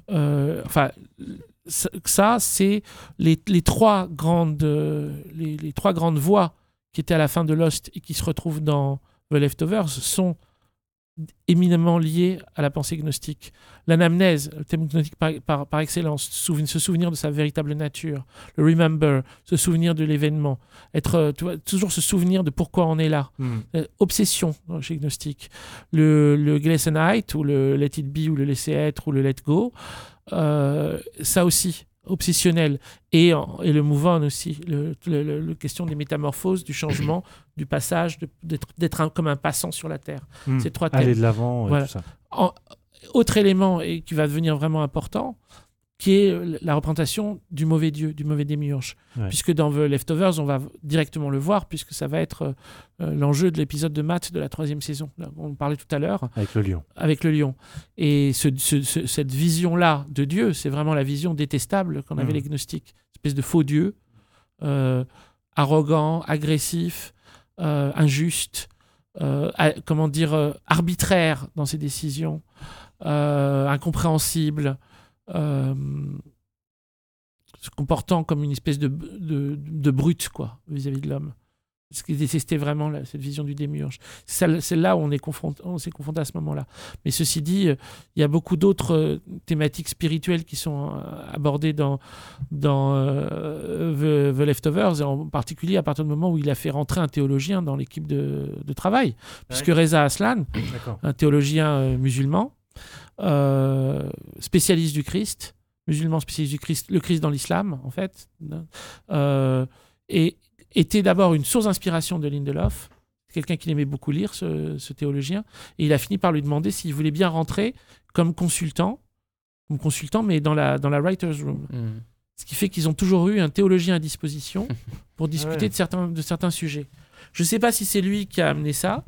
ça, c'est les trois grandes voies qui étaient à la fin de Lost et qui se retrouvent dans The Leftovers sont éminemment liées à la pensée gnostique. L'anamnèse, le thème gnostique par excellence, se souvenir de sa véritable nature, le remember, se souvenir de l'événement, toujours se souvenir de pourquoi on est là. Obsession chez gnostique. Le Gelassenheit, ou le let it be, ou le laisser être, ou le let go, ça aussi, obsessionnel. Et le move on aussi, le question des métamorphoses, du changement, du passage, d'être comme un passant sur la Terre. Ces trois thèmes. Aller de l'avant, voilà. Tout ça. Autre élément, et qui va devenir vraiment important, qui est la représentation du mauvais dieu, du mauvais démiurge. Ouais. Puisque dans The Leftovers, on va directement le voir, puisque ça va être l'enjeu de l'épisode de Matt de la 3e saison. Là, on parlait tout à l'heure. Avec le lion. Et cette vision-là de Dieu, c'est vraiment la vision détestable qu'en avaient les gnostiques. Une espèce de faux dieu, arrogant, agressif, injuste, arbitraire dans ses décisions, incompréhensible, se comportant comme une espèce de brute, quoi, vis-à-vis de l'homme. Ce qui détestait vraiment cette vision du démiurge. C'est là où on s'est confronté à ce moment-là. Mais ceci dit, il y a beaucoup d'autres thématiques spirituelles qui sont abordées dans The Leftovers, et en particulier à partir du moment où il a fait rentrer un théologien dans l'équipe de travail, puisque Reza Aslan, un théologien musulman, spécialiste du Christ, musulman spécialiste du Christ, le Christ dans l'islam, en fait, et était d'abord une source d'inspiration de Lindelof, quelqu'un qu'il aimait beaucoup lire, ce théologien, et il a fini par lui demander s'il voulait bien rentrer comme consultant, mais dans la writer's room. Ce qui fait qu'ils ont toujours eu un théologien à disposition pour discuter de certains sujets. Je ne sais pas si c'est lui qui a amené ça,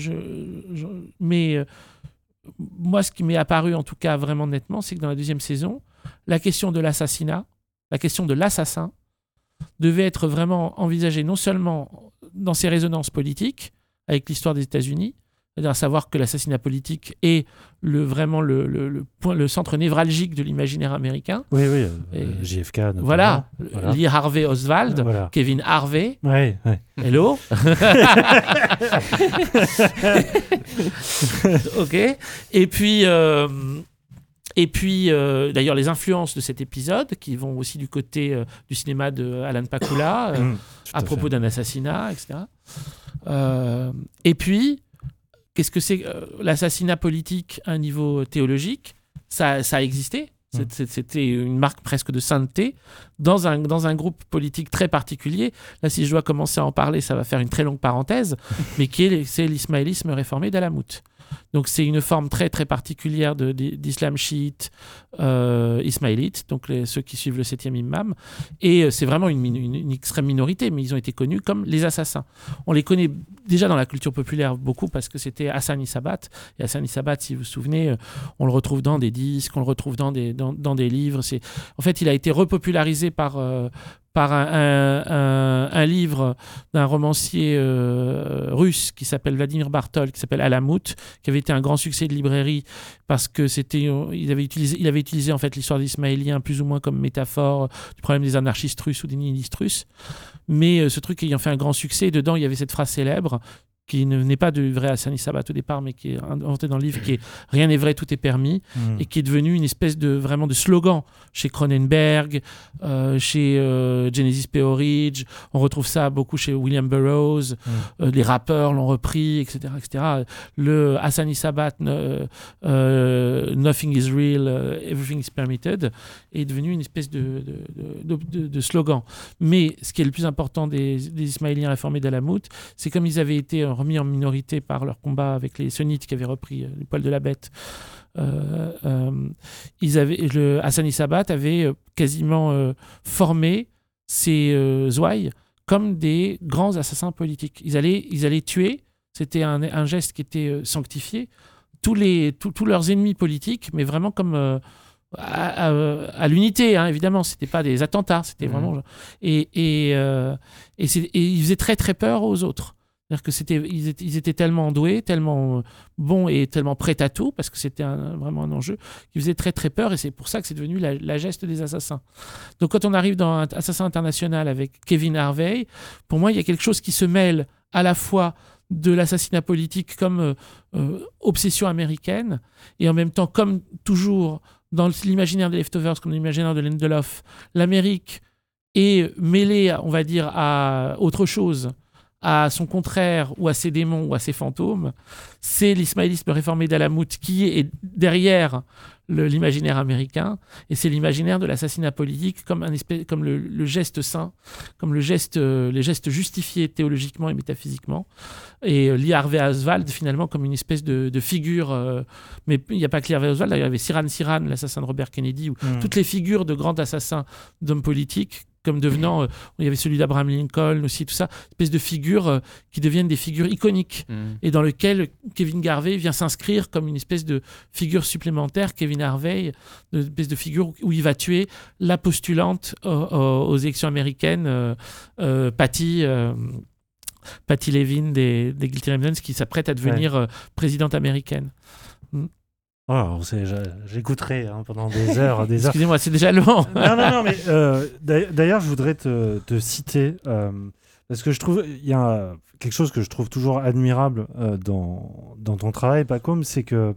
mais moi, ce qui m'est apparu en tout cas vraiment nettement, c'est que dans la 2e saison, la question de l'assassinat, la question de l'assassin, devait être vraiment envisagée non seulement dans ses résonances politiques, avec l'histoire des États-Unis, c'est-à-dire à savoir que l'assassinat politique est vraiment le centre névralgique de l'imaginaire américain. Oui, JFK. Notamment. Voilà, Lee Harvey Oswald, Kevin Harvey. Ouais. Hello. Ok. Et puis, d'ailleurs, les influences de cet épisode, qui vont aussi du côté du cinéma de Alan Pakula, à propos d'un assassinat, etc. Et puis, qu'est-ce que c'est l'assassinat politique à un niveau théologique ? Ça a existé. C'était une marque presque de sainteté dans un groupe politique très particulier. Là, si je dois commencer à en parler, ça va faire une très longue parenthèse, mais c'est l'ismaélisme réformé d'Alamout. Donc c'est une forme très très particulière d'islam chiite ismaélite, donc ceux qui suivent le 7e imam, et c'est vraiment une extrême minorité, mais ils ont été connus comme les assassins. On les connaît déjà dans la culture populaire beaucoup parce que c'était Hassan Issabat, et Hassan Issabat, si vous vous souvenez, on le retrouve dans des disques, on le retrouve dans des livres. En fait, il a été repopularisé par un livre d'un romancier russe qui s'appelle Vladimir Bartol, qui s'appelle Alamout, qui avait été un grand succès de librairie parce que il avait utilisé en fait l'histoire des Ismaéliens plus ou moins comme métaphore du problème des anarchistes russes ou des nihilistes russes. Mais ce truc ayant fait un grand succès, dedans il y avait cette phrase célèbre qui n'est pas de vrai Hassan Issabat au départ, mais qui est inventé dans le livre, qui est « Rien n'est vrai, tout est permis », et qui est devenu une espèce de slogan chez Cronenberg, chez Genesis P. Orridge. On retrouve ça beaucoup chez William Burroughs. Les rappeurs l'ont repris, etc. Le Hassan Issabat, Nothing is real, everything is permitted, est devenu une espèce de slogan. Mais ce qui est le plus important des Ismaéliens réformés d'Alamout, c'est comme ils avaient été remis en minorité par leur combat avec les sunnites qui avaient repris les poils de la bête. Hassani Sabat avait quasiment formé ces Zouaïs comme des grands assassins politiques. Ils allaient tuer, c'était un geste qui était sanctifié, tous leurs ennemis politiques, mais vraiment comme à l'unité, hein, évidemment. C'était pas des attentats, c'était vraiment... Et ils faisaient très très peur aux autres. C'est-à-dire ils étaient tellement doués, tellement bons et tellement prêts à tout, parce que c'était vraiment un enjeu, qu'ils faisaient très très peur, et c'est pour ça que c'est devenu la geste des assassins. Donc quand on arrive dans Assassin International avec Kevin Harvey, pour moi il y a quelque chose qui se mêle à la fois de l'assassinat politique comme obsession américaine, et en même temps, comme toujours dans l'imaginaire des Leftovers, comme l'imaginaire de Lindelof, l'Amérique est mêlée, on va dire, à autre chose, à son contraire, ou à ses démons, ou à ses fantômes. C'est l'ismaélisme réformé d'Alamout qui est derrière l'imaginaire américain, et c'est l'imaginaire de l'assassinat politique comme le geste saint, comme les gestes justifiés théologiquement et métaphysiquement, et Lee Harvey Oswald finalement comme une espèce de figure, mais il n'y a pas que Lee Harvey Oswald, il y avait Sirhan, l'assassin de Robert Kennedy, ou toutes les figures de grands assassins d'hommes politiques, comme devenant, il y avait celui d'Abraham Lincoln aussi, tout ça, espèce de figures qui deviennent des figures iconiques, et dans lequel Kevin Garvey vient s'inscrire comme une espèce de figure supplémentaire, Kevin Harvey, une espèce de figure où il va tuer la postulante aux élections américaines, Patty Levin des Guilty Remnants, qui s'apprête à devenir présidente américaine. Oh, j'écouterai pendant des heures. Excusez-moi, c'est déjà long. non, mais d'ailleurs, je voudrais te citer, parce que je trouve, il y a quelque chose que je trouve toujours admirable dans ton travail, Pacôme, c'est que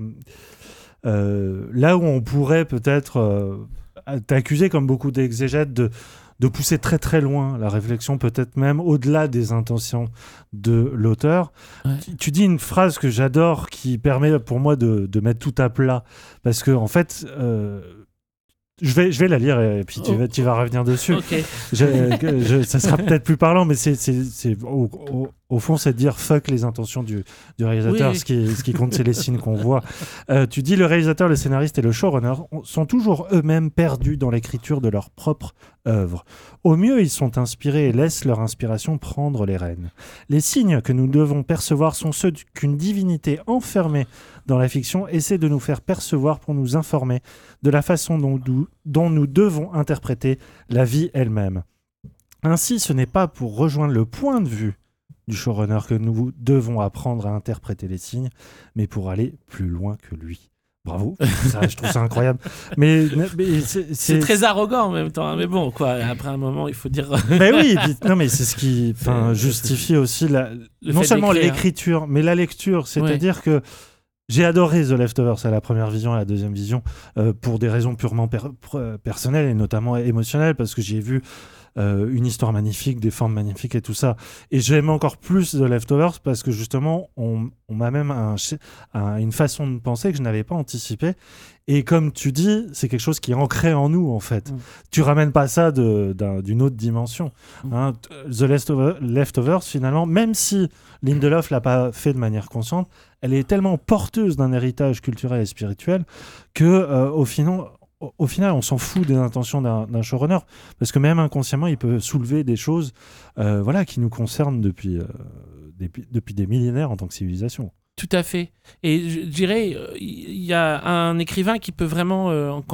là où on pourrait peut-être t'accuser, comme beaucoup d'exégètes, de pousser très très loin la réflexion, peut-être même au-delà des intentions de l'auteur. Ouais. Tu dis une phrase que j'adore, qui permet pour moi de mettre tout à plat, parce que en fait, je vais la lire et puis tu vas revenir dessus. Okay. Ça sera peut-être plus parlant, mais au fond, c'est de dire fuck les intentions du réalisateur. Oui. Ce qui compte, c'est les signes qu'on voit. Tu dis, le réalisateur, le scénariste et le showrunner sont toujours eux-mêmes perdus dans l'écriture de leur propre œuvre. Au mieux, ils sont inspirés et laissent leur inspiration prendre les rênes. Les signes que nous devons percevoir sont ceux qu'une divinité enfermée dans la fiction essaie de nous faire percevoir pour nous informer de la façon dont nous devons interpréter la vie elle-même. Ainsi, ce n'est pas pour rejoindre le point de vue du showrunner que nous devons apprendre à interpréter les signes, mais pour aller plus loin que lui. Bravo, je trouve ça incroyable. Mais c'est très arrogant en même temps, hein, mais bon, quoi. Après un moment, il faut dire. Mais oui, non, mais c'est ce qui justifie aussi non seulement l'écriture, mais la lecture. C'est-à-dire que j'ai adoré The Leftovers à la première vision et à la deuxième vision pour des raisons purement personnelles et notamment émotionnelles, parce que j'ai vu une histoire magnifique, des formes magnifiques et tout ça. Et j'aime encore plus The Leftovers parce que justement, on m'a même une façon de penser que je n'avais pas anticipée. Et comme tu dis, c'est quelque chose qui est ancré en nous, en fait. Tu ramènes pas ça d'une autre dimension. Hein. The Leftovers, finalement, même si Lindelof l'a pas fait de manière consciente, elle est tellement porteuse d'un héritage culturel et spirituel que, au final, on s'en fout des intentions d'un showrunner, parce que même inconsciemment, il peut soulever des choses qui nous concernent depuis des millénaires en tant que civilisation. Tout à fait. Et je dirais, il y a un écrivain qui peut vraiment,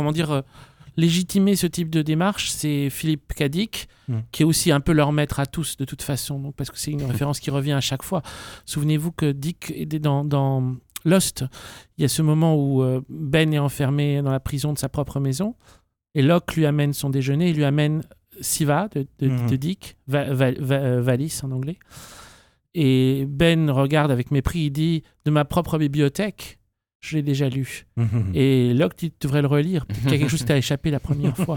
légitimer ce type de démarche, c'est Philip K. Dick, qui est aussi un peu leur maître à tous, de toute façon, donc, parce que c'est une référence qui revient à chaque fois. Souvenez-vous que Dick est dans Lost, il y a ce moment où Ben est enfermé dans la prison de sa propre maison, et Locke lui amène son déjeuner, il lui amène Siva de Dick, Valis en anglais. Et Ben regarde avec mépris, il dit « De ma propre bibliothèque, je l'ai déjà lu. » Et Locke dit « Tu devrais le relire, peut-être qu'il y a quelque chose qui t'a échappé la première fois. »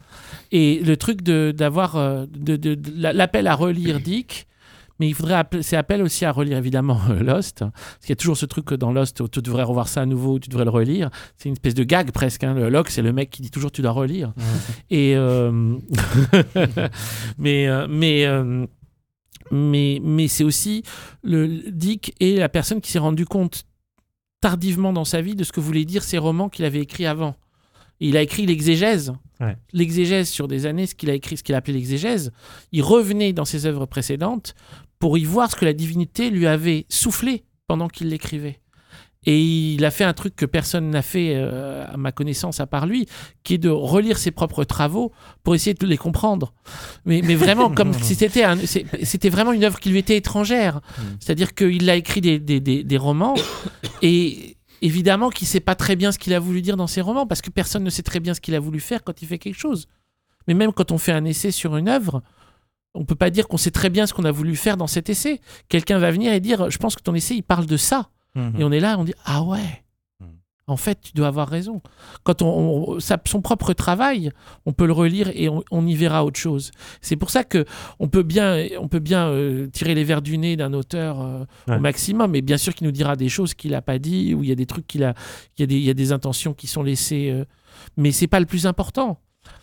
Et le truc d'avoir l'appel à relire Dick, mais il faudrait c'est appel aussi à relire évidemment Lost, parce qu'il y a toujours ce truc que dans Lost, tu devrais revoir ça à nouveau, tu devrais le relire. C'est une espèce de gag presque. Hein. Le Locke, c'est le mec qui dit toujours tu dois relire. Et Mais c'est aussi Dick est la personne qui s'est rendu compte tardivement dans sa vie de ce que voulaient dire ces romans qu'il avait écrits avant. Il a écrit l'exégèse. Ouais. L'exégèse sur des années, ce qu'il a écrit, ce qu'il appelait l'exégèse. Il revenait dans ses œuvres précédentes pour y voir ce que la divinité lui avait soufflé pendant qu'il l'écrivait. Et il a fait un truc que personne n'a fait, à ma connaissance, à part lui, qui est de relire ses propres travaux pour essayer de les comprendre. Mais vraiment, comme si c'était vraiment une œuvre qui lui était étrangère. C'est-à-dire qu'il a écrit des romans et évidemment qu'il ne sait pas très bien ce qu'il a voulu dire dans ses romans, parce que personne ne sait très bien ce qu'il a voulu faire quand il fait quelque chose. Mais même quand on fait un essai sur une œuvre, on ne peut pas dire qu'on sait très bien ce qu'on a voulu faire dans cet essai. Quelqu'un va venir et dire « Je pense que ton essai, il parle de ça ». Et on est là, on dit « Ah ouais, en fait, tu dois avoir raison ». Quand son propre travail, on peut le relire et on y verra autre chose. C'est pour ça qu'on peut bien tirer les vers du nez d'un auteur au maximum, et bien sûr qu'il nous dira des choses qu'il n'a pas dit, ou il y a des trucs il y a des intentions qui sont laissées, mais ce n'est pas le plus important.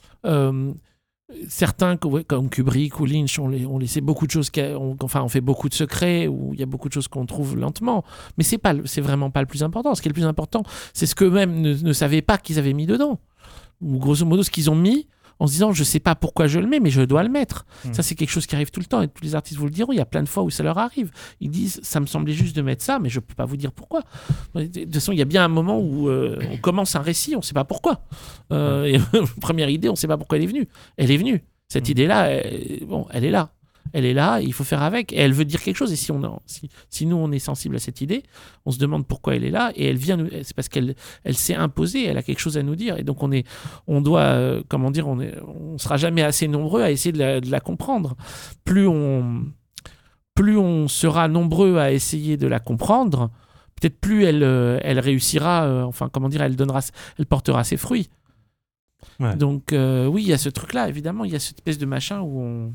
Certains, comme Kubrick ou Lynch, ont laissé beaucoup de choses, on fait beaucoup de secrets, ou il y a beaucoup de choses qu'on trouve lentement, mais c'est vraiment pas le plus important. Ce qui est le plus important, c'est ce qu'eux-mêmes ne savaient pas qu'ils avaient mis dedans. Ou grosso modo, ce qu'ils ont mis en se disant, je sais pas pourquoi je le mets, mais je dois le mettre. Ça, c'est quelque chose qui arrive tout le temps, et tous les artistes vous le diront, il y a plein de fois où ça leur arrive. Ils disent, ça me semblait juste de mettre ça, mais je peux pas vous dire pourquoi. De toute façon, il y a bien un moment où on commence un récit, on sait pas pourquoi. Première idée, on sait pas pourquoi elle est venue. Elle est venue. Cette idée-là, elle est là. Elle est là, il faut faire avec. Et elle veut dire quelque chose. Et si nous, on est sensible à cette idée, on se demande pourquoi elle est là. Et elle vient c'est parce qu'elle s'est imposée. Elle a quelque chose à nous dire. Et donc, on doit, on sera jamais assez nombreux à essayer de la comprendre. Plus on sera nombreux à essayer de la comprendre, peut-être plus elle réussira, elle portera ses fruits. Ouais. Donc, oui, il y a ce truc-là, évidemment. Il y a cette espèce de machin où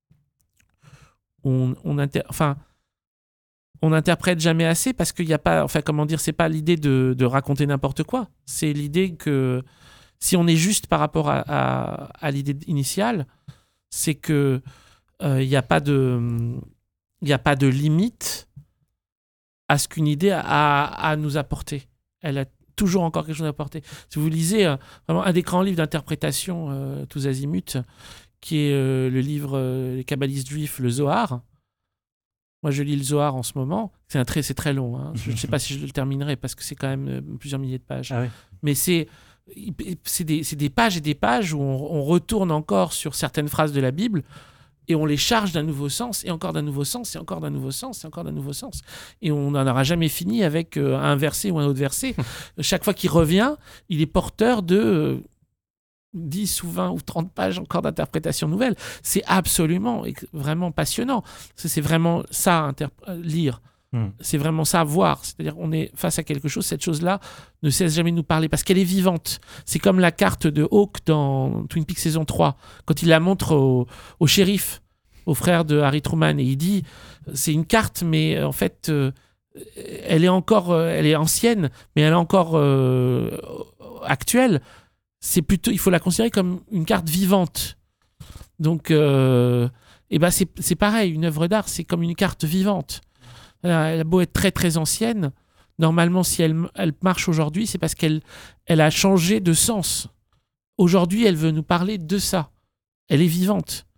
on n'interprète jamais assez, parce qu'il n'y a pas, c'est pas l'idée de raconter n'importe quoi. C'est l'idée que si on est juste par rapport à l'idée initiale, c'est que il n'y a pas de limite à ce qu'une idée a à nous apporter. Elle a toujours encore quelque chose à apporter. Si vous lisez vraiment un des grands livres d'interprétation tous azimuts, qui est le livre Les Kabbalistes juifs, le Zohar. Moi, je lis le Zohar en ce moment. C'est très long. Hein. Je ne sais pas si je le terminerai, parce que c'est quand même plusieurs milliers de pages. Ah oui. Mais c'est des pages et des pages où on retourne encore sur certaines phrases de la Bible et on les charge d'un nouveau sens, et encore d'un nouveau sens, et encore d'un nouveau sens, et encore d'un nouveau sens. Et on n'en aura jamais fini avec un verset ou un autre verset. Chaque fois qu'il revient, il est porteur de 10 ou 20 ou 30 pages encore d'interprétation nouvelle. C'est absolument, vraiment passionnant. C'est vraiment ça, lire. C'est vraiment ça, voir. C'est-à-dire, on est face à quelque chose, cette chose-là ne cesse jamais de nous parler, parce qu'elle est vivante. C'est comme la carte de Hawke dans Twin Peaks saison 3, quand il la montre au shérif, au frère de Harry Truman, et il dit, c'est une carte, mais en fait, elle est ancienne, mais elle est encore actuelle. C'est plutôt, il faut la considérer comme une carte vivante. Donc, c'est pareil, une œuvre d'art, c'est comme une carte vivante. Elle a beau être très très ancienne, normalement, si elle marche aujourd'hui, c'est parce qu'elle a changé de sens. Aujourd'hui, elle veut nous parler de ça. Elle est vivante.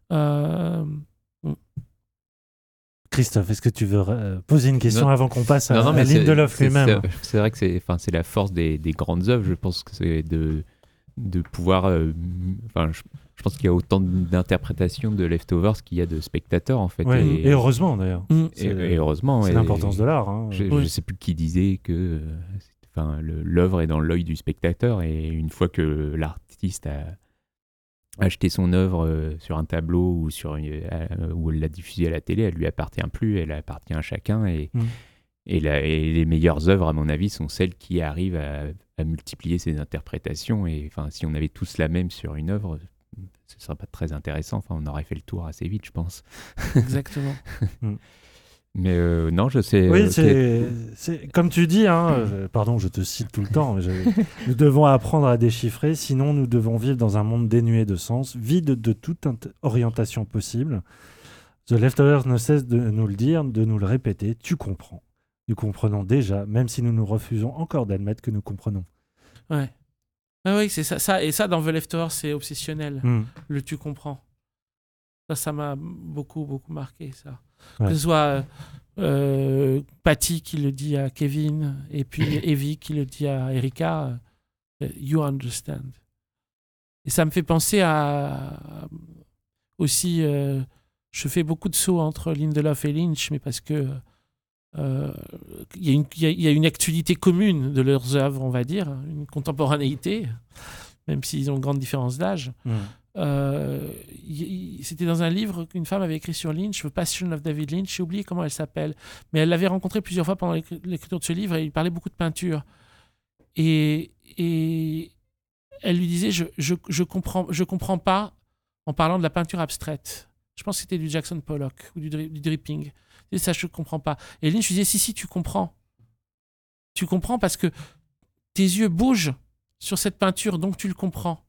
Christophe, est-ce que tu veux poser une question avant qu'on passe à Lindelof lui-même? C'est vrai que c'est la force des grandes œuvres. Je pense que c'est de pouvoir... je pense qu'il y a autant d'interprétations de Leftovers qu'il y a de spectateurs, en fait. Ouais, et heureusement, d'ailleurs. Et heureusement. C'est l'importance de l'art. Hein. Je ne sais plus qui disait que l'œuvre est dans l'œil du spectateur, et une fois que l'artiste a acheté son œuvre sur un tableau ou où elle l'a diffusée à la télé, elle lui appartient plus, elle appartient à chacun. Et les meilleures œuvres, à mon avis, sont celles qui arrivent à multiplier ces interprétations. Et si on avait tous la même sur une œuvre, ce ne serait pas très intéressant. On aurait fait le tour assez vite, je pense. Exactement. Mais non, je sais... Oui, c'est comme tu dis, pardon, je te cite tout le temps, mais nous devons apprendre à déchiffrer, sinon nous devons vivre dans un monde dénué de sens, vide de toute orientation possible. The Leftovers ne cesse de nous le dire, de nous le répéter. Tu comprends. Nous comprenons déjà, même si nous nous refusons encore d'admettre que nous comprenons. Ouais. Ah oui, c'est ça. Et ça, dans The Leftovers, c'est obsessionnel. Le tu comprends. Ça m'a beaucoup, beaucoup marqué, ça. Ouais. Que ce soit Patty qui le dit à Kevin, et puis Evie qui le dit à Erika, you understand. Et ça me fait penser à aussi, je fais beaucoup de sauts entre Lindelof et Lynch, mais parce que il y a une actualité commune de leurs œuvres, on va dire, une contemporanéité, même s'ils ont une grande différence d'âge. C'était dans un livre qu'une femme avait écrit sur Lynch, The Passion of David Lynch, j'ai oublié comment elle s'appelle, mais elle l'avait rencontré plusieurs fois pendant l'écriture de ce livre et il parlait beaucoup de peinture. Et elle lui disait je comprends pas en parlant de la peinture abstraite. Je pense que c'était du Jackson Pollock ou du dripping. Et ça, je comprends pas. Et Lynch lui disait si, tu comprends. Tu comprends parce que tes yeux bougent sur cette peinture, donc tu le comprends.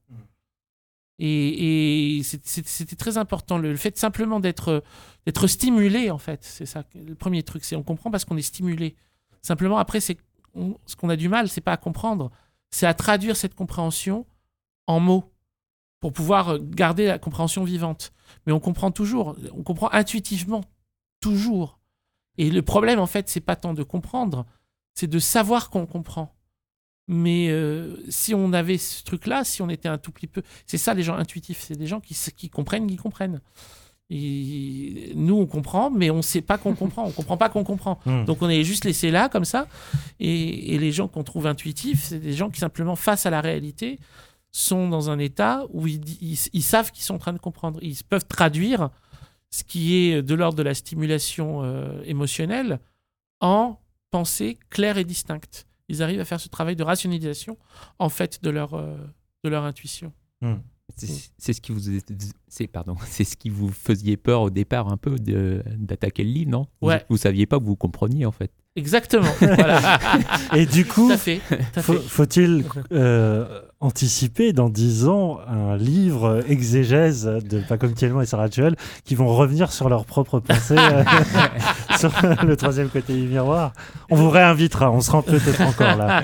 Et c'était très important. Le fait simplement d'être stimulé, en fait, c'est ça. Le premier truc, c'est on comprend parce qu'on est stimulé. Simplement, après, ce qu'on a du mal, c'est pas à comprendre, c'est à traduire cette compréhension en mots pour pouvoir garder la compréhension vivante. Mais on comprend toujours, on comprend intuitivement, toujours. Et le problème, en fait, c'est pas tant de comprendre, c'est de savoir qu'on comprend. Mais si on avait ce truc-là, si on était un tout petit peu... C'est ça, les gens intuitifs, c'est des gens qui comprennent, qui comprennent. Et nous, on comprend, mais on ne sait pas qu'on comprend. On ne comprend pas qu'on comprend. Donc, on est juste laissé là, comme ça. Et les gens qu'on trouve intuitifs, c'est des gens qui, simplement, face à la réalité, sont dans un état où ils savent qu'ils sont en train de comprendre. Ils peuvent traduire ce qui est de l'ordre de la stimulation émotionnelle en pensée claire et distincte. Ils arrivent à faire ce travail de rationalisation, en fait, de leur intuition. C'est ce qui vous faisiez peur au départ un peu d'attaquer le livre, non ? Ouais. Vous saviez pas que vous compreniez, en fait. Exactement. Voilà. Et du coup, tout à fait. Faut-il anticiper dans 10 ans un livre exégèse de Pacôme Thielman et Sarah Tuel qui vont revenir sur leurs propres pensées sur le troisième côté du miroir? On vous réinvitera, on sera peut-être encore là.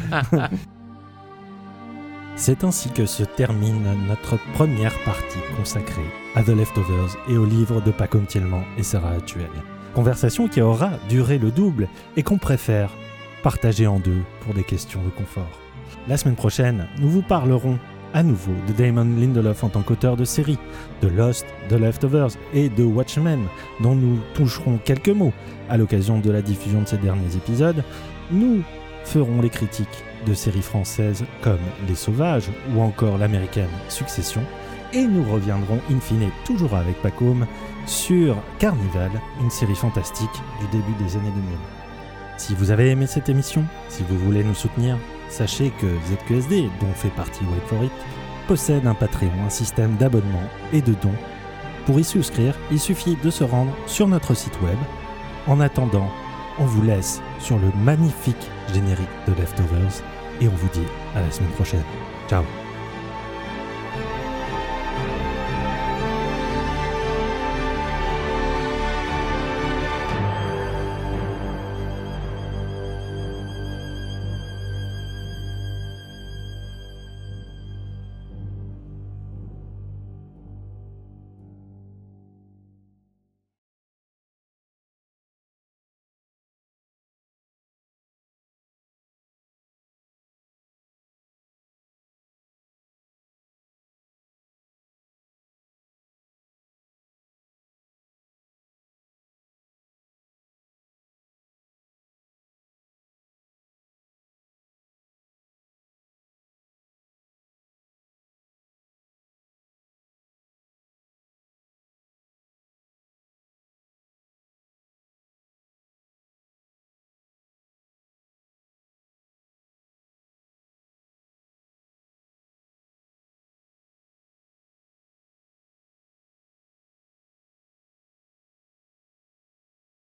C'est ainsi que se termine notre première partie consacrée à The Leftovers et au livre de Pacôme Thielman et Sarah Tuel. Conversation qui aura duré le double et qu'on préfère partager en deux pour des questions de confort. La semaine prochaine, nous vous parlerons à nouveau de Damon Lindelof en tant qu'auteur de séries, de Lost, The Leftovers et de Watchmen, dont nous toucherons quelques mots à l'occasion de la diffusion de ces derniers épisodes. Nous ferons les critiques de séries françaises comme Les Sauvages ou encore l'américaine Succession, et nous reviendrons in fine, toujours avec Pacôme, sur Carnival, une série fantastique du début des années 2000. Si vous avez aimé cette émission, si vous voulez nous soutenir, sachez que ZQSD, dont fait partie Wait For It, possède un Patreon, un système d'abonnement et de dons. Pour y souscrire, il suffit de se rendre sur notre site web. En attendant, on vous laisse sur le magnifique générique de Leftovers et on vous dit à la semaine prochaine. Ciao.